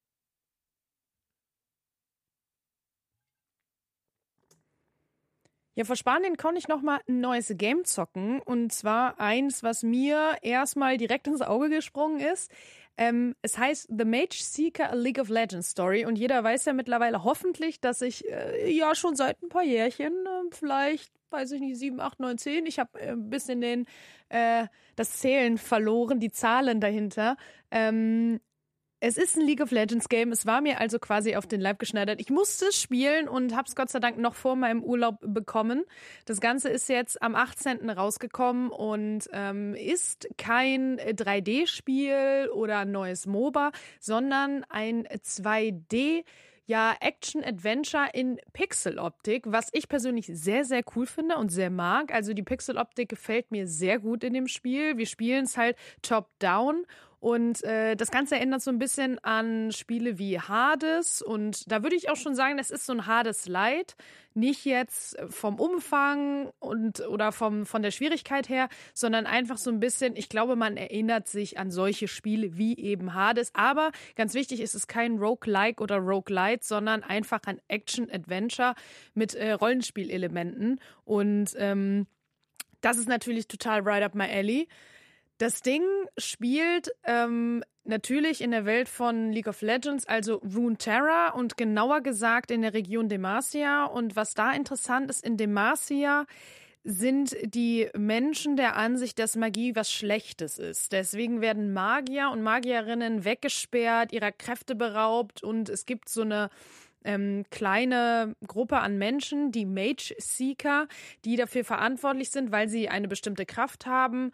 Ja, vor Spanien konnte ich nochmal ein neues Game zocken. Und zwar eins, was mir erstmal direkt ins Auge gesprungen ist. Es heißt The Mage Seeker, a League of Legends Story. Und jeder weiß ja mittlerweile hoffentlich, dass ich ja schon seit ein paar Jährchen, vielleicht, weiß ich nicht, 7, 8, 9, 10. Ich habe ein bisschen das Zählen verloren, die Zahlen dahinter. Es ist ein League of Legends Game. Es war mir also quasi auf den Leib geschneidert. Ich musste es spielen und habe es Gott sei Dank noch vor meinem Urlaub bekommen. Das Ganze ist jetzt am 18. rausgekommen und ist kein 3D-Spiel oder ein neues MOBA, sondern ein 2D Action-Adventure in Pixeloptik, was ich persönlich sehr, sehr cool finde und sehr mag. Also die Pixeloptik gefällt mir sehr gut in dem Spiel. Wir spielen es halt top-down. Und das Ganze erinnert so ein bisschen an Spiele wie Hades. Und da würde ich auch schon sagen, das ist so ein Hades Light. Nicht jetzt vom Umfang oder von der Schwierigkeit her, sondern einfach so ein bisschen, ich glaube, man erinnert sich an solche Spiele wie eben Hades. Aber ganz wichtig, ist es kein Roguelike oder Roguelite, sondern einfach ein Action-Adventure mit Rollenspielelementen. Und das ist natürlich total right up my alley. Das Ding spielt natürlich in der Welt von League of Legends, also Runeterra und genauer gesagt in der Region Demacia. Und was da interessant ist, in Demacia sind die Menschen der Ansicht, dass Magie was Schlechtes ist. Deswegen werden Magier und Magierinnen weggesperrt, ihrer Kräfte beraubt und es gibt so eine kleine Gruppe an Menschen, die Mage Seeker, die dafür verantwortlich sind, weil sie eine bestimmte Kraft haben,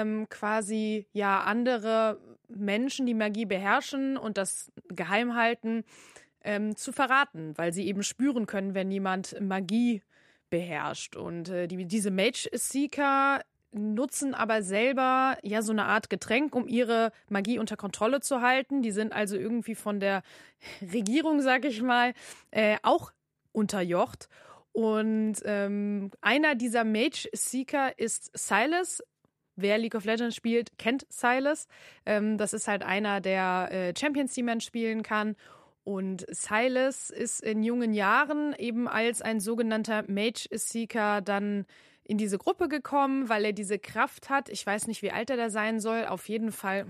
quasi ja andere Menschen, die Magie beherrschen und das geheim halten, zu verraten, weil sie eben spüren können, wenn jemand Magie beherrscht. Und diese Mage Seeker nutzen aber selber ja so eine Art Getränk, um ihre Magie unter Kontrolle zu halten. Die sind also irgendwie von der Regierung, sag ich mal, auch unterjocht. Und einer dieser Mage Seeker ist Sylas. Wer League of Legends spielt, kennt Sylas. Das ist halt einer der Champions, die man spielen kann. Und Sylas ist in jungen Jahren eben als ein sogenannter Mage Seeker dann in diese Gruppe gekommen, weil er diese Kraft hat. Ich weiß nicht, wie alt er da sein soll. Auf jeden Fall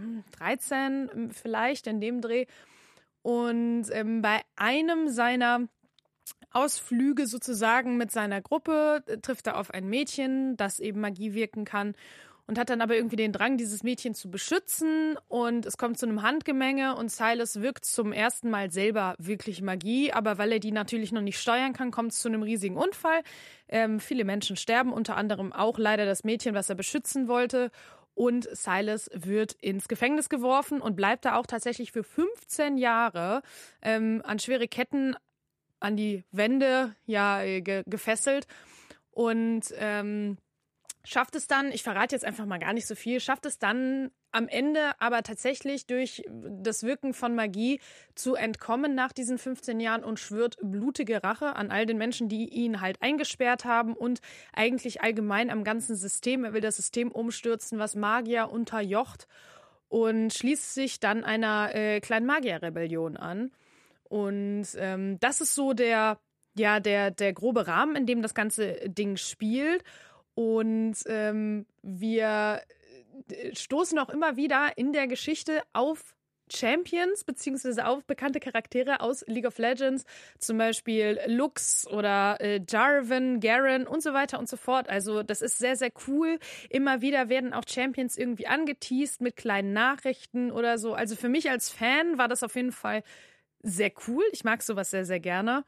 13 vielleicht in dem Dreh. Und bei einem seiner Ausflüge sozusagen mit seiner Gruppe trifft er auf ein Mädchen, das eben Magie wirken kann. Und hat dann aber irgendwie den Drang, dieses Mädchen zu beschützen. Und es kommt zu einem Handgemenge und Sylas wirkt zum ersten Mal selber wirklich Magie. Aber weil er die natürlich noch nicht steuern kann, kommt es zu einem riesigen Unfall. Viele Menschen sterben, unter anderem auch leider das Mädchen, was er beschützen wollte. Und Sylas wird ins Gefängnis geworfen und bleibt da auch tatsächlich für 15 Jahre an schwere Ketten an die Wände gefesselt. Und schafft es dann, ich verrate jetzt einfach mal gar nicht so viel, schafft es dann am Ende aber tatsächlich durch das Wirken von Magie zu entkommen nach diesen 15 Jahren und schwört blutige Rache an all den Menschen, die ihn halt eingesperrt haben und eigentlich allgemein am ganzen System. Er will das System umstürzen, was Magier unterjocht und schließt sich dann einer kleinen Magierrebellion an. Und das ist so der grobe Rahmen, in dem das ganze Ding spielt. Und wir stoßen auch immer wieder in der Geschichte auf Champions beziehungsweise auf bekannte Charaktere aus League of Legends, zum Beispiel Lux oder Jarvan, Garen und so weiter und so fort. Also das ist sehr, sehr cool. Immer wieder werden auch Champions irgendwie angeteast mit kleinen Nachrichten oder so. Also für mich als Fan war das auf jeden Fall sehr cool. Ich mag sowas sehr, sehr gerne.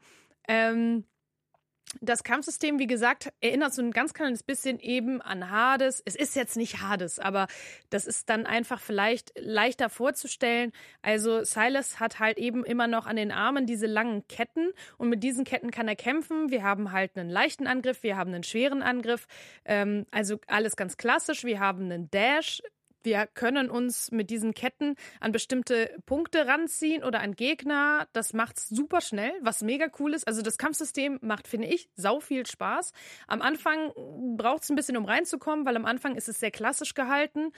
Das Kampfsystem, wie gesagt, erinnert so ein ganz kleines bisschen eben an Hades. Es ist jetzt nicht Hades, aber das ist dann einfach vielleicht leichter vorzustellen. Also Sylas hat halt eben immer noch an den Armen diese langen Ketten und mit diesen Ketten kann er kämpfen. Wir haben halt einen leichten Angriff, wir haben einen schweren Angriff, also alles ganz klassisch. Wir haben einen Dash. Wir können uns mit diesen Ketten an bestimmte Punkte ranziehen oder an Gegner. Das macht's super schnell, was mega cool ist. Also das Kampfsystem macht, finde ich, sau viel Spaß. Am Anfang braucht's ein bisschen, um reinzukommen, weil am Anfang ist es sehr klassisch gehalten.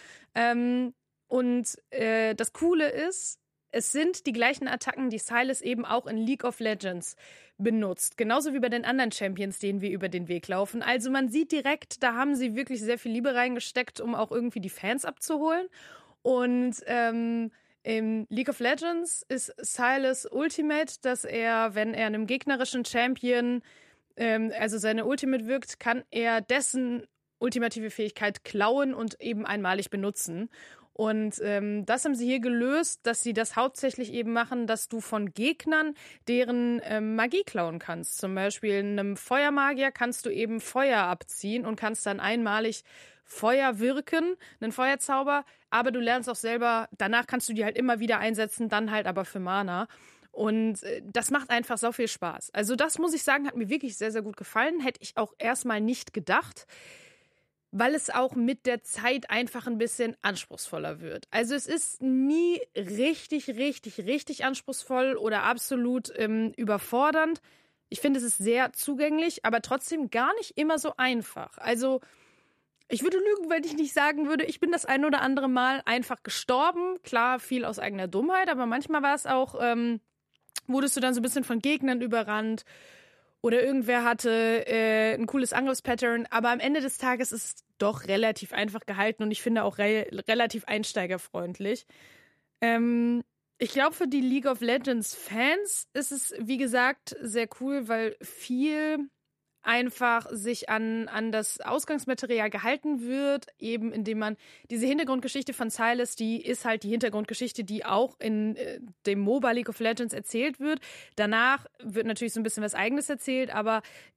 Das Coole ist, es sind die gleichen Attacken, die Sylas eben auch in League of Legends benutzt. Genauso wie bei den anderen Champions, denen wir über den Weg laufen. Also man sieht direkt, da haben sie wirklich sehr viel Liebe reingesteckt, um auch irgendwie die Fans abzuholen. Und im League of Legends ist Sylas Ultimate, dass er, wenn er einem gegnerischen Champion, also seine Ultimate wirkt, kann er dessen ultimative Fähigkeit klauen und eben einmalig benutzen. Und das haben sie hier gelöst, dass sie das hauptsächlich eben machen, dass du von Gegnern deren Magie klauen kannst. Zum Beispiel einem Feuermagier kannst du eben Feuer abziehen und kannst dann einmalig Feuer wirken, einen Feuerzauber, aber du lernst auch selber, danach kannst du die halt immer wieder einsetzen, dann halt aber für Mana. Und das macht einfach so viel Spaß. Also das, muss ich sagen, hat mir wirklich sehr, sehr gut gefallen. Hätte ich auch erstmal nicht gedacht, weil es auch mit der Zeit einfach ein bisschen anspruchsvoller wird. Also es ist nie richtig anspruchsvoll oder absolut überfordernd. Ich finde, es ist sehr zugänglich, aber trotzdem gar nicht immer so einfach. Also ich würde lügen, wenn ich nicht sagen würde, ich bin das ein oder andere Mal einfach gestorben. Klar, viel aus eigener Dummheit, aber manchmal war es auch, wurdest du dann so ein bisschen von Gegnern überrannt. Oder irgendwer hatte ein cooles Angriffspattern. Aber am Ende des Tages ist es doch relativ einfach gehalten und ich finde auch relativ einsteigerfreundlich. Ich glaube, für die League of Legends Fans ist es, wie gesagt, sehr cool, weil viel einfach sich an das Ausgangsmaterial gehalten wird, eben indem man diese Hintergrundgeschichte von Silas, die ist halt die Hintergrundgeschichte, die auch in dem MOBA League of Legends erzählt wird. Danach wird natürlich so ein bisschen was Eigenes erzählt, aber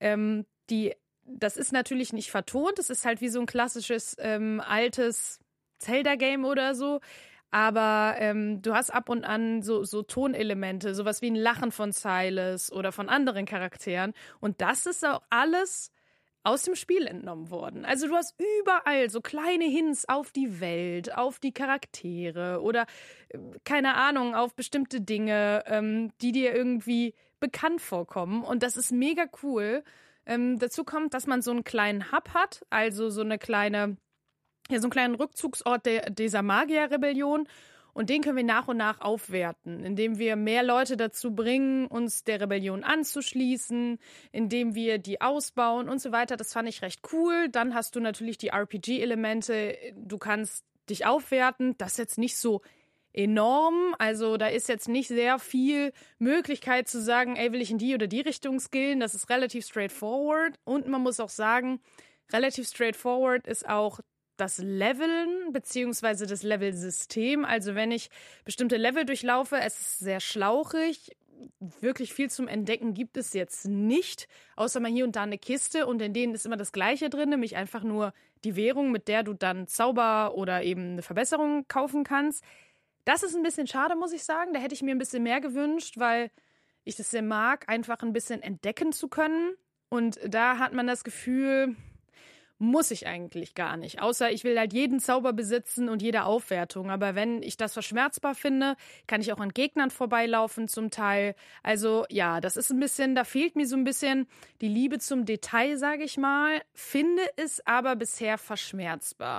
das ist natürlich nicht vertont. Es ist halt wie so ein klassisches altes Zelda-Game oder so. Aber du hast ab und an so Tonelemente, sowas wie ein Lachen von Silas oder von anderen Charakteren. Und das ist auch alles aus dem Spiel entnommen worden. Also du hast überall so kleine Hints auf die Welt, auf die Charaktere oder, keine Ahnung, auf bestimmte Dinge, die dir irgendwie bekannt vorkommen. Und das ist mega cool. Dazu kommt, dass man so einen kleinen Hub hat, also so einen kleinen Rückzugsort dieser Magierrebellion. Und den können wir nach und nach aufwerten, indem wir mehr Leute dazu bringen, uns der Rebellion anzuschließen, indem wir die ausbauen und so weiter. Das fand ich recht cool. Dann hast du natürlich die RPG-Elemente. Du kannst dich aufwerten. Das ist jetzt nicht so enorm. Also da ist jetzt nicht sehr viel Möglichkeit zu sagen, ey, will ich in die oder die Richtung skillen. Das ist relativ straightforward. Und man muss auch sagen, relativ straightforward ist auch das Leveln beziehungsweise das Levelsystem. Also wenn ich bestimmte Level durchlaufe, es ist sehr schlauchig. Wirklich viel zum Entdecken gibt es jetzt nicht, außer mal hier und da eine Kiste und in denen ist immer das Gleiche drin, nämlich einfach nur die Währung, mit der du dann Zauber oder eben eine Verbesserung kaufen kannst. Das ist ein bisschen schade, muss ich sagen. Da hätte ich mir ein bisschen mehr gewünscht, weil ich das sehr mag, einfach ein bisschen entdecken zu können. Und da hat man das Gefühl, muss ich eigentlich gar nicht. Außer ich will halt jeden Zauber besitzen und jede Aufwertung. Aber wenn ich das verschmerzbar finde, kann ich auch an Gegnern vorbeilaufen zum Teil. Also ja, das ist ein bisschen, da fehlt mir so ein bisschen die Liebe zum Detail, sage ich mal. Finde es aber bisher verschmerzbar.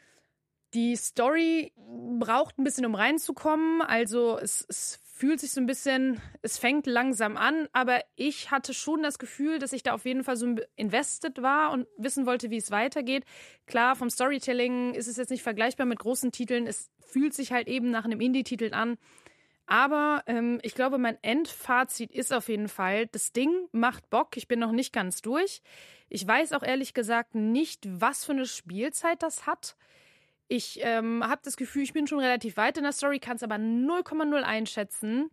Die Story braucht ein bisschen, um reinzukommen. Also es fühlt sich so ein bisschen, es fängt langsam an, aber ich hatte schon das Gefühl, dass ich da auf jeden Fall so invested war und wissen wollte, wie es weitergeht. Klar, vom Storytelling ist es jetzt nicht vergleichbar mit großen Titeln. Es fühlt sich halt eben nach einem Indie-Titel an. Aber ich glaube, mein Endfazit ist auf jeden Fall, das Ding macht Bock. Ich bin noch nicht ganz durch. Ich weiß auch ehrlich gesagt nicht, was für eine Spielzeit das hat. Ich habe das Gefühl, ich bin schon relativ weit in der Story, kann es aber 0,0 einschätzen.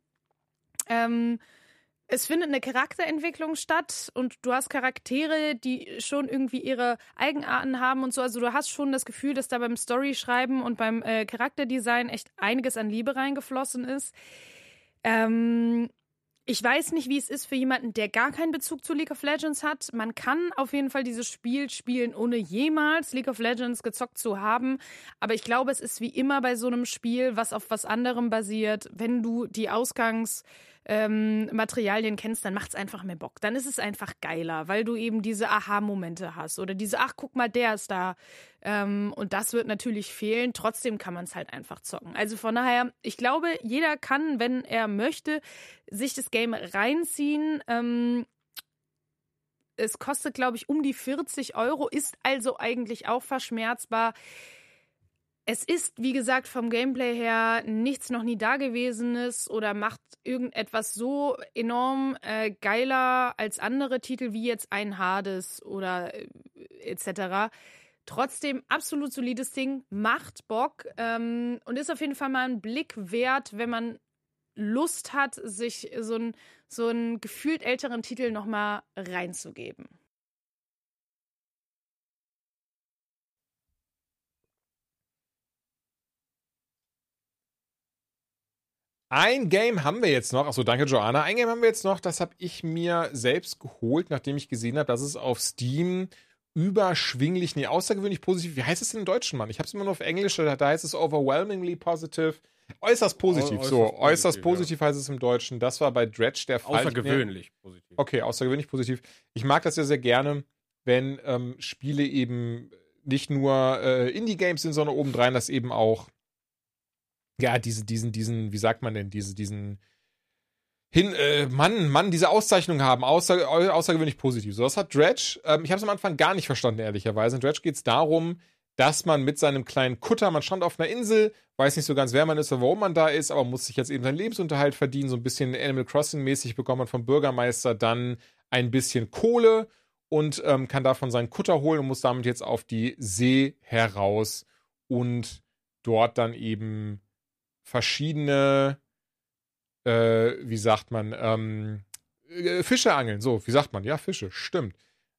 Es findet eine Charakterentwicklung statt und du hast Charaktere, die schon irgendwie ihre Eigenarten haben und so. Also du hast schon das Gefühl, dass da beim Storyschreiben und beim Charakterdesign echt einiges an Liebe reingeflossen ist. Ich weiß nicht, wie es ist für jemanden, der gar keinen Bezug zu League of Legends hat. Man kann auf jeden Fall dieses Spiel spielen, ohne jemals League of Legends gezockt zu haben. Aber ich glaube, es ist wie immer bei so einem Spiel, was auf was anderem basiert. Wenn du die Ausgangsmaterialien kennst, dann macht es einfach mehr Bock. Dann ist es einfach geiler, weil du eben diese Aha-Momente hast. Oder diese, ach, guck mal, der ist da. Und das wird natürlich fehlen. Trotzdem kann man es halt einfach zocken. Also von daher, ich glaube, jeder kann, wenn er möchte, sich das Game reinziehen. Es kostet, glaube ich, um die 40 €, ist also eigentlich auch verschmerzbar. Es ist, wie gesagt, vom Gameplay her nichts noch nie Dagewesenes oder macht irgendetwas so enorm geiler als andere Titel, wie jetzt ein Hades oder etc. Trotzdem absolut solides Ding, macht Bock und ist auf jeden Fall mal ein Blick wert, wenn man Lust hat, sich so einen gefühlt älteren Titel nochmal reinzugeben. Ein Game haben wir jetzt noch. Achso, danke, Joanna. Ein Game haben wir jetzt noch, das habe ich mir selbst geholt, nachdem ich gesehen habe, dass es auf Steam außergewöhnlich positiv. Wie heißt es denn im Deutschen, Mann? Ich habe es immer nur auf Englisch, da heißt es overwhelmingly positive. Äußerst positiv, äußerst positiv heißt es im Deutschen. Das war bei Dredge der Fall. Außergewöhnlich positiv. Okay, außergewöhnlich positiv. Ich mag das ja sehr gerne, wenn Spiele eben nicht nur Indie-Games sind, sondern obendrein das eben auch ja, diesen, wie sagt man denn, diese Auszeichnung haben, außergewöhnlich positiv. So, das hat Dredge, ich habe es am Anfang gar nicht verstanden, ehrlicherweise. In Dredge geht es darum, dass man mit seinem kleinen Kutter, man stand auf einer Insel, weiß nicht so ganz, wer man ist oder warum man da ist, aber muss sich jetzt eben seinen Lebensunterhalt verdienen, so ein bisschen Animal Crossing-mäßig bekommt man vom Bürgermeister dann ein bisschen Kohle und kann davon seinen Kutter holen und muss damit jetzt auf die See heraus und dort dann eben verschiedene, wie sagt man, Fische angeln. So, wie sagt man? Ja, Fische, stimmt.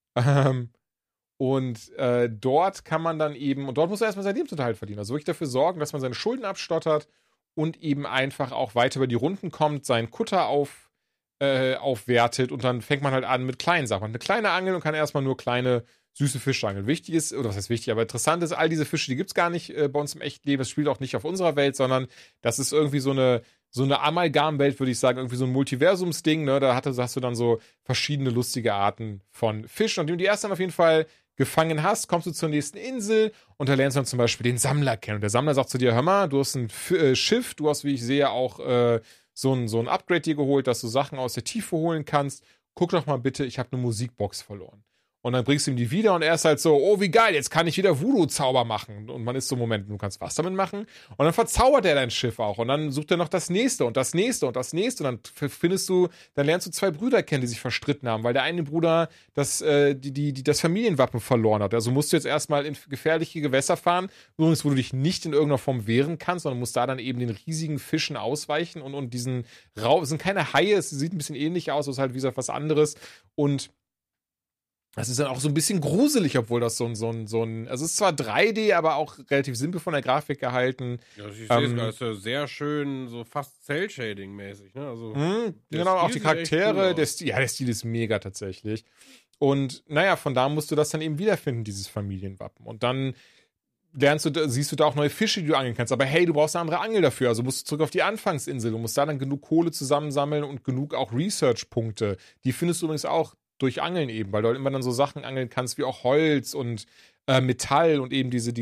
Und dort kann man dann eben, und dort muss er erstmal seinen Lebensunterhalt verdienen. Also wirklich dafür sorgen, dass man seine Schulden abstottert und eben einfach auch weiter über die Runden kommt, seinen Kutter aufwertet und dann fängt man halt an mit kleinen Sachen. Man hat eine kleine Angel und kann erstmal nur kleine, süße Fische angeln. Wichtig ist, oder was heißt wichtig, aber interessant ist, all diese Fische, die gibt es gar nicht bei uns im echten Leben. Das spielt auch nicht auf unserer Welt, sondern das ist irgendwie so eine Amalgamwelt, würde ich sagen, irgendwie so ein Multiversumsding, ne? Da hast du dann so verschiedene lustige Arten von Fischen. Und wenn du die erst dann auf jeden Fall gefangen hast, kommst du zur nächsten Insel und da lernst du dann zum Beispiel den Sammler kennen. Und der Sammler sagt zu dir, hör mal, du hast ein Schiff, du hast, wie ich sehe, auch so ein Upgrade dir geholt, dass du Sachen aus der Tiefe holen kannst. Guck doch mal bitte, ich habe eine Musikbox verloren. Und dann bringst du ihm die wieder und er ist halt so, oh, wie geil, jetzt kann ich wieder Voodoo-Zauber machen. Und man ist so, Moment, du kannst was damit machen? Und dann verzaubert er dein Schiff auch. Und dann sucht er noch das nächste und das nächste und das nächste. Und dann lernst du 2 Brüder kennen, die sich verstritten haben, weil der eine Bruder das Familienwappen verloren hat. Also musst du jetzt erstmal in gefährliche Gewässer fahren, übrigens, wo du dich nicht in irgendeiner Form wehren kannst, sondern musst da dann eben den riesigen Fischen ausweichen und diesen es sind keine Haie, es sieht ein bisschen ähnlich aus, es ist halt wie gesagt was anderes. Und das ist dann auch so ein bisschen gruselig, obwohl das so ein also es ist zwar 3D, aber auch relativ simpel von der Grafik gehalten. Ja, ich sehe es gerade, ist ja sehr schön, so fast Cell-Shading-mäßig, ne? Also, genau, auch die Charaktere, cool der Stil ist mega tatsächlich. Und naja, von da musst du das dann eben wiederfinden, dieses Familienwappen. Und dann siehst du da auch neue Fische, die du angeln kannst. Aber hey, du brauchst eine andere Angel dafür. Also musst du zurück auf die Anfangsinsel. Du musst da dann genug Kohle zusammensammeln und genug auch Research-Punkte. Die findest du übrigens auch durch Angeln eben, weil du halt immer dann so Sachen angeln kannst wie auch Holz und Metall und eben diese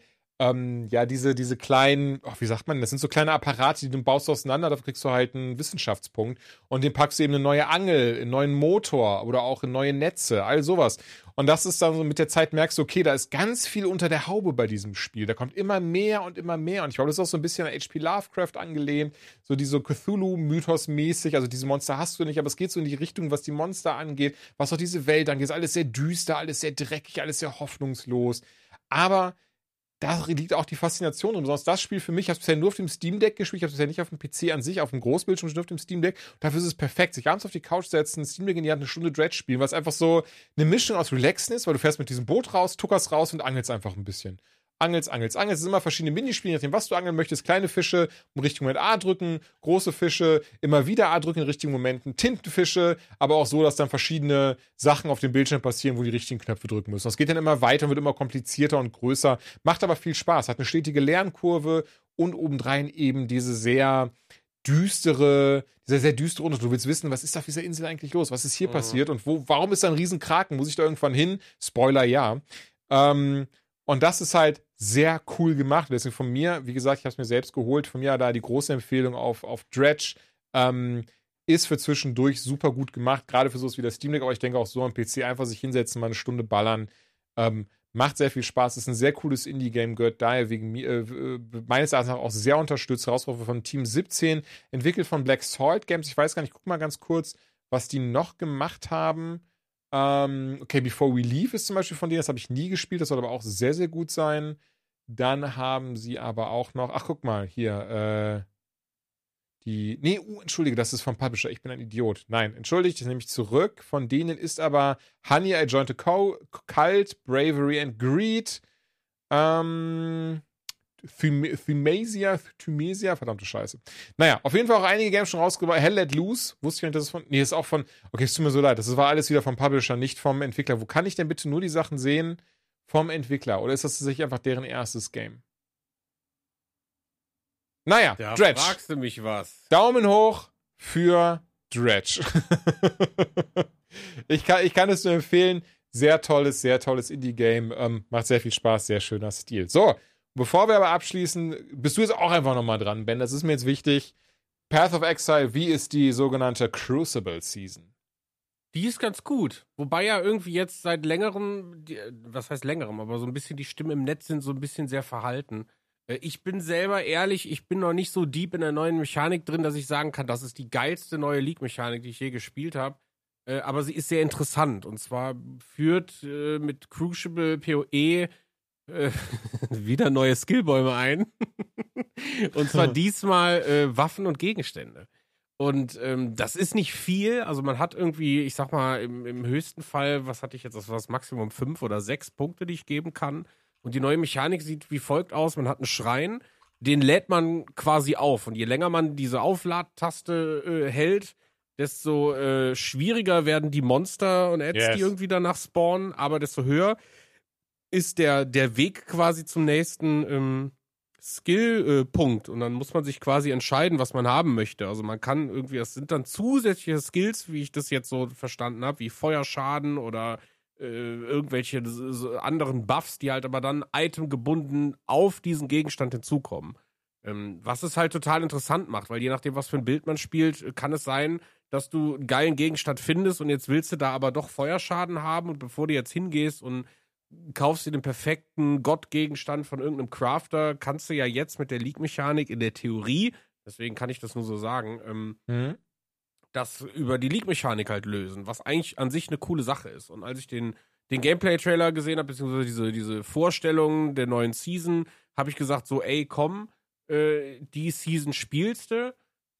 kleinen, wie sagt man, das sind so kleine Apparate, die du baust auseinander, dafür kriegst du halt einen Wissenschaftspunkt und den packst du eben eine neue Angel, einen neuen Motor oder auch in neue Netze, all sowas. Und das ist dann so, mit der Zeit merkst du, okay, da ist ganz viel unter der Haube bei diesem Spiel. Da kommt immer mehr und immer mehr. Und ich glaube, das ist auch so ein bisschen an H.P. Lovecraft angelehnt, so diese Cthulhu-Mythos-mäßig. Also diese Monster hast du nicht, aber es geht so in die Richtung, was die Monster angeht, was auch diese Welt angeht. Ist alles sehr düster, alles sehr dreckig, alles sehr hoffnungslos. Aber da liegt auch die Faszination drin. Besonders das Spiel für mich, ich habe es bisher nur auf dem Steam Deck gespielt, ich habe es bisher nicht auf dem PC an sich, auf dem Großbildschirm, nur auf dem Steam Deck. Und dafür ist es perfekt. Sich abends auf die Couch setzen, Steam Deck in die Hand, eine Stunde Dredge spielen, was einfach so eine Mischung aus Relaxen ist, weil du fährst mit diesem Boot raus, tuckerst raus und angelst einfach ein bisschen. Angelst. Es sind immer verschiedene Minispiele, je nachdem, was du angeln möchtest. Kleine Fische im richtigen Moment A drücken, große Fische immer wieder A drücken in richtigen Momenten, Tintenfische, aber auch so, dass dann verschiedene Sachen auf dem Bildschirm passieren, wo die richtigen Knöpfe drücken müssen. Das geht dann immer weiter, wird immer komplizierter und größer, macht aber viel Spaß, hat eine stetige Lernkurve und obendrein eben diese sehr düstere Runde. Du willst wissen, was ist auf dieser Insel eigentlich los? Was ist hier passiert? Und warum ist da ein Riesenkraken? Muss ich da irgendwann hin? Spoiler, ja. Und das ist halt sehr cool gemacht. Deswegen von mir, wie gesagt, ich habe es mir selbst geholt. Von mir da die große Empfehlung auf Dredge. Ist für zwischendurch super gut gemacht. Gerade für sowas wie das Steam Deck. Aber ich denke auch so am PC einfach sich hinsetzen, mal eine Stunde ballern. Macht sehr viel Spaß. Ist ein sehr cooles Indie-Game. Gehört daher wegen meines Erachtens auch sehr unterstützt. Herausgabe von Team 17. Entwickelt von Black Salt Games. Ich weiß gar nicht, guck mal ganz kurz, was die noch gemacht haben. Okay, Before We Leave ist zum Beispiel von denen, das habe ich nie gespielt, das soll aber auch sehr, sehr gut sein. Dann haben sie aber auch noch, ach, guck mal, hier, entschuldige, das ist vom Publisher, ich bin ein Idiot. Nein, entschuldigt, das nehme ich zurück. Von denen ist aber Honey, I Joined a Cult, Bravery and Greed, Thymesia, verdammte Scheiße. Naja, auf jeden Fall auch einige Games schon rausgebracht. Hell Let Loose, wusste ich nicht, dass es ist auch von, okay, es tut mir so leid, das war alles wieder vom Publisher, nicht vom Entwickler. Wo kann ich denn bitte nur die Sachen sehen vom Entwickler? Oder ist das tatsächlich einfach deren erstes Game? Naja, da Dredge. Fragst du mich was? Daumen hoch für Dredge. Ich kann es nur empfehlen. Sehr tolles Indie-Game. Macht sehr viel Spaß, sehr schöner Stil. So, bevor wir aber abschließen, bist du jetzt auch einfach nochmal dran, Ben. Das ist mir jetzt wichtig. Path of Exile, wie ist die sogenannte Crucible Season? Die ist ganz gut. Wobei ja irgendwie jetzt seit längerem, was heißt längerem, aber so ein bisschen die Stimmen im Netz sind so ein bisschen sehr verhalten. Ich bin selber ehrlich, ich bin noch nicht so deep in der neuen Mechanik drin, dass ich sagen kann, das ist die geilste neue League-Mechanik, die ich je gespielt habe. aber sie ist sehr interessant. Und zwar führt mit Crucible PoE wieder neue Skillbäume ein. Und zwar diesmal Waffen und Gegenstände. Und das ist nicht viel. Also man hat irgendwie, ich sag mal, im höchsten Fall, was hatte ich jetzt, das war das Maximum 5 oder 6 Punkte, die ich geben kann. Und die neue Mechanik sieht wie folgt aus. Man hat einen Schrein, den lädt man quasi auf. Und je länger man diese Aufladtaste hält, desto schwieriger werden die Monster und Ads, die irgendwie danach spawnen. Aber desto höher ist der Weg quasi zum nächsten Skill-Punkt. Und dann muss man sich quasi entscheiden, was man haben möchte. Also man kann irgendwie, es sind dann zusätzliche Skills, wie ich das jetzt so verstanden habe, wie Feuerschaden oder irgendwelche anderen Buffs, die halt aber dann itemgebunden auf diesen Gegenstand hinzukommen. Was es halt total interessant macht, weil je nachdem, was für ein Bild man spielt, kann es sein, dass du einen geilen Gegenstand findest und jetzt willst du da aber doch Feuerschaden haben und bevor du jetzt hingehst und kaufst dir den perfekten Gottgegenstand von irgendeinem Crafter, kannst du ja jetzt mit der League-Mechanik in der Theorie, deswegen kann ich das nur so sagen, das über die League-Mechanik halt lösen, was eigentlich an sich eine coole Sache ist. Und als ich den Gameplay-Trailer gesehen habe, beziehungsweise diese Vorstellung der neuen Season, habe ich gesagt so, ey, komm, die Season spielst du.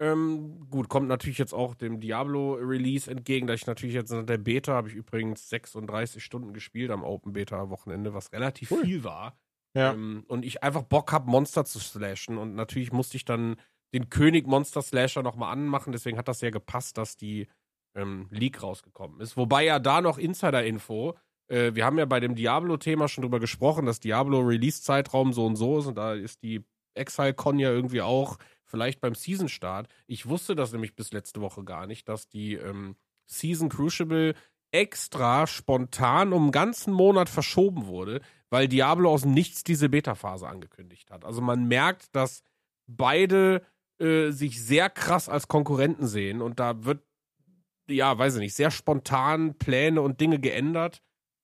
Gut, kommt natürlich jetzt auch dem Diablo-Release entgegen, da ich natürlich jetzt in der Beta, habe ich übrigens 36 Stunden gespielt am Open-Beta-Wochenende, was relativ viel war. Ja. Und ich einfach Bock habe, Monster zu slashen. Und natürlich musste ich dann den König Monster Slasher nochmal anmachen, deswegen hat das sehr gepasst, dass die League rausgekommen ist. Wobei ja da noch Insider-Info, wir haben ja bei dem Diablo-Thema schon drüber gesprochen, dass Diablo-Release-Zeitraum so und so ist und da ist die Exile-Con ja irgendwie auch vielleicht beim Season-Start. Ich wusste das nämlich bis letzte Woche gar nicht, dass die Season Crucible extra spontan um einen ganzen Monat verschoben wurde, weil Diablo aus dem Nichts diese Beta-Phase angekündigt hat. Also man merkt, dass beide sich sehr krass als Konkurrenten sehen und da wird, ja, weiß ich nicht, sehr spontan Pläne und Dinge geändert.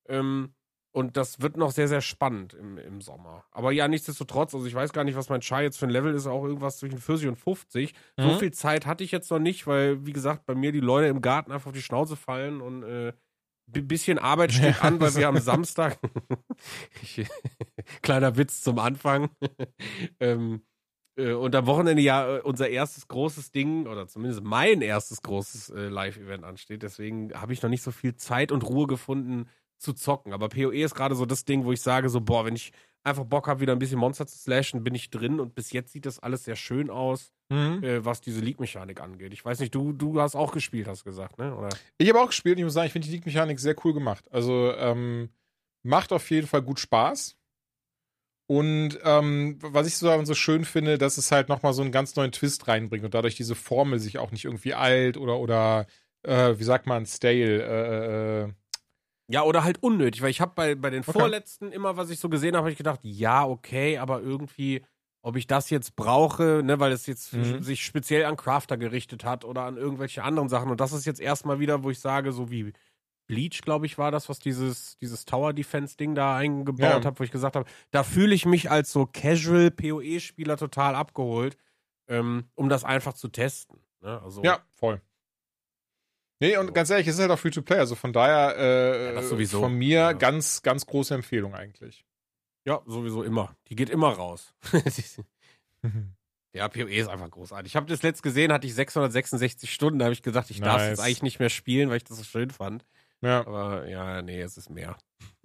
Und das wird noch sehr, sehr spannend im Sommer. Aber ja, nichtsdestotrotz, also ich weiß gar nicht, was mein Char jetzt für ein Level ist, auch irgendwas zwischen 40 und 50. So viel Zeit hatte ich jetzt noch nicht, weil, wie gesagt, bei mir die Leute im Garten einfach auf die Schnauze fallen und ein bisschen Arbeit steht an, weil wir am Samstag kleiner Witz zum Anfang und am Wochenende ja unser erstes großes Ding, oder zumindest mein erstes großes Live-Event ansteht. Deswegen habe ich noch nicht so viel Zeit und Ruhe gefunden zu zocken. Aber PoE ist gerade so das Ding, wo ich sage so, boah, wenn ich einfach Bock habe, wieder ein bisschen Monster zu slashen, bin ich drin. Und bis jetzt sieht das alles sehr schön aus, was diese League-Mechanik angeht. Ich weiß nicht, du hast auch gespielt, hast du gesagt, ne? Oder? Ich habe auch gespielt und ich muss sagen, ich finde die League-Mechanik sehr cool gemacht. Also macht auf jeden Fall gut Spaß. Und was ich so schön finde, dass es halt nochmal so einen ganz neuen Twist reinbringt und dadurch diese Formel sich auch nicht irgendwie alt oder wie sagt man, stale, ja, oder halt unnötig, weil ich habe bei den vorletzten immer, was ich so gesehen habe, habe ich gedacht, ja, okay, aber irgendwie, ob ich das jetzt brauche, ne, weil es jetzt sich speziell an Crafter gerichtet hat oder an irgendwelche anderen Sachen. Und das ist jetzt erstmal wieder, wo ich sage, so wie Bleach, glaube ich, war das, was dieses Tower-Defense-Ding da eingebaut hat, wo ich gesagt habe, da fühle ich mich als so Casual-PoE-Spieler total abgeholt, um das einfach zu testen. Ne? Also, ja, voll. Nee, und ganz ehrlich, es ist halt auch Free-to-Play, also von daher das sowieso. Von mir ganz, ganz große Empfehlung eigentlich. Ja, sowieso immer. Die geht immer raus. Ja, PoE ist einfach großartig. Ich habe das letzt gesehen, hatte ich 666 Stunden, da habe ich gesagt, ich darf es jetzt eigentlich nicht mehr spielen, weil ich das so schön fand. Ja. Aber ja, nee, es ist mehr.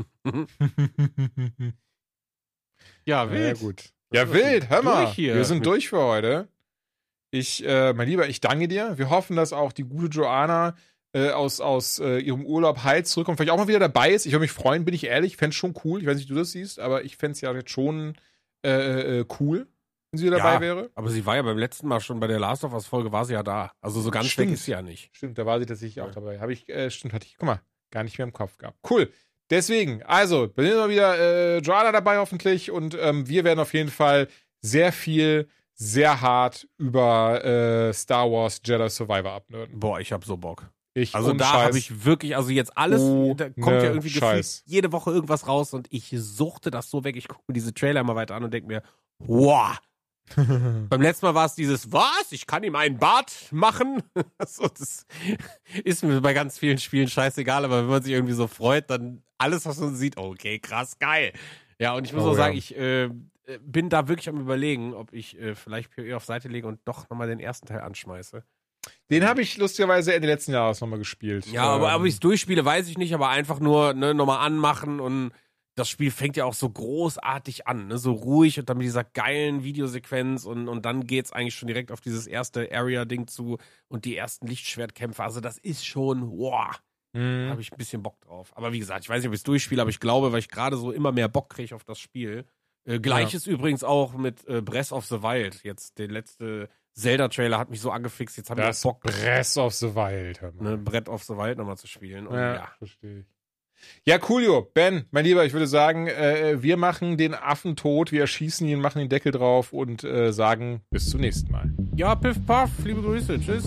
Ja, wild. Ja, gut. Ja, wild, hör mal. Wir sind mit durch für heute. Mein Lieber, ich danke dir. Wir hoffen, dass auch die gute Joanna aus ihrem Urlaub heil zurückkommt. Vielleicht auch mal wieder dabei ist. Ich würde mich freuen, bin ich ehrlich. Ich fände es schon cool. Ich weiß nicht, wie du das siehst, aber ich fände es ja jetzt schon cool, wenn sie wieder dabei wäre. Aber sie war ja beim letzten Mal schon bei der Last of Us Folge, war sie ja da. Also so ganz weg ist sie ja nicht. Stimmt, da war sie tatsächlich auch dabei. Hatte ich, guck mal, gar nicht mehr im Kopf gehabt. Cool. Deswegen, also, wir sind immer wieder Joanna dabei hoffentlich und wir werden auf jeden Fall sehr viel, sehr hart über Star Wars Jedi Survivor abnörden. Boah, ich hab so Bock. Also da habe ich wirklich, also jetzt alles, da kommt ja irgendwie gefühlt jede Woche irgendwas raus und ich suchte das so weg. Ich gucke mir diese Trailer immer weiter an und denke mir, wow, Beim letzten Mal war es dieses, was? Ich kann ihm einen Bart machen? So, das ist mir bei ganz vielen Spielen scheißegal, aber wenn man sich irgendwie so freut, dann alles, was man sieht, okay, krass, geil. Ja, und ich muss auch sagen, ich bin da wirklich am Überlegen, ob ich vielleicht PoE auf Seite lege und doch nochmal den ersten Teil anschmeiße. Den habe ich lustigerweise Ende letzten Jahres nochmal gespielt. Ja, aber ob ich es durchspiele, weiß ich nicht, aber einfach nur nochmal anmachen und das Spiel fängt ja auch so großartig an, ne? So ruhig und dann mit dieser geilen Videosequenz und dann geht's eigentlich schon direkt auf dieses erste Area-Ding zu und die ersten Lichtschwertkämpfe. Also das ist schon, wow, da habe ich ein bisschen Bock drauf. Aber wie gesagt, ich weiß nicht, ob ich es durchspiele, aber ich glaube, weil ich gerade so immer mehr Bock kriege auf das Spiel. Gleiches übrigens auch mit Breath of the Wild. Jetzt der letzte Zelda-Trailer hat mich so angefixt, jetzt habe ich auch Bock, Breath of the Wild. Breath of the Wild nochmal zu spielen. Und verstehe ich. Ja, coolio. Ben, mein Lieber, ich würde sagen, wir machen den Affen tot, wir erschießen ihn, machen den Deckel drauf und sagen bis zum nächsten Mal. Ja, piff paff, liebe Grüße, tschüss.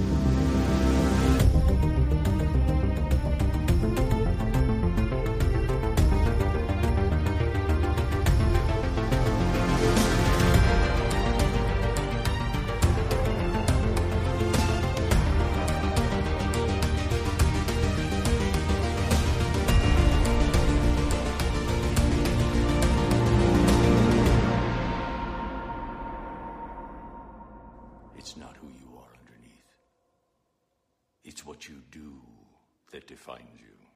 It's not who you are underneath. It's what you do that defines you.